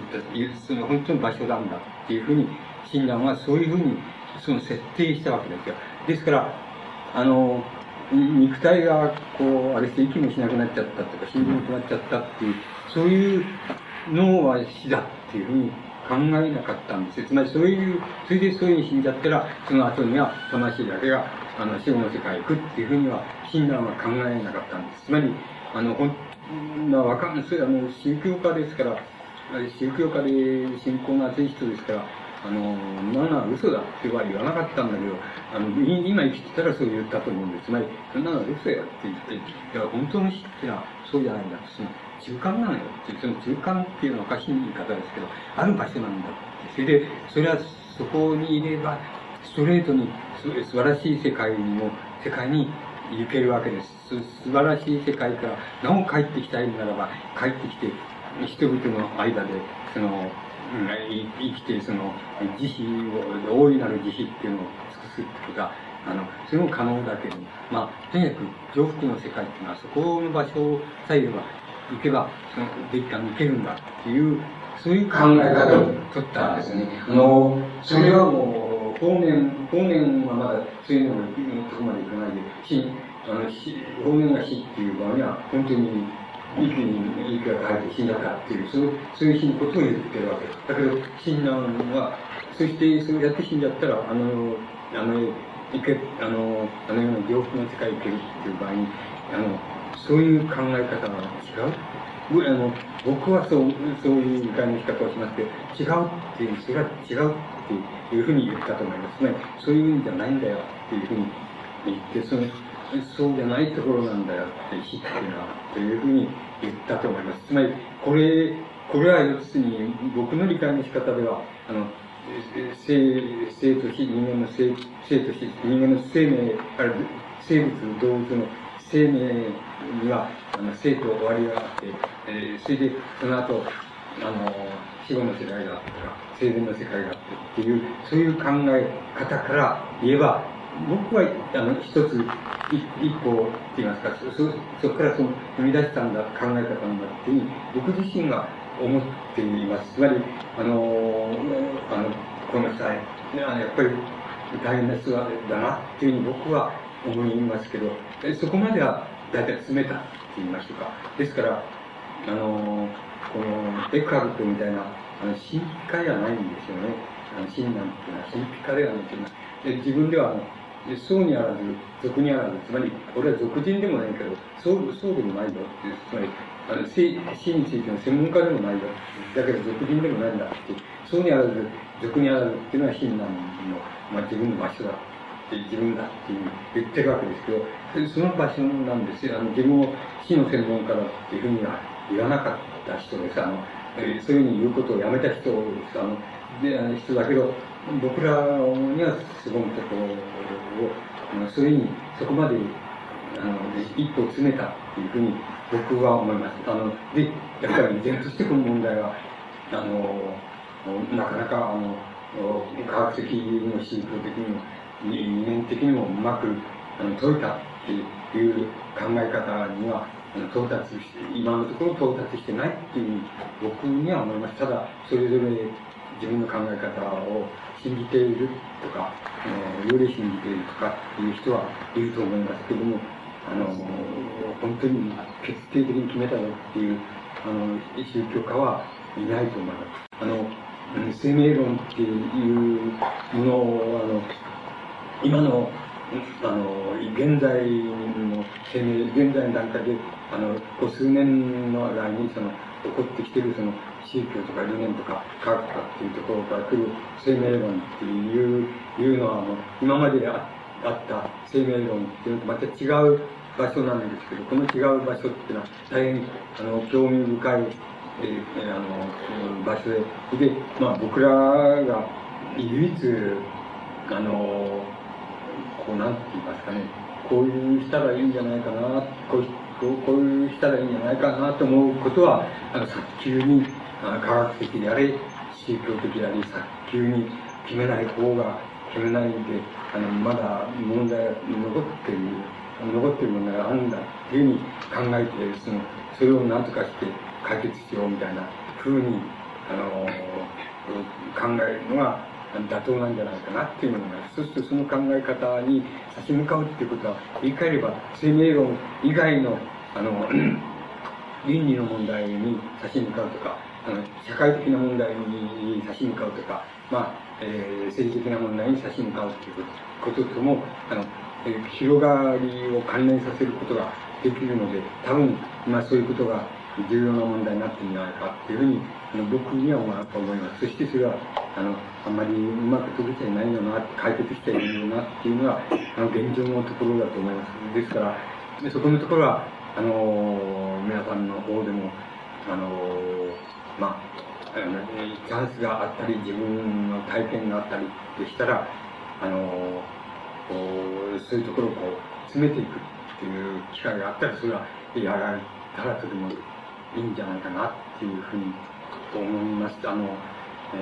その本当の場所なんだっていうふうに、親鸞はそういうふうに、その設定したわけですよ。ですから、あの、肉体が、こう、あれして息もしなくなっちゃったとか、心臓も止まっちゃったっていう、そういうのは死だっていうふうに考えなかったんですよ。つまりそういう、それでそういうふうに死んじゃったら、その後には魂だけが、あの、死後の世界へ行くっていうふうには、親鸞は考えなかったんです。つまり、あの、ほん、まあ、わかんない。それ、あの、宗教家ですから、宗教家で信仰が厚い人ですから、あの、なんなら嘘だっては言わなかったんだけど、あの、今生きてたらそう言ったと思うんです。つまり、そんなの嘘やって言って、いや、本当の死ってのはそうじゃないんだ。その中間なのよって、その中間っていうのはおかしい言い方ですけど、ある場所なんだって。それで、それはそこにいれば、ストレートに素晴らしい世界にも、世界に行けるわけです。素晴らしい世界から、なお帰ってきたいならば、帰ってきて、人々の間で、その、生きて、その、慈悲を、大いなる慈悲っていうのを尽くすってことは、あの、それも可能だけど、まあ、とにかく、上腹の世界っていうのは、そこの場所さえ言えば、行けば、その、できた行けるんだっていう、そういう考え方を取ったんですね。あの、それはもう、方面、方面はまだ、そういうののとこまで行かないで、死、あの、死、方面が死っていう場合には、本当に、息に、息が変えて死んだかっていう、そう、そういう死のことを言ってるわけです。だけど、親鸞は、そして、そうやって死んじゃったら、あの、あの、行け、あの、あのような上腹の世界に行けるっていう場合に、あの、そういう考え方が違う。あの、僕はそう、そういう理解の仕方をしますけど、違うっていう、それは違うっていうふうに言ったと思います。つまり、そういうんじゃないんだよっていうふうに言って、その、そうじゃないところなんだよって、死っていうのは、というふうに言ったと思います。つまり、これ、これは要するに、僕の理解の仕方では、あの、生、生と死、人間の生、生と死、人間の生命、ある生物、動物の生命には、あの、生と終わりがあって、えー、それで、その後、あの、死後の世界があってとか、生前の世界があってっていう、そういう考え方から言えば、僕は、あの、一つ、一歩って言いますか、そ、そこからその、生み出したんだ、考え方なんだっていうふうに、僕自身が思っています。つまり、あの、あの、この際、やっぱり大変な人だなっていうふうに僕は思いますけど、そこまでは大体詰めたって言いましょうか。ですから、あの、この、エクハルトみたいな、あの、神秘家ではないんですよね。あの、親鸞っていうのは神秘家ではないというのは、で自分では、あの、そうにあらず、俗にあらず、つまり、俺は俗人でもないけど、そう、そうでもないよっていう、つまり、あの、死についての専門家でもないよ。だけど、俗人でもないんだって、そうにあらず、俗にあらずっていうのは親鸞の、まあ、自分の場所だって、自分だっていう言ってるわけですけど、その場所なんですよ。あの、自分を死の専門家だっていうふうには言わなかった人です。あの、えー、そういうふうに言うことをやめた人です。あの、で、あの人だけど、僕らにはすごいところを、あの、そういうふうに、そこまで、あの、一歩詰めたっていうふうに、僕は思います。あの、で、やっぱり依然としてこの問題は、あの、なかなか、あの、科学的にも宗教的にも、人間的にもうまく、あの、解いたっていう考え方には、あの到達して、今のところ到達してないっていうふうに、僕には思います。ただ、それぞれ自分の考え方を信信じているとか、あのより信じているとかっていう人はいると思いますけども、あの本当に決定的に決めたよっていうあの宗教家はいないと思います。あの生命論っていうものをあの今のあの現在の生命現在の段階であのここ数年の来にその起こってきているその宗教とか理念とか科学とかっていうところから来る生命論っていういうのはあの今までああった生命論っていうのとまた違う場所なんですけど、この違う場所っていうのは大変あの興味深い、えー、あの場所で、で、まあ僕らが唯一あのこうなんて言いますかね、こういうしたらいいんじゃないかな、こうこうこういうしたらいいんじゃないかなと思うことは、あの早急にあの科学的であれ、宗教的であり、早急に決めない方が、決めないで、あのまだ問題が残っている、残っている問題があるんだっていうふうに考えて、そのそれを何とかして解決しようみたいなふうにあの考えるのが妥当なんじゃないかなっていうのが、そうするとその考え方に立ち向かうっていうことは、言い換えれば生命論以外のあの倫理の問題に立ち向かうとか、あの社会的な問題に立ち向かうとか、まあ、えー、政治的な問題に立ち向かうということともあの、えー、広がりを関連させることができるので、多分、まあ、そういうことが重要な問題になっているんじゃないかっていうふうにあの僕には思います。そしてそれはあのあんまりうまく解けちゃいないよな、解決しちゃいないよなっていうのがあの現状のところだと思います。ですからそこのところはあの皆さんの方でもあのまあチャンスがあったり自分の体験があったりでしたらあのそういうところをこう詰めていくっていう機会があったら、それはやられたらとてもいいんじゃないかなっていうふうに思います。あの、え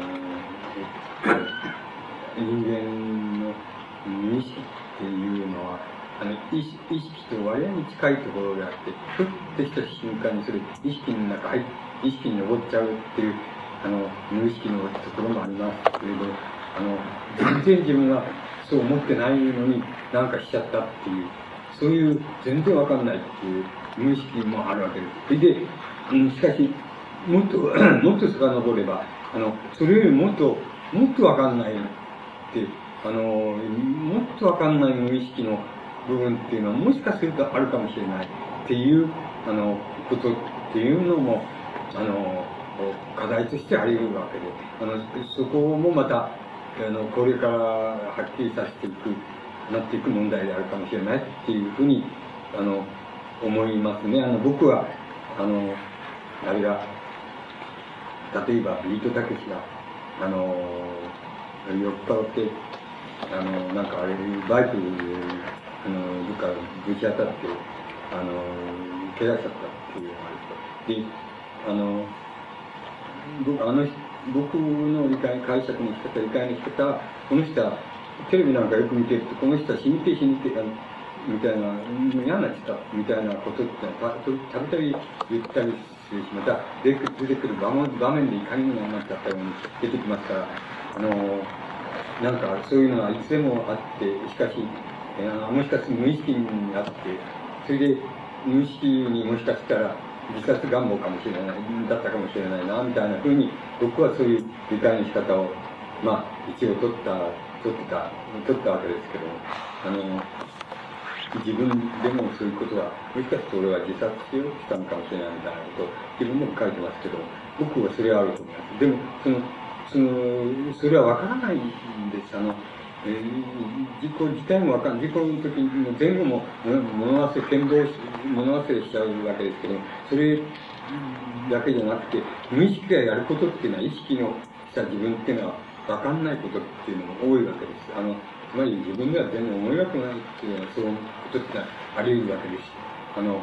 ー、人間の無意識っていうのはあの意識、意識と割合に近いところであって、ふってした瞬間にそれ意識の中入意識に登っちゃうっていうあの無意識のところもありますけれど、あの全然自分はそう思ってないのになんかしちゃったっていう、そういう全然わかんないっていう無意識もあるわけです。それで、うん、しかしもっともっと遡ればあのそれよりもっともっとわかんないってあのもっとわかんない無意識の部分っていうのはもしかするとあるかもしれないっていうあのことっていうのもあの課題としてあり得るわけで、あのそこもまたあのこれからはっきりさせていくなっていく問題であるかもしれないっていうふうにあの思いますね。あの僕はあのあれが例えばビートたけしがあの酔っ払ってあのなんかあれバイクあのどっかぶち当たってあの怪我しちゃったっていうのがあると。であの僕あの僕の理解解釈の仕方理解の仕方はこの人はテレビなんかよく見てるとこの人は死にて死にてみたいな嫌になっちゃったみたいなことってたびたび言ったりするし、また出てくる場面場面でいかにも嫌になっちゃったように出てきますから、あのなんかそういうのがいつでもあって、しかし、えー、もしかして無意識にあって、それで無意識にもしかしたら自殺願望かもしれないだったかもしれないなみたいなふうに僕はそういう理解の仕方をまあ一応取った取ってた取ったわけですけど、あの自分でもそういうことはもしかして俺は自殺しようとしたのかもしれないみたいなことを自分でも書いてますけど、僕はそれはあると思います。でもそのそのそれは分からないんです。あのえー、事故自体もわかんない。事故の時の前後も物忘れ、剣道し、物忘れしちゃうわけですけど、それだけじゃなくて、無意識がやることっていうのは、意識のした自分っていうのは、わかんないことっていうのも多いわけです。あの、つまり自分では全然思いがけないっていうのは、そういうことっていうのはあり得るわけです。あの、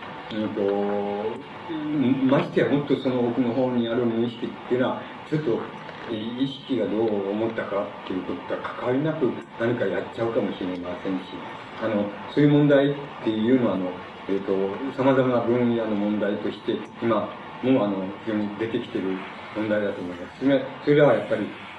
うんと、ましてやもっとその奥の方にある無意識っていうのは、ちょっと、意識がどう思ったかっていうこととは関わりなく何かやっちゃうかもしれませんし、あのそういう問題っていうのはあの、えーと、様々な分野の問題として今もうあの非常に出てきている問題だと思います。それそれはやっぱり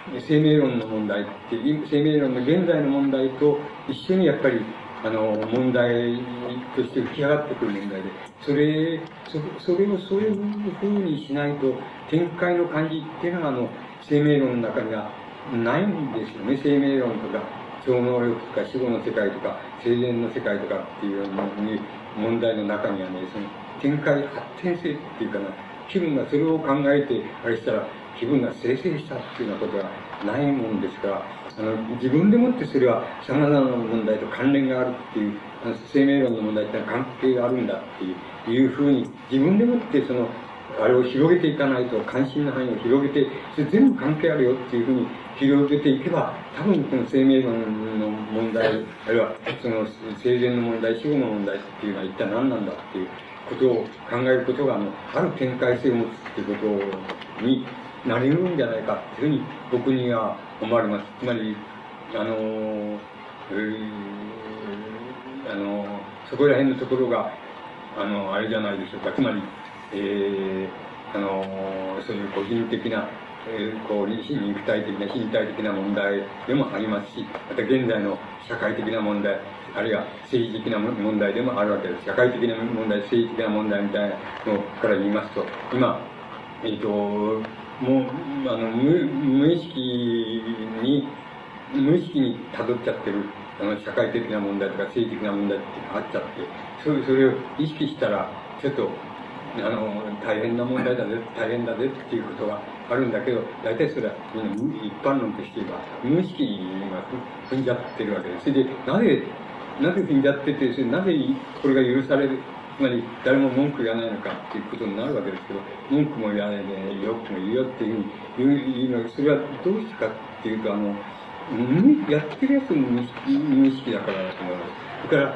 生命論の問題って、生命論の現在の問題と一緒にやっぱり、あの、問題として浮き上がってくる問題で、それ、そそれをそういうふうにしないと、展開の感じっていうのが、あの、生命論の中にはないんですよね。生命論とか、超能力とか、死後の世界とか、生前の世界とかっていう問題の中にはね、その、展開、発展性っていうかな、気分がそれを考えて、あれしたら、気分が生成したっていうようなことがないもんですから、あの、自分でもってそれは様々な問題と関連があるっていう、あの生命論の問題ってのは関係があるんだっていう、いうふうに、自分でもってその、あれを広げていかないと、関心の範囲を広げて、それ全部関係あるよっていうふうに広げていけば、多分この生命論の問題、あるいはその生前の問題、死後の問題っていうのは一体何なんだっていうことを考えることが、あの、ある展開性を持つっていうことになり得るんじゃないかっていうふうに僕には思われます。つまり、あの、えー、あの、そこら辺のところが、あの、あれじゃないでしょうか。つまり、えー、あの、そういう個人的な、えー、こう、肉体的な、身体的な問題でもありますし、また現在の社会的な問題、あるいは政治的な問題でもあるわけです。社会的な問題、政治的な問題みたいなのから言いますと、今、えっ、ー、と、もう、あの、無、無意識に、無意識に辿っちゃってる、あの、社会的な問題とか政治的な問題っていうのがあっちゃって、それ、それを意識したら、ちょっと、あの、大変な問題だぜ、大変だぜっていうことがあるんだけど、大体それはみんな一般論として言えば、無意識が踏んじゃってるわけです。それで、なぜ、なぜ踏んじゃってて、それなぜこれが許される、つまり誰も文句言わないのかっていうことになるわけですけど、文句も言わないで、よくも言うよっていうふうに言うのは、それはどうしてかっていうと、あの、やってるやつも無意識、無意識だからだと思います。だから、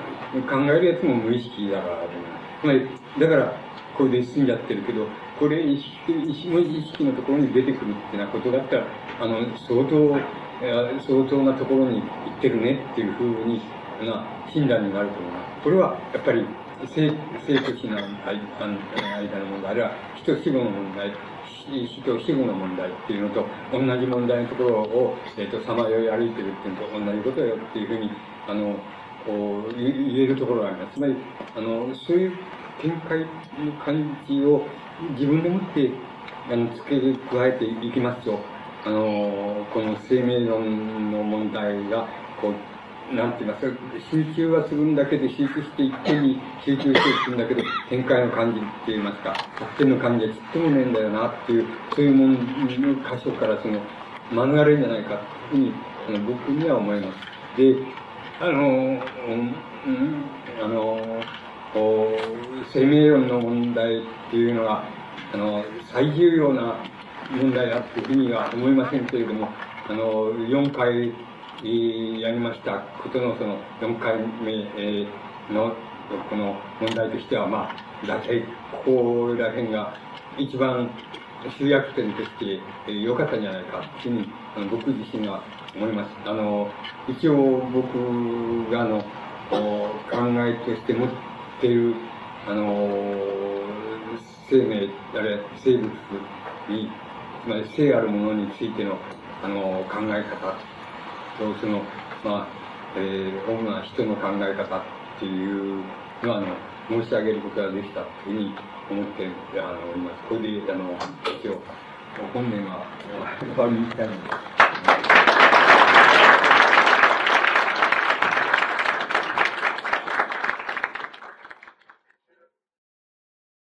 考えるやつも無意識だからだと思います。つまり、だから、これで済んじゃってるけど、これ意識、意識の意識のところに出てくるっていうようなことだったら、あの、相当、相当なところに行ってるねっていうふうに、な、診断になると思います。これは、やっぱり、生、生と死の間の問題、あるいは死と死後の問題、死と死後の問題っていうのと、同じ問題のところを、えっ、ー、と、さまよい歩いてるっていうのと同じことよっていうふうに、あの、こう、言えるところがあります。つまり、あの、そういう展開の感じを自分でもって、あの、付け加えていきますと、あの、この生命論の問題が、こう、なんて言いますか、集中はするんだけど、集中して一点に集中していくんだけど、展開の感じって言いますか、発展の感じはちっともねえんだよなっていう、そういうものの箇所からその、免れるんじゃないかっていうふうに、あの、僕には思います。で、あの、うん、あの、こう、生命論の問題っていうのが、あの、最重要な問題だっていうふうには思いませんけれども、あの、よんかい、やりましたことのそのよんかいめのこの問題としては、まあ、大体ここら辺が一番集約点として良かったんじゃないかっていうふうにあの僕自身は思います。あの、一応僕があの考えとして持っているあの生命、あるいは生物に、つまり生あるものについてのあの考え方その、まあ、えー、主な人の考え方っていうのは、あの、申し上げることができたというふうに思ってあのおります。これで、あの、一応、本年は終わりにしたいんです。